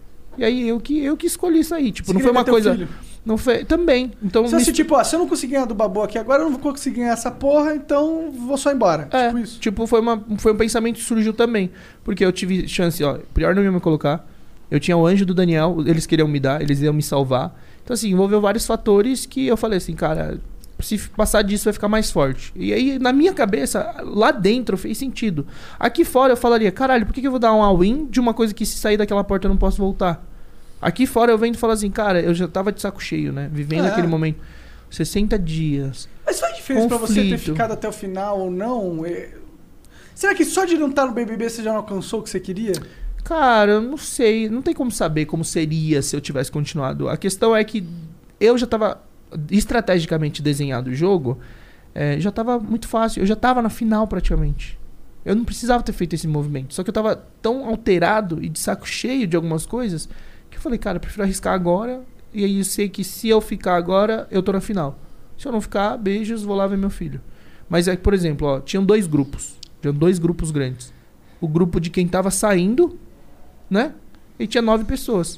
E aí eu que, eu que escolhi isso aí. Tipo, Você não queria foi uma ver teu coisa... filho? Não foi... Também. Então... Se me- assim, tipo, ó, se eu não conseguir ganhar do Babu aqui agora, eu não vou conseguir ganhar essa porra, então vou só embora. É, Tipo isso. tipo, foi, uma, foi um pensamento que surgiu também. Porque eu tive chance, ó, Prior não ia me colocar. Eu tinha o anjo do Daniel, eles queriam me dar, eles iam me salvar. Então, assim, envolveu vários fatores que eu falei assim, cara, se passar disso vai ficar mais forte. E aí, na minha cabeça, lá dentro fez sentido. Aqui fora eu falaria, caralho, por que que eu vou dar um all-in de uma coisa que se sair daquela porta eu não posso voltar? Aqui fora eu venho e falo assim, cara, eu já tava de saco cheio, né? Vivendo É. aquele momento. sessenta dias. Mas faz diferença pra você ter Conflito. ficado até o final ou não? É- Será que só de não estar no B B B você já não alcançou o que você queria? Cara, eu não sei. Não tem como saber como seria se eu tivesse continuado. A questão é que eu já tava estrategicamente desenhado o jogo. É, já tava muito fácil. Eu já tava na final praticamente. Eu não precisava ter feito esse movimento. Só que eu tava tão alterado e de saco cheio de algumas coisas que eu falei, cara, eu prefiro arriscar agora. E aí eu sei que se eu ficar agora, eu tô na final. Se eu não ficar, beijos, vou lá ver meu filho. Mas é que, por exemplo, ó, tinham dois grupos. Tinham dois grupos grandes. O grupo de quem tava saindo, né? E tinha nove pessoas.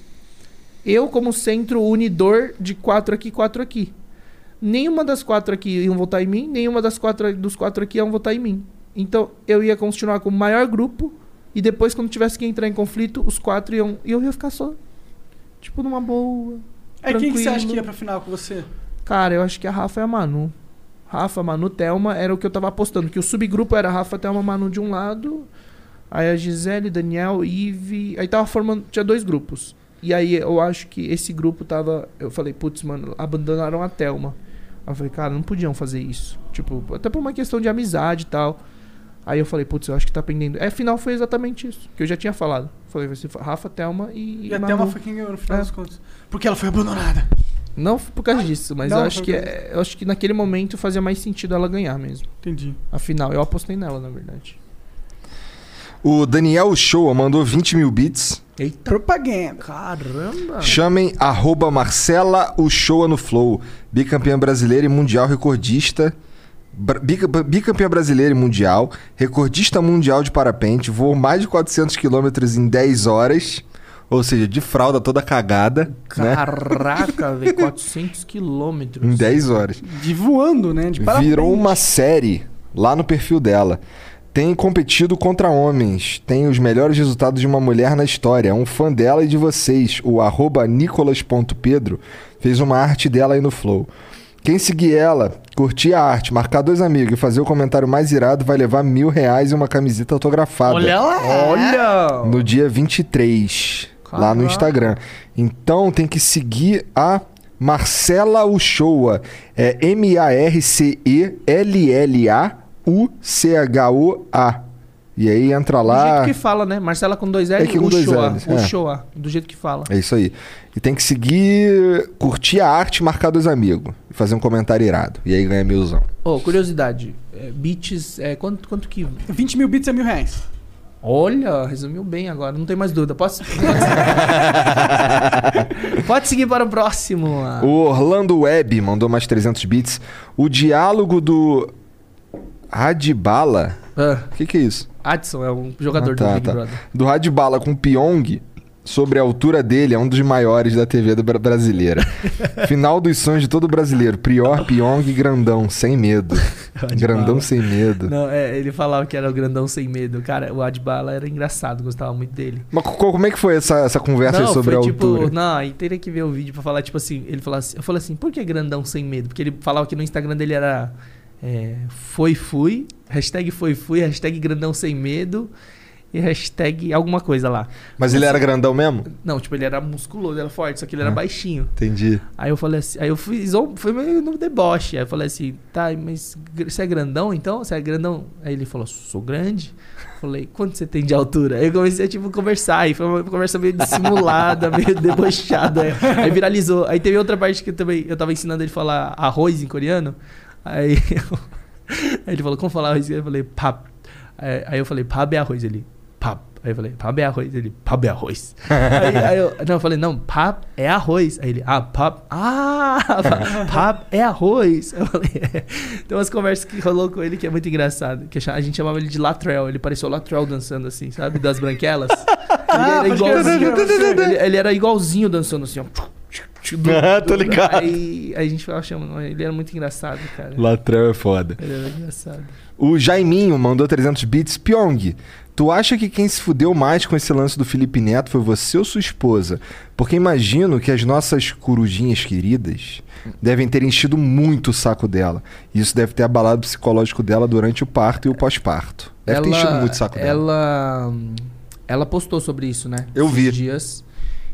Eu, como centro unidor de quatro aqui, quatro aqui. Nenhuma das quatro aqui iam votar em mim, nenhuma das quatro dos quatro aqui iam votar em mim. Então, eu ia continuar com o maior grupo, e depois, quando tivesse que entrar em conflito, os quatro iam... E eu ia ficar só, tipo, numa boa, É quem que você acha tranquilo. que ia pra final com você? Cara, eu acho que a Rafa e a Manu. Rafa, Manu, Thelma, era o que eu tava apostando. Que o subgrupo era Rafa, Thelma, Manu de um lado. Aí a Gisele, Daniel, Ive... Aí tava formando... Tinha dois grupos. E aí eu acho que esse grupo tava... Eu falei, putz, mano, abandonaram a Thelma. Aí eu falei, cara, não podiam fazer isso. Tipo, até por uma questão de amizade e tal. Aí eu falei, putz, eu acho que tá pendendo. É, afinal foi exatamente isso. Que eu já tinha falado. Falei, vai ser Rafa, Thelma e, E a Manu. Thelma foi quem ganhou no final É. das contas. Porque ela foi abandonada. Não por causa disso, mas não, eu acho foi que por é- eu acho que naquele momento fazia mais sentido ela ganhar mesmo. Entendi. Afinal, eu apostei nela, na verdade. O Daniel Show mandou vinte mil bits. Eita. Propaganda. Caramba! Chamem arroba Marcela Uchoa no Flow. Bicampeã brasileira e mundial recordista. Bra- bica- Bicampeã brasileira e mundial. Recordista mundial de parapente. Voou mais de quatrocentos quilômetros em dez horas. Ou seja, de fralda toda cagada. Né? Caraca, velho, quatrocentos quilômetros. Em dez horas. De voando, né? De parapente. Virou uma série lá no perfil dela. Tem competido contra homens. Tem os melhores resultados de uma mulher na história. Um fã dela e de vocês, o arroba nicolas ponto pedro, fez uma arte dela aí no Flow. Quem seguir ela, curtir a arte, marcar dois amigos e fazer o comentário mais irado vai levar mil reais e uma camiseta autografada. Olha lá! Olha! No dia vinte e três, Caraca. lá no Instagram. Então tem que seguir a Marcela Uchoa. É M A R C E L L A U C H O A. E aí entra Do lá... jeito que fala, né? Marcela com dois L, É que com o dois Shoa. Ls, O é. Shoa, do jeito que fala. É isso aí. E tem que seguir, curtir a arte e marcar dois amigos. E fazer um comentário irado. E aí ganha milzão. Ô, curiosidade. É, bits, é, quanto, quanto que... vinte mil bits é mil reais. Olha, resumiu bem agora. Não tem mais dúvida. Posso... Pode seguir para o próximo. O Orlando Web mandou mais trezentos bits. O diálogo do Radibala... Ah, O que que é isso? Adson é um jogador Ah, tá, do Big tá. Brother. Do Radibala com o Pyong sobre a altura dele, é um dos maiores da T V do bra- brasileira. Final dos sonhos de todo brasileiro. Prior, Pyong, grandão, sem medo. Grandão sem medo. Não, é, ele falava que era o grandão sem medo. Cara, o Adbala era engraçado, gostava muito dele. Mas co- como é que foi essa, essa conversa aí Não, sobre foi a tipo, altura? não, aí teria que ver o vídeo pra falar, tipo assim, ele falava assim, eu falei assim, por que grandão sem medo? Porque ele falava que no Instagram dele era é, foi fui, hashtag foi fui, hashtag grandão sem medo e hashtag alguma coisa lá. Mas ele era grandão mesmo? Não, tipo, ele era musculoso, ele era forte, só que ele era baixinho. Entendi. Aí eu falei assim, aí eu fiz, foi meio no deboche. Aí eu falei assim, tá, mas gr- você é grandão então? Você é grandão? Aí ele falou, sou grande. Falei, quanto você tem de altura? Aí eu comecei a tipo, conversar, aí foi uma conversa meio dissimulada, meio debochada. Aí viralizou. Aí teve outra parte que eu também, eu tava ensinando ele a falar arroz em coreano. Aí, eu, aí ele falou, como falar arroz? Aí eu falei, pap. Aí, aí eu falei, pap é arroz. Ele, pap. Aí eu falei, pap é arroz. Ele, pap é arroz. aí, aí eu, não, eu falei, não, pap é arroz. Aí ele, ah, pap, ah, pap é arroz. Eu falei, é. Tem umas conversas que rolou com ele que é muito engraçado. Que a gente chamava ele de Latrell. Ele parecia o Latrell dançando assim, sabe? Das branquelas. Ele era pode crer, igualzinho. pode crer. ele, ele era igualzinho dançando assim, ó. Ah, tô ligado. Aí, aí a gente ficava chamando, ele era muito engraçado, cara. Latrão é foda. Ele era engraçado. O Jaiminho mandou trezentos bits. Pyong, tu acha que quem se fudeu mais com esse lance do Felipe Neto foi você ou sua esposa? Porque imagino que as nossas corujinhas queridas devem ter enchido muito o saco dela. E isso deve ter abalado o psicológico dela durante o parto e o pós-parto. Deve ter enchido muito o saco dela. Ela, ela postou sobre isso, né? Eu Esses vi. dias.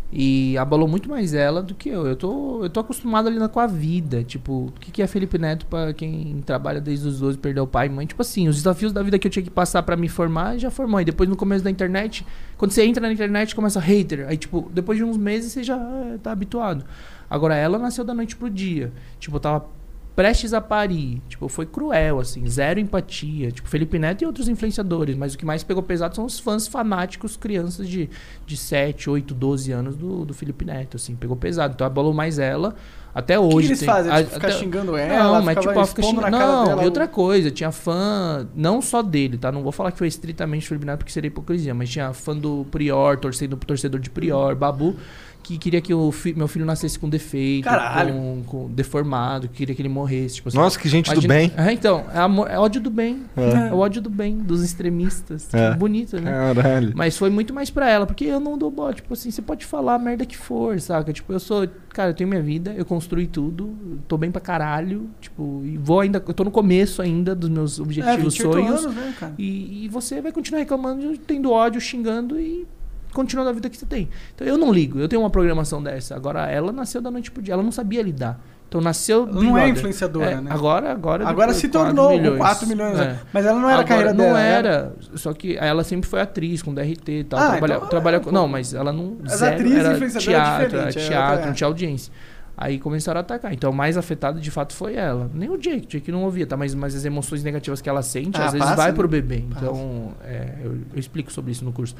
E abalou muito mais ela do que eu. Eu tô, eu tô acostumado ali na- com a vida. Tipo, o que, que é Felipe Neto pra quem trabalha desde os doze, perdeu pai e mãe? Tipo assim, os desafios da vida que eu tinha que passar pra me formar, já formou. E depois no começo da internet, quando você entra na internet, começa hater. Aí, tipo, depois de uns meses você já é, tá habituado. Agora, ela nasceu da noite pro dia. Tipo, eu tava prestes a parir. Tipo, foi cruel, assim, zero empatia. Tipo, Felipe Neto e outros influenciadores. Mas o que mais pegou pesado são os fãs fanáticos, crianças de, de sete, oito, doze anos do, do Felipe Neto, assim. Pegou pesado. Então, abalou mais ela. Até O que, hoje. que eles tem- fazem? a- Tipo, ficar até- xingando ela? Não, mas ficava tipo, ela fica expondo xingando. na cara Não, dela e o- outra coisa, tinha fã, não só dele, tá? Não vou falar que foi estritamente Felipe Neto porque seria hipocrisia, mas tinha fã do Prior, torcedor, torcedor de Prior, Babu, que queria que o fi- meu filho nascesse com defeito, Caralho. com, com deformado, que queria que ele morresse. Tipo assim. Nossa, que gente do Imagina- bem. É, então, é, amor, é ódio do bem. É. o ódio do bem, dos extremistas. Tipo, É. bonito, né? Caralho. Mas foi muito mais pra ela, porque eu não dou bola. Tipo assim, você pode falar a merda que for, saca? Tipo, eu sou. Cara, eu tenho minha vida, eu construí tudo, tô bem pra caralho. Tipo, e vou ainda. Eu tô no começo ainda dos meus É, objetivos, vinte e oito sonhos. anos, né, cara? E, e você vai continuar reclamando, tendo ódio, xingando e continuando a vida que você tem. Então eu não ligo, eu tenho uma programação dessa. Agora ela nasceu da noite pro dia, ela não sabia lidar. Então nasceu. Ela Big não é Brother. influenciadora, É, né? Agora, agora. Agora depois, se quatro tornou com milhões. quatro milhões. É. Mas ela não era a Agora, carreira não dela. era, só que ela sempre foi atriz com D R T e tal. Ah, trabalha, então, trabalha é, com, pô. não, mas ela não. As zero, atrizes e era influenciadora é teatro, diferente, é teatro, outra- não tinha audiência. Aí começaram a atacar. Então, mais afetada de fato foi ela. Nem o Jake. O Jake não ouvia, tá? Mas, mas as emoções negativas que ela sente, Ah, às vezes passa, vai né? pro bebê. Passa. Então, é, eu, eu explico sobre isso no curso.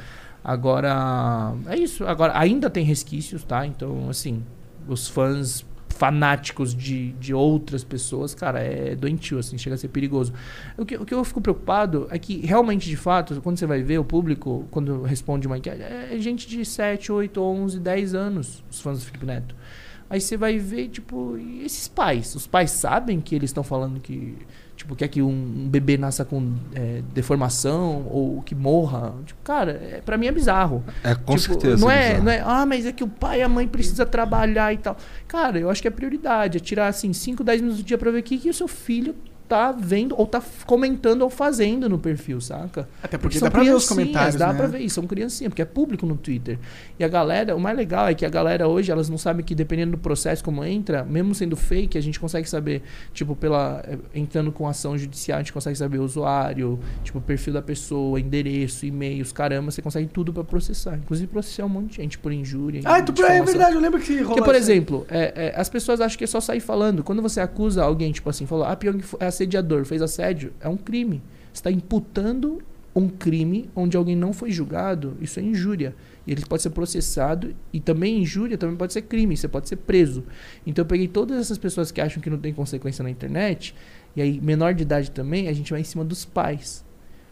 Agora, é isso. Agora, ainda tem resquícios, tá? Então, assim, os fãs fanáticos de, de outras pessoas, cara, é doentio, assim, chega a ser perigoso. O que, o que eu fico preocupado é que, realmente, de fato, quando você vai ver o público, quando responde uma enquete, é gente de sete, oito, onze, dez anos, os fãs do Felipe Neto. Aí você vai ver, tipo, e esses pais? Os pais sabem que eles estão falando que, tipo, quer que um, um bebê nasça com é, deformação ou que morra? Tipo, cara, é, pra mim é bizarro. É, com tipo, certeza. Não é é, bizarro. não é, ah, mas é que o pai e a mãe precisam trabalhar e tal. Cara, eu acho que é prioridade, é tirar, assim, cinco, dez minutos do dia pra ver o que, que o seu filho tá vendo ou tá comentando ou fazendo no perfil, saca? Até porque são dá pra ver os criancinhas, comentários, dá né? pra ver isso, são criancinhas, porque é público no Twitter. E a galera, o mais legal é que a galera hoje, elas não sabem que dependendo do processo como entra, mesmo sendo fake, a gente consegue saber, tipo, pela eh, entrando com ação judicial, a gente consegue saber o usuário, tipo, o perfil da pessoa, endereço, e-mails, caramba, você consegue tudo pra processar. Inclusive processar um monte de gente por injúria. Ah, tu, é difamação. verdade, eu lembro que rolou Porque, por isso aí. exemplo, é, é, as pessoas acham que é só sair falando. Quando você acusa alguém, tipo assim, falou, ah, Pyong é assediador, fez assédio, é um crime. Você está imputando um crime onde alguém não foi julgado, isso é injúria. E ele pode ser processado, e também injúria também pode ser crime, você pode ser preso. Então eu peguei todas essas pessoas que acham que não tem consequência na internet, e aí menor de idade também, a gente vai em cima dos pais.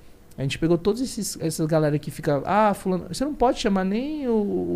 A gente pegou todos esses essas galera que fica, ah, fulano, você não pode chamar nem o,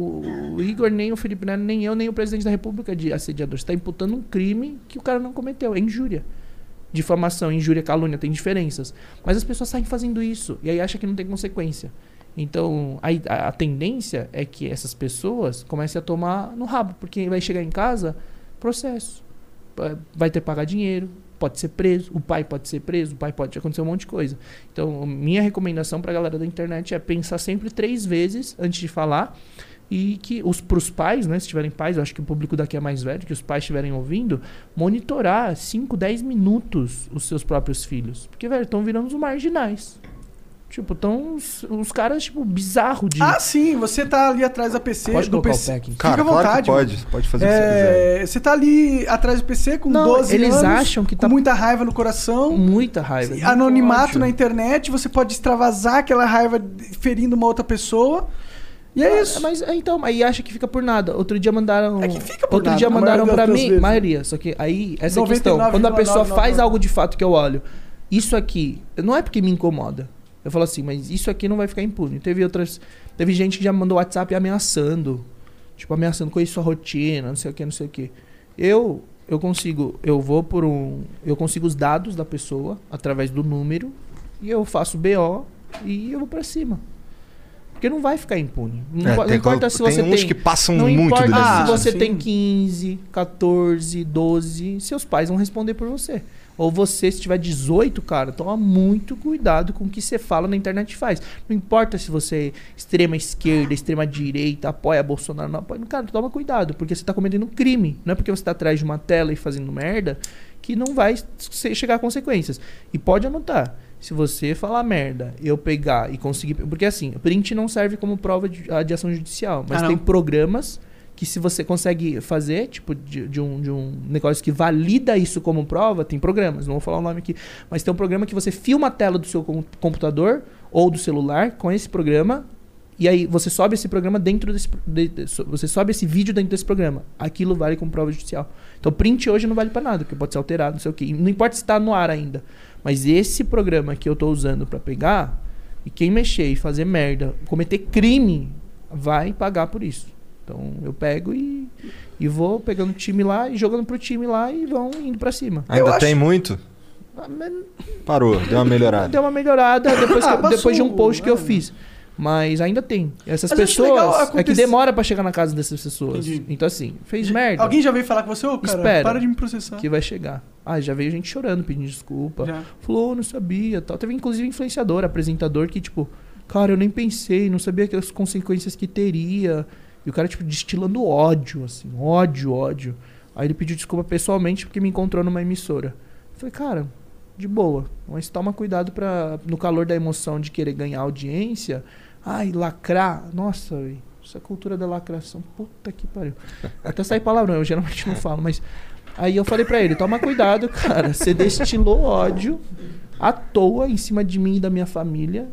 o, o Igor, nem o Felipe Neto, nem eu, nem o presidente da República de assediador. Você está imputando um crime que o cara não cometeu, é injúria. Difamação, injúria, calúnia, tem diferenças. Mas as pessoas saem fazendo isso e aí acham que não tem consequência. Então, a, a tendência é que essas pessoas comecem a tomar no rabo, porque vai chegar em casa, processo. Vai ter que pagar dinheiro, pode ser preso, o pai pode ser preso, o pai pode acontecer um monte de coisa. Então, minha recomendação pra galera da internet é pensar sempre três vezes antes de falar. E que os pros pais, né, se tiverem pais, eu acho que o público daqui é mais velho, que os pais estiverem ouvindo, monitorar cinco, dez minutos os seus próprios filhos. Porque, velho, estão virando os marginais. Tipo, estão os, os caras, tipo, bizarro de... Ah, sim, você tá ali atrás da P C, Pode do colocar P o C. pack. Cara, Fica à claro vontade. que pode. mano. Pode fazer o que você quiser. É, você tá ali atrás do P C com Não, doze eles anos, acham que com tá- muita raiva no coração, Muita raiva. muito anonimato ódio. na internet, você pode extravasar aquela raiva ferindo uma outra pessoa. E é isso. Mas, é, então, aí acha que fica por nada. Outro dia mandaram... É que fica por Outro nada, dia a mandaram maioria pra das mim... vezes. Maioria. Só que aí, essa é a noventa e questão. nove Quando a vírgula pessoa nove nove faz nove. algo de fato que eu olho, isso aqui, não é porque me incomoda. Eu falo assim, mas isso aqui não vai ficar impune. Teve outras... Teve gente que já mandou WhatsApp ameaçando. Tipo, ameaçando com isso sua rotina, não sei o que, não sei o que. Eu... Eu consigo... Eu vou por um... Eu consigo os dados da pessoa através do número e eu faço B O e eu vou pra cima. Porque não vai ficar impune. Não, É, não tem importa co- se você tem uns tem... que passam não muito importa do se limite. você sim. tem quinze, catorze, doze, seus pais vão responder por você. Ou você, se tiver dezoito, cara, toma muito cuidado com o que você fala na internet e faz. Não importa se você é extrema esquerda, extrema direita, apoia Bolsonaro, não apoia. Cara, toma cuidado, porque você tá cometendo um crime. Não é porque você tá atrás de uma tela e fazendo merda que não vai se- chegar a consequências. E pode anotar. Se você falar merda, eu pegar e conseguir... Porque assim, o print não serve como prova de, de ação judicial. Mas Ah, não. tem programas que se você consegue fazer, tipo, de, de, um, de um negócio que valida isso como prova, tem programas, não vou falar o nome aqui, mas tem um programa que você filma a tela do seu com- computador ou do celular com esse programa, e aí você sobe esse programa dentro desse... De, de, so- você sobe esse vídeo dentro desse programa. Aquilo vale como prova judicial. Então, print hoje não vale pra nada, porque pode ser alterado, não sei o quê. E não importa se tá no ar ainda. Mas esse programa que eu tô usando pra pegar, e quem mexer e fazer merda, cometer crime, vai pagar por isso. Então eu pego e, e vou pegando o time lá e jogando pro time lá e vão indo pra cima. Ainda Eu tem acho- muito? Ah, mas Parou, deu uma melhorada. deu uma melhorada depois, que Ah, eu- depois de um passou, post que eu né? fiz. Mas ainda tem. Essas Mas acho legal pessoas. É que acontecer- demora pra chegar na casa dessas pessoas. Entendi. Então, assim, fez merda. Alguém já veio falar com você? Ô, cara, Espera. para de me processar. Que vai chegar. Ah, já veio gente chorando, pedindo desculpa. Já. Falou, "Oh, não sabia, tal. Teve inclusive influenciador, apresentador que, tipo, cara, eu nem pensei, não sabia que as consequências que teria. E o cara, tipo, destilando ódio, assim, ódio, ódio. Aí ele pediu desculpa pessoalmente porque me encontrou numa emissora. Eu falei, cara, de boa, mas toma cuidado pra, no calor da emoção de querer ganhar audiência. Ai, lacrar. Nossa, véio, essa cultura da lacração, puta que pariu. Até sair palavrão, eu geralmente não falo, mas... Aí eu falei pra ele, toma cuidado, cara. Você destilou ódio à toa em cima de mim e da minha família.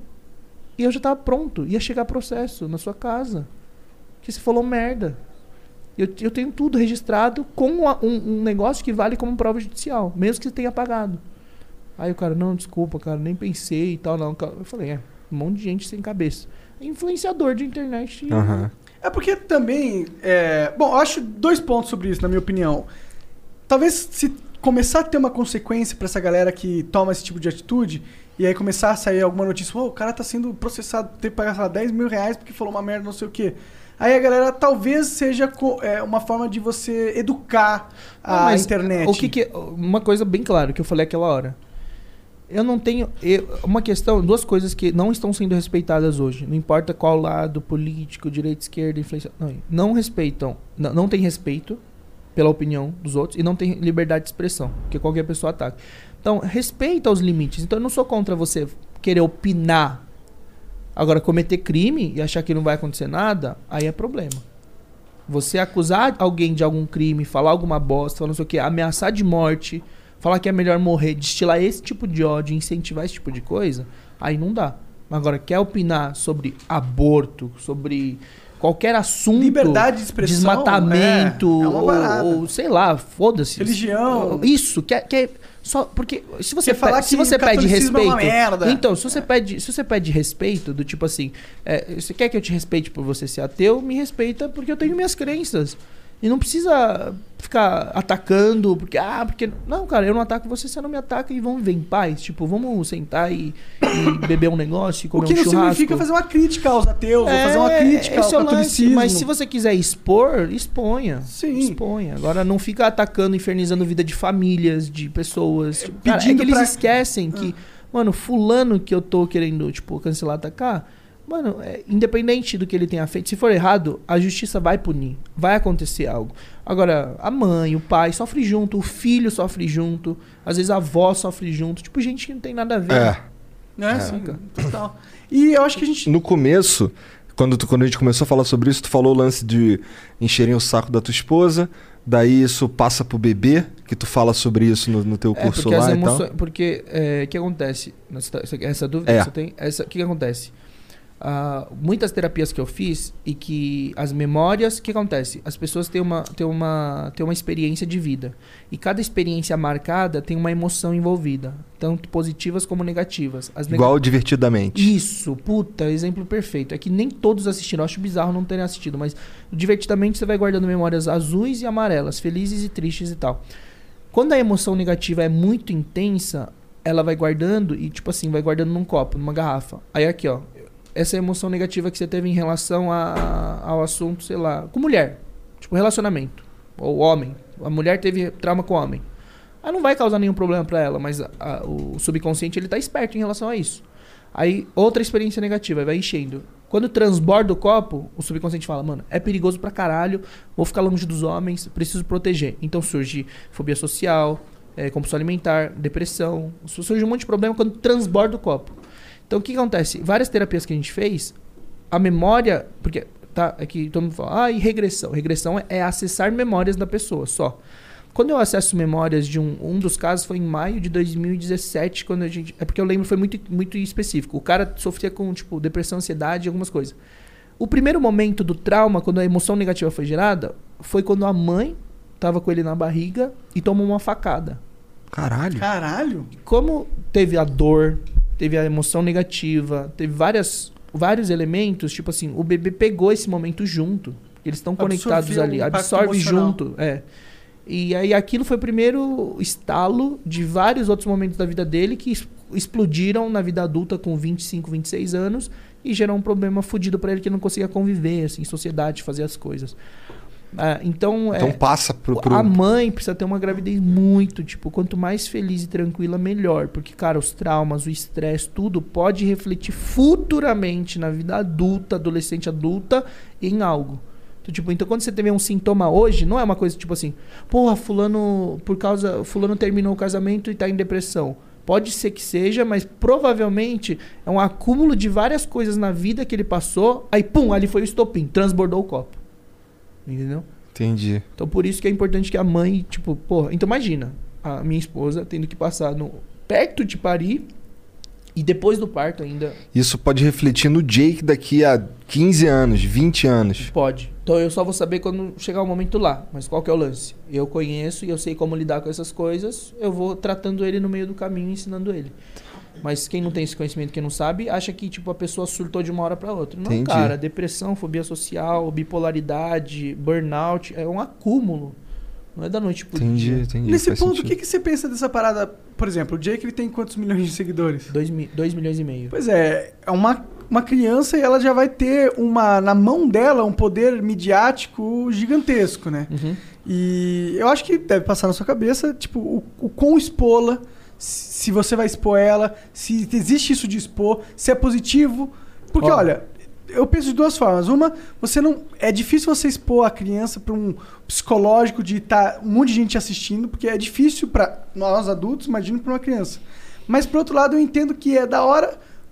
E eu já tava pronto. Ia chegar processo na sua casa. Que você falou merda. Eu, eu tenho tudo registrado com a- um, um negócio que vale como prova judicial. Mesmo que você tenha pagado. Aí o cara, não, desculpa, cara, nem pensei e tal. Não. Eu falei, é, um monte de gente sem cabeça. Influenciador de internet. Aham. É porque também... É... Bom, eu acho dois pontos sobre isso, na minha opinião. Talvez se começar a ter uma consequência pra essa galera que toma esse tipo de atitude, e aí começar a sair alguma notícia, oh, o cara tá sendo processado por ter que pagar, sei lá, dez mil reais porque falou uma merda, não sei o quê. Aí a galera talvez seja é, uma forma de você educar a Mas internet. O que que, uma coisa bem clara que eu falei aquela hora. Eu não tenho... Eu, uma questão, duas coisas que não estão sendo respeitadas hoje. Não importa qual lado, político, direita, esquerda, influência... Não, não respeitam. Não, não tem respeito pela opinião dos outros e não tem liberdade de expressão, que qualquer pessoa ataca. Então, respeita os limites. Então, eu não sou contra você querer opinar. Agora, cometer crime e achar que não vai acontecer nada, aí é problema. Você acusar alguém de algum crime, falar alguma bosta, falar não sei o quê, ameaçar de morte... Falar que é melhor morrer, destilar esse tipo de ódio, incentivar esse tipo de coisa, aí não dá. Agora, quer opinar sobre aborto, sobre qualquer assunto... Liberdade de expressão. Desmatamento, é, é uma parada. ou, ou sei lá, foda-se. Religião. Isso, quer... quer só porque se você, Quer falar pede, se que você o pede catolicismo respeito... é uma merda. Então, se você, pede, se você pede respeito, do tipo assim... É, você quer que eu te respeite por você ser ateu? Me respeita porque eu tenho minhas crenças. E não precisa ficar atacando, porque, ah, porque... Não, cara, eu não ataco você, você não me ataca e vamos viver em paz. Tipo, vamos sentar e, e beber um negócio e comer um churrasco. O que não significa fazer uma crítica aos ateus, é, ou fazer uma crítica ao é catolicismo. Mas se você quiser expor, exponha. Sim. Exponha. Agora, não fica atacando, infernizando a vida de famílias, de pessoas. Tipo, cara, é que eles pra... esquecem que... Ah. Mano, fulano que eu tô querendo, tipo, cancelar, atacar... Mano, é, independente do que ele tenha feito, se for errado, a justiça vai punir. Vai acontecer algo. Agora, a mãe, o pai sofre junto, o filho sofre junto, às vezes a avó sofre junto. Tipo, gente que não tem nada a ver. É. É, é. Sim, total. E eu acho que a gente... No começo, quando, tu, quando a gente começou a falar sobre isso, tu falou o lance de encherem o saco da tua esposa, daí isso passa pro bebê, que tu fala sobre isso no, no teu é, curso porque lá as e emoções, tal. Porque, o é, que acontece? Essa dúvida é. que você tem? O que, que acontece? Uh, muitas terapias que eu fiz e que as memórias, o que acontece? As pessoas têm uma, têm, uma, têm uma experiência de vida e cada experiência marcada tem uma emoção envolvida, tanto positivas como negativas. As neg... Igual Divertidamente. Isso, puta, exemplo perfeito. É que nem todos assistiram, eu acho bizarro não terem assistido, mas Divertidamente você vai guardando memórias azuis e amarelas, felizes e tristes e tal. Quando a emoção negativa é muito intensa, ela vai guardando e tipo assim, vai guardando num copo, numa garrafa. Aí aqui, ó, essa emoção negativa que você teve em relação a, ao assunto, sei lá, com mulher. Tipo, relacionamento. Ou homem. A mulher teve trauma com o homem. Aí não vai causar nenhum problema pra ela, mas a, a, o subconsciente, ele tá esperto em relação a isso. Aí, outra experiência negativa, vai enchendo. Quando transborda o copo, o subconsciente fala, mano, é perigoso pra caralho, vou ficar longe dos homens, preciso proteger. Então surge fobia social, é, compulsão alimentar, depressão. Surge um monte de problema quando transborda o copo. Então, o que acontece? Várias terapias que a gente fez, a memória... Porque tá, aqui todo mundo fala, ah, e regressão? Regressão é, é acessar memórias da pessoa, só. Quando eu acesso memórias de um... Um dos casos foi em maio de dois mil e dezessete, quando a gente... É porque eu lembro, foi muito, muito específico. O cara sofria com, tipo, depressão, ansiedade e algumas coisas. O primeiro momento do trauma, quando a emoção negativa foi gerada, foi quando a mãe tava com ele na barriga e tomou uma facada. Caralho. Caralho? Como teve a dor... Teve a emoção negativa, teve várias, vários elementos, tipo assim, o bebê pegou esse momento junto. Eles estão conectados ali, absorve junto. É. E aí aquilo foi o primeiro estalo de vários outros momentos da vida dele que explodiram na vida adulta com vinte e cinco, vinte e seis anos e gerou um problema fodido pra ele que não conseguia conviver, assim, em sociedade, fazer as coisas. Ah, então, então é, passa pro, pro... A mãe precisa ter uma gravidez muito, tipo, quanto mais feliz e tranquila, melhor. Porque, cara, os traumas, o estresse, tudo pode refletir futuramente na vida adulta, adolescente, adulta, em algo. Então, tipo, então quando você teve um sintoma hoje, não é uma coisa tipo assim, porra, fulano, por causa, fulano terminou o casamento e tá em depressão. Pode ser que seja, mas provavelmente é um acúmulo de várias coisas na vida que ele passou, aí pum, ali foi o estopim, transbordou o copo. Entendeu? Entendi. Então por isso que é importante que a mãe, tipo, porra, então imagina, a minha esposa tendo que passar no, perto de parir e depois do parto ainda. Isso pode refletir no Jake daqui a quinze anos, vinte anos. Pode. Então eu só vou saber quando chegar o momento lá. Mas qual que é o lance? Eu conheço e eu sei como lidar com essas coisas, eu vou tratando ele no meio do caminho, ensinando ele. Mas quem não tem esse conhecimento, quem não sabe, acha que tipo, a pessoa surtou de uma hora pra outra. Não, Entendi. cara. Depressão, fobia social, bipolaridade, burnout, é um acúmulo. Não é da noite pro Entendi, dia. entendi. Nesse faz ponto, o sentido. que, que você pensa dessa parada? Por exemplo, o Jake ele tem quantos milhões de seguidores? Dois, mi- dois milhões e meio. Pois é, é uma, uma criança e ela já vai ter uma, na mão dela um poder midiático gigantesco, né? Uhum. E eu acho que deve passar na sua cabeça, tipo, o, o quão expô-la, se se você vai expor ela, se existe isso de expor, se é positivo. Porque, Ó. olha, eu penso de duas formas. Uma, você não. É difícil você expor a criança para um psicológico de estar um monte de gente assistindo, porque é difícil para nós adultos, imagino para uma criança. Mas, por outro lado, eu entendo que é da hora.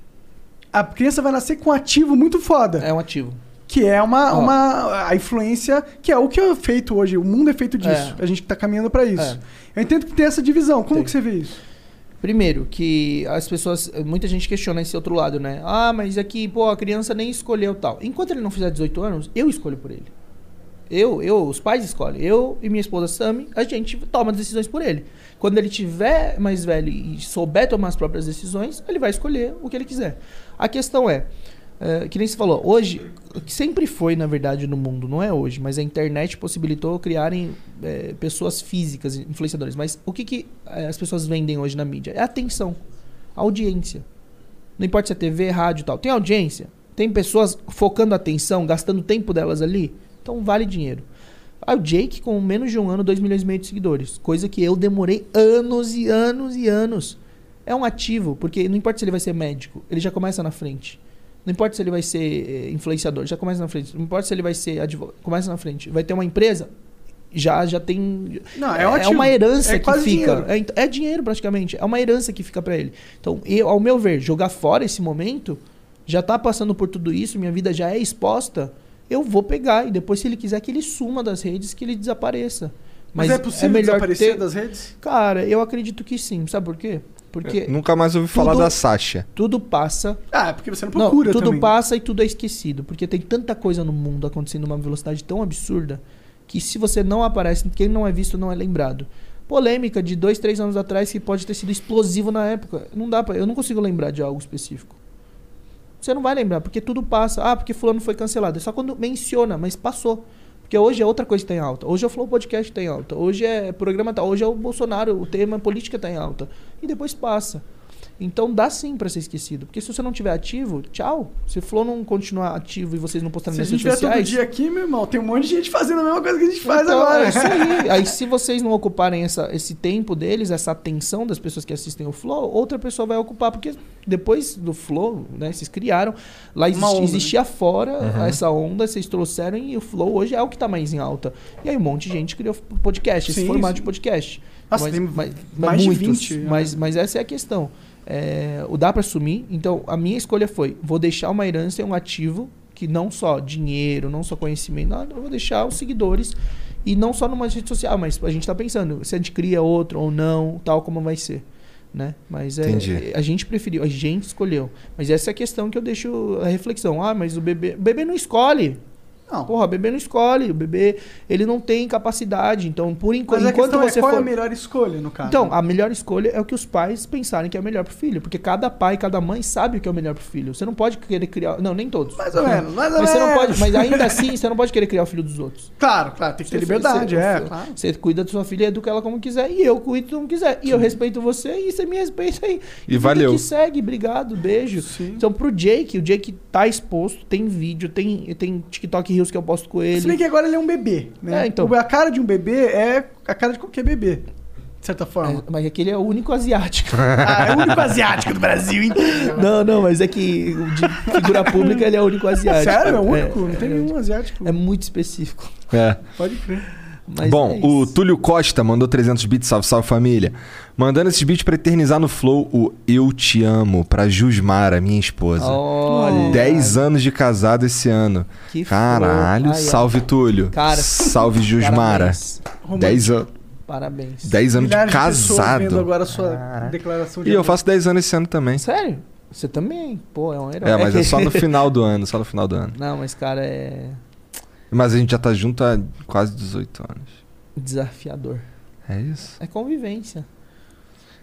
A criança vai nascer com um ativo muito foda. É um ativo. Que é uma, Ó. uma a influência, que é o que é feito hoje. O mundo é feito disso. É. A gente tá caminhando para isso. É. Eu entendo que tem essa divisão. Como Tem. que você vê isso? Primeiro, que as pessoas... Muita gente questiona esse outro lado, né? Ah, mas é que, pô, a criança nem escolheu tal. Enquanto ele não fizer dezoito anos, eu escolho por ele. Eu, eu, os pais escolhem. Eu e minha esposa Sami, a gente toma as decisões por ele. Quando ele tiver mais velho e souber tomar as próprias decisões, ele vai escolher o que ele quiser. A questão é, é que nem você falou, hoje, o que sempre foi, na verdade, no mundo, não é hoje, mas a internet possibilitou criarem é, pessoas físicas, influenciadores. Mas o que, que é, as pessoas vendem hoje na mídia? É atenção, audiência. Não importa se é T V, rádio e tal. Tem audiência? Tem pessoas focando a atenção, gastando tempo delas ali? Então vale dinheiro. Ah, o Jake, com menos de um ano, dois milhões e meio de seguidores. Coisa que eu demorei anos e anos e anos. É um ativo, porque não importa se ele vai ser médico, ele já começa na frente. Não importa se ele vai ser eh, influenciador, já começa na frente. Não importa se ele vai ser advogado, começa na frente. Vai ter uma empresa, já, já tem... Não, é um ativo. uma herança É que quase fica. dinheiro. É, é dinheiro praticamente. É uma herança que fica pra ele. Então, eu, ao meu ver, jogar fora esse momento, já tá passando por tudo isso, minha vida já é exposta, eu vou pegar. E depois, se ele quiser que ele suma das redes, que ele desapareça. Mas, é possível desaparecer das redes? Cara, eu acredito que sim. Sabe por quê? Porque Eu nunca mais ouvi falar tudo- da Sasha. tudo passa. Ah, é porque você não Não, procura tudo também. passa e tudo é esquecido. Porque tem tanta coisa no mundo acontecendo numa velocidade tão absurda que se você não aparece, quem não é visto não é lembrado. Polêmica de dois, três anos atrás que pode ter sido explosivo na época. Não dá pra, eu não consigo lembrar de algo específico. Você não vai lembrar, porque tudo passa. Ah, porque fulano foi cancelado. É só quando menciona, mas passou. Porque hoje é outra coisa que tá em alta. Hoje é o Flow Podcast que tá em alta. Hoje é programa tá. Hoje é o Bolsonaro, o tema política tá em alta. E depois passa. Então dá sim pra ser esquecido. Porque se você não tiver ativo, tchau. Se o Flow não continuar ativo e vocês não postarem Se a nas gente redes tiver todo sociais... dia aqui, meu irmão, tem um monte de gente fazendo a mesma coisa que a gente faz Então, agora. é isso aí. Aí se vocês não ocuparem essa, esse tempo deles, essa atenção das pessoas que assistem o Flow, outra pessoa vai ocupar, porque depois do Flow, né, vocês criaram, lá Uma existia, onda, existia fora essa onda, vocês trouxeram e o Flow hoje é o que tá mais em alta. E aí um monte de gente criou podcast, esse Sim, formato sim. de podcast. Nossa, mas, tem mas, mais de muitos, vinte, né? mas, mas essa é a questão. É, o dá pra assumir, então a minha escolha foi, vou deixar uma herança e um ativo, que não só dinheiro, não só conhecimento, nada, eu vou deixar os seguidores, e não só numa rede social, mas a gente tá pensando, se a gente cria outro ou não, tal como vai ser, né? Mas é, Entendi. a gente preferiu, a gente escolheu. Mas essa é a questão que eu deixo a reflexão. Ah, mas o bebê, o bebê não escolhe. Não. Porra, o bebê não escolhe, o bebê, ele não tem capacidade, então por enqu Mas a enquanto questão você é qual for... é a melhor escolha, no caso. Então, a melhor escolha é o que os pais pensarem que é melhor pro filho. Porque cada pai, cada mãe sabe o que é o melhor pro filho. Você não pode querer criar... Não, nem todos. Mais ou menos, mais ou mas você não menos. pode, mas ainda assim, você não pode querer criar o filho dos outros. Claro, claro, tem que ter Você- liberdade, você, é, você, claro. Você cuida da sua filha e educa ela como quiser. E eu cuido como quiser. E eu respeito você e você me respeita aí. E vida valeu. que segue, obrigado, beijo. Sim. Então, pro Jake, o Jake tá exposto, tem vídeo, tem, tem TikTok Reels que eu posto com ele. Se bem que agora ele é um bebê, né? É, então. A cara de um bebê é a cara de qualquer bebê, de certa forma. É, mas aquele é o único asiático. Ah, é o único asiático do Brasil inteiro. Não, não, mas é que o de figura pública ele é o único asiático. Sério? É o único? Não tem é, nenhum asiático. É muito específico. É. Pode crer. Mas Bom, é o isso. Túlio Costa mandou trezentos bits, salve, salve família. Mandando esses bits pra eternizar no Flow o Eu Te Amo pra Jusmara, minha esposa. Olha. dez anos de casado esse ano. Que Caralho, flor. Ai, ai. salve Túlio. Cara, salve Jusmara. Parabéns. dez anos. Parabéns. dez anos de Milhares pessoas vendo casado. agora a sua declaração de E eu amor. faço dez anos esse ano também. Sério? Você também? Pô, é um herói. É, mas que- é só no final do ano, só no final do ano. Não, mas cara, é Mas a gente já tá junto há quase dezoito anos. desafiador. É isso? É convivência.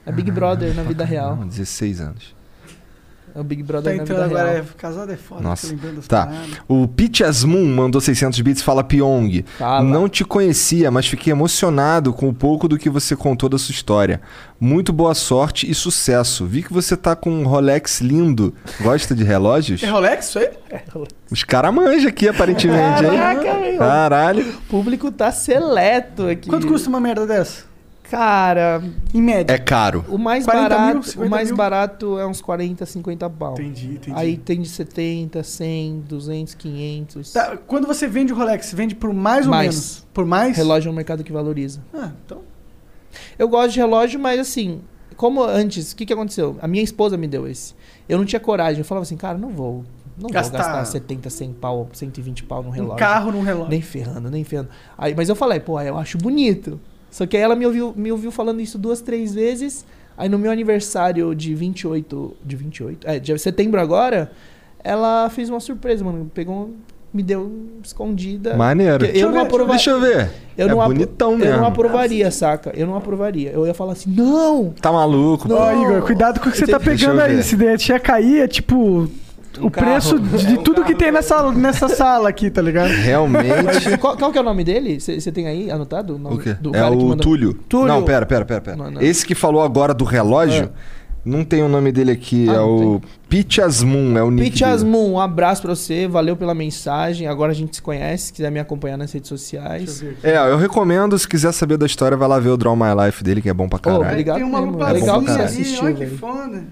É Big Brother na vida real. Não, dezesseis anos. É o Big Brother Tá na entrando vida agora, real. é, casado é foda. Nossa. tô lembrando das Tá. paradas. O Pitchasmoon mandou seiscentos bits, fala Pyong. Fala. Não te conhecia, mas fiquei emocionado com o pouco do que você contou da sua história. Muito boa sorte e sucesso. Vi que você tá com um Rolex lindo. Gosta de relógios? É Rolex isso aí? Os caras manjam aqui, aparentemente, hein? Caraca, meu. Caralho. O público tá seleto aqui. Quanto custa uma merda dessa? Cara, Em média. É caro. o mais quarenta mil, barato, cinquenta o mais mil? barato é uns quarenta, cinquenta pau. Entendi, entendi. Aí tem de setenta, cem, duzentos, quinhentos. Tá, quando você vende o Rolex, você vende por mais ou Mais. menos? Por mais? Relógio é um mercado que valoriza. Ah, então. Eu gosto de relógio, mas assim, como antes, o que, que aconteceu? A minha esposa me deu esse. Eu não tinha coragem. Eu falava assim, cara, não vou. Não Gastar. vou gastar setenta, cem pau, cento e vinte pau num relógio. Um carro num relógio. Nem ferrando, nem ferrando. Aí, mas eu falei, pô, eu acho bonito. Só que aí ela me ouviu, me ouviu falando isso duas, três vezes. Aí no meu aniversário de vinte e oito... De vinte e oito? É, de setembro agora, ela fez uma surpresa, mano. Pegou, me deu escondida. Maneiro. Porque Eu não, aprova... Deixa eu ver. eu é não apro- bonitão mesmo. Eu não aprovaria, saca? Eu não aprovaria. Eu ia falar assim, não! Tá maluco? Ó, Não. Igor, cuidado com o que você tá Deixa eu pegando aí. ver. Se deixar cair, é tipo... Um o preço carro. de É um tudo que carro tem novo. nessa, nessa sala aqui, tá ligado? Realmente. Qual, qual que é o nome dele? Você tem aí anotado? O, nome O quê? do É cara que o mandou? Túlio. Túlio. Não, pera, pera, pera, pera. Não, não. Esse que falou agora do relógio, É. não tem o nome dele aqui. Ah, é não o Pitchasmoon, é o nick Pitchas dele. Moon, um abraço pra você, valeu pela mensagem. Agora a gente se conhece, se quiser me acompanhar nas redes sociais. É, eu recomendo, se quiser saber da história, vai lá ver o Draw My Life dele, que é bom pra caralho. obrigado Tem uma mesmo. lupazinha Legal que você cara. ali, assistiu, olha que velho. foda.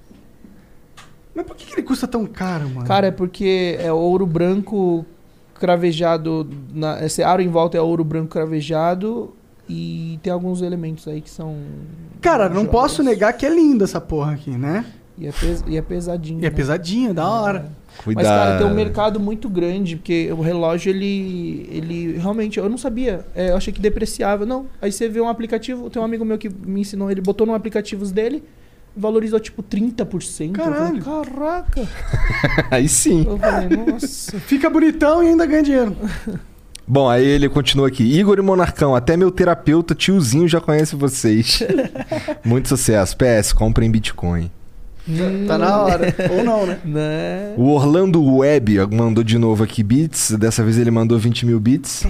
Mas por que, que ele custa tão caro, mano? Cara, é porque é ouro branco cravejado. Na, esse aro em volta é ouro branco cravejado. E tem alguns elementos aí que são. Cara, não joias. posso negar que é linda essa porra aqui, né? E é, pes- e é pesadinho. E é né? pesadinha, da hora. Cuidado. Mas, cara, tem um mercado muito grande, porque o relógio, ele. ele realmente, eu não sabia. É, eu achei que depreciava. Não. Aí você vê um aplicativo, tem um amigo meu que me ensinou, ele botou no aplicativos dele, valorizou tipo trinta por cento. Caralho. Eu falei, caraca. Aí sim. Eu falei, nossa. Fica bonitão e ainda ganha dinheiro. Bom, aí ele continua aqui. Igor e Monarcão, até meu terapeuta tiozinho já conhece vocês. Muito sucesso. P S, comprem Bitcoin. Tá na hora. Ou não, né? Né? O Orlando Web mandou de novo aqui bits. Dessa vez ele mandou vinte mil bits.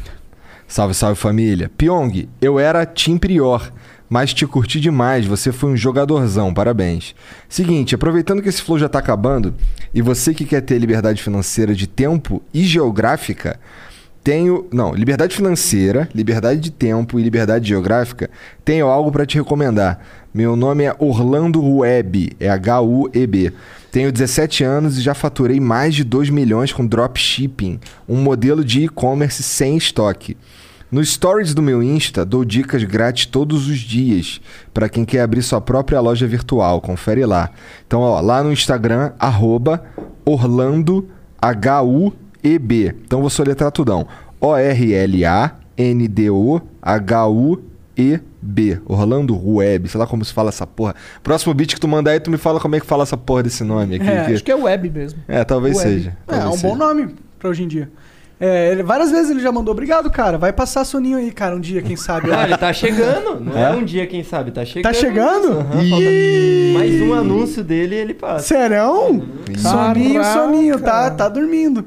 Salve, salve família. Pyong, eu era Team Prior, mas te curti demais. Você foi um jogadorzão. Parabéns. Seguinte, aproveitando que esse flow já tá acabando, e você que quer ter liberdade financeira de tempo e geográfica, tenho... Não, liberdade financeira, liberdade de tempo e liberdade geográfica, tenho algo para te recomendar. Meu nome é Orlando Web, é H U E B. Tenho dezessete anos e já faturei mais de dois milhões com dropshipping, um modelo de e-commerce sem estoque. No Stories do meu Insta, dou dicas grátis todos os dias para quem quer abrir sua própria loja virtual. Confere lá. Então, ó, lá no Instagram, arroba Orlando H U E B. Então, vou soletrar tudão. O R L A N D O H U E B. Orlando Web. Sei lá como se fala essa porra. Próximo beat que tu mandar aí, tu me fala como é que fala essa porra desse nome aqui. É, que- Acho que é web mesmo. É, talvez Web. seja. É, é talvez um seja. bom nome pra hoje em dia. É, ele- várias vezes ele já mandou, obrigado, cara. Vai passar soninho aí, cara, um dia, quem sabe. Ah, ele tá chegando. Não é? É? um dia, quem sabe. Tá chegando. Tá chegando? Aham, falta mais um anúncio dele e ele passa. Serão? Soninho, Caraca. soninho, tá, tá dormindo.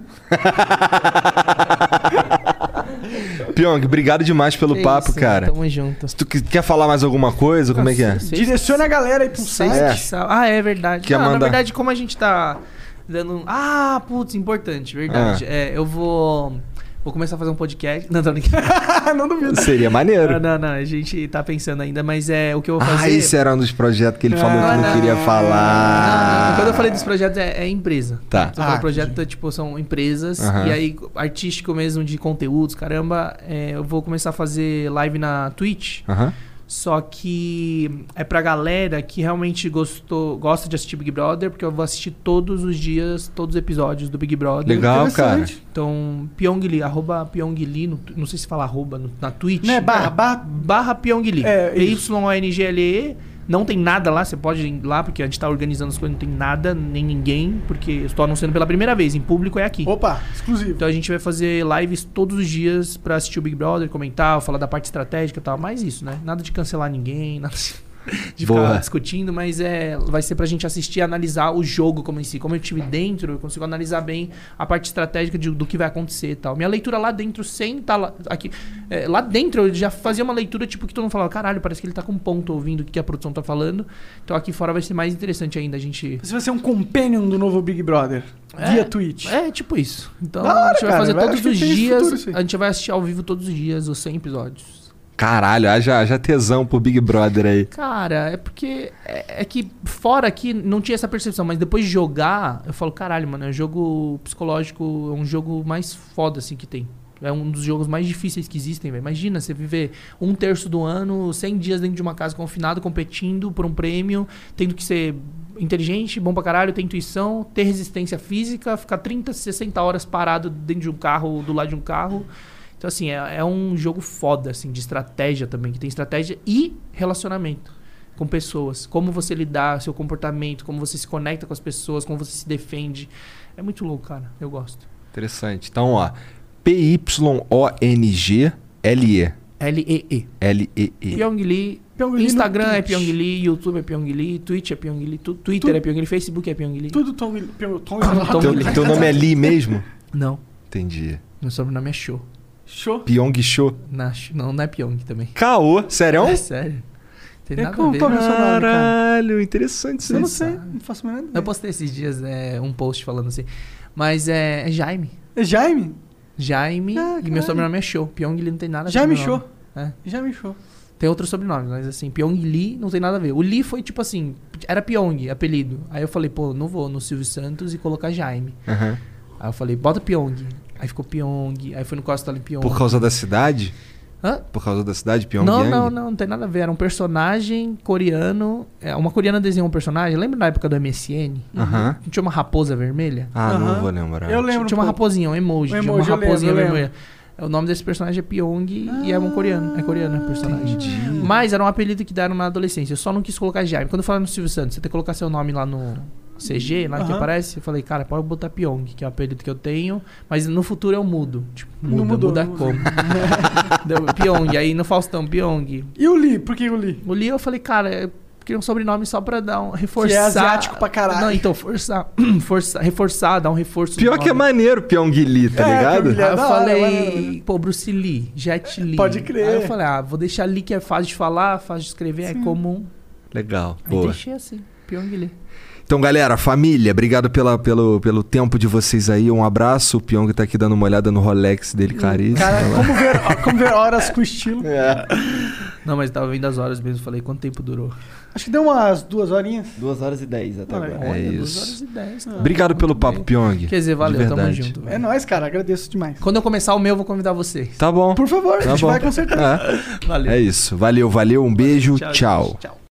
Pyong, obrigado demais pelo Que papo, isso, cara. Tamo junto. Se tu que- quer falar mais alguma coisa, como é que é? Vocês- Direciona a galera aí pra um vocês site. É. que sa- Ah, é verdade. Quer Não, mandar- Na verdade, como a gente tá dando... um- Ah, putz, importante, verdade. É, eu vou... Vou começar a fazer um podcast. Não, tô brincando. Não duvido. Seria maneiro. Não, não, não. A gente tá pensando ainda, mas é o que eu vou Ah, fazer... esse era um dos projetos que ele falou Ah, que não, não. queria Não, não, falar. Quando eu falei dos projetos, é, é empresa. Tá. Então, Ah, o projeto, tipo, são empresas. Aham. E aí, artístico mesmo, de conteúdos, caramba. é, eu vou começar a fazer live na Twitch. Aham. Só que é pra galera que realmente gostou, gosta de assistir Big Brother, porque eu vou assistir todos os dias, todos os episódios do Big Brother. Legal, cara. Interessante. Então, Pyongli, arroba Pyongli, no, não sei se fala arroba, no- na Twitch. Né, barra, É, barra. barra Pyongli. É, P Y O N G L E. Não tem nada lá, você pode ir lá, porque a gente tá organizando as coisas, não tem nada, nem ninguém, porque eu estou anunciando pela primeira vez, em público é aqui. Opa, exclusivo. Então a gente vai fazer lives todos os dias pra assistir o Big Brother, comentar, falar da parte estratégica e tal, mais isso, né? Nada de cancelar ninguém, nada assim. de Boa. ficar discutindo, mas é, vai ser pra gente assistir e analisar o jogo como em si. Como eu estive dentro, eu consigo analisar bem a parte estratégica de, do que vai acontecer e tal. Minha leitura lá dentro, sem estar lá... Aqui, é, lá dentro eu já fazia uma leitura tipo que todo mundo falava, caralho, parece que ele tá com um ponto ouvindo o que a produção tá falando. Então aqui fora vai ser mais interessante ainda a gente... Você vai ser um companion do novo Big Brother. É, via Twitch. É, tipo isso. Então Da hora, a gente vai cara, fazer vai- todos acho que os tem dias. futuro isso aí. A gente vai assistir ao vivo todos os dias, os cem episódios. Caralho, haja, haja tesão pro Big Brother aí. Cara, é porque. É, é que fora aqui não tinha essa percepção, mas depois de jogar, eu falo, caralho, mano, é um jogo psicológico, é um jogo mais foda assim que tem. É um dos jogos mais difíceis que existem, velho. Imagina você viver um terço do ano, cem dias dentro de uma casa confinado, competindo por um prêmio, tendo que ser inteligente, bom pra caralho, ter intuição, ter resistência física, ficar trinta, sessenta horas parado dentro de um carro, do lado de um carro. Então, assim, é, é um jogo foda, assim, de estratégia também, que tem estratégia e relacionamento com pessoas. Como você lidar, seu comportamento, como você se conecta com as pessoas, como você se defende. É muito louco, cara. Eu gosto. Interessante. Então, ó, P Y O N G L E. L E E. L E E. Pyong Lee. Pyong Lee Instagram no é Twitch. Pyong Lee, YouTube é Pyong Lee, Twitch é Pyong Lee, tu, Twitter Tudo- é Pyong Lee, Facebook é Pyong Lee. Tudo Tom... Tom, Tom, Tom Teu, Lee. teu nome é Lee mesmo? Não, Entendi. meu sobrenome é Show. Show. Pyong Show. Na- Não, não é Pyong também. Caô, sério? É sério. Tem É nada a como- ver. como é o seu nome, cara? Caralho, interessante isso Eu aí. não sei, não faço a menor Eu ideia. postei esses dias é, um post falando assim. Mas é, é Jaime. É Jaime? Jaime Ah, e caralho. meu sobrenome é Show. Pyong Lee não tem nada a ver Jaime com meu nome. Show. É. Jaime Show. Tem outros sobrenomes, mas assim, Pyong Lee não tem nada a ver. O Lee foi tipo assim, era Pyong, apelido. Aí eu falei, pô, não vou no Silvio Santos e colocar Jaime. Aham. Aí eu falei, bota Pyong. Aí ficou Pyong. Aí foi no Costa ali Pyong. Por causa da cidade? Hã? Por causa da cidade, Pyongyang? Não, não, não, não tem nada a ver. Era um personagem coreano. É, uma coreana desenhou um personagem. Lembra na época do M S N? Aham. Não tinha uma raposa vermelha? Ah, não Aham. vou lembrar. Eu lembro. Tinha uma um pouco. raposinha, um emoji. Um de uma emoji, eu lembro, raposinha eu lembro. vermelha. O nome desse personagem é Pyong e é um coreano. É coreano o personagem. Entendi. Mas era um apelido que deram na adolescência. Eu só não quis colocar Jaime. Quando eu falei no Silvio Santos, você tem que colocar seu nome lá no C G, lá que Aham. aparece. Eu falei, cara, pode botar Pyong, que é o apelido que eu tenho. Mas no futuro eu mudo. Tipo, Não muda, mudou, muda não como? Deu Pyong. Aí no Faustão, Pyong. E o Lee? Por que o Lee? O Lee eu falei, cara, eu queria um sobrenome só pra dar um reforçar. Que é asiático pra caralho. Não, então, forçar, forçar, reforçar, dar um reforço. Pior no que é nome. maneiro Pyong Lee, tá É, ligado? Pyong Lee. Aí eu da hora, falei, maneiro. pô, Bruce Lee, Jet Lee. Pode crer. Aí eu falei, ah, vou deixar Lee que é fácil de falar, fácil de escrever, é comum. Legal, Aí boa. deixei assim, Pyong Lee. Então, galera, família, obrigado pela, pelo, pelo tempo de vocês aí. Um abraço. O Pyong tá aqui dando uma olhada no Rolex dele, caríssimo. Cara, como ver, como ver horas com estilo. Não, mas tava vendo as horas mesmo, falei, quanto tempo durou? Acho que deu umas duas horinhas. Duas horas e dez até Olha, agora. É Olha, duas isso. horas e dez. cara. Obrigado pelo Muito papo, bem. Pyong. Quer dizer, valeu, De tamo verdade. junto. É velho. nóis, cara. Agradeço demais. Quando eu começar o meu, eu vou convidar você. Tá bom. Por favor, a Tá gente bom. vai com certeza. É. Valeu. É isso. Valeu, valeu. Um beijo. Tchau. Tchau.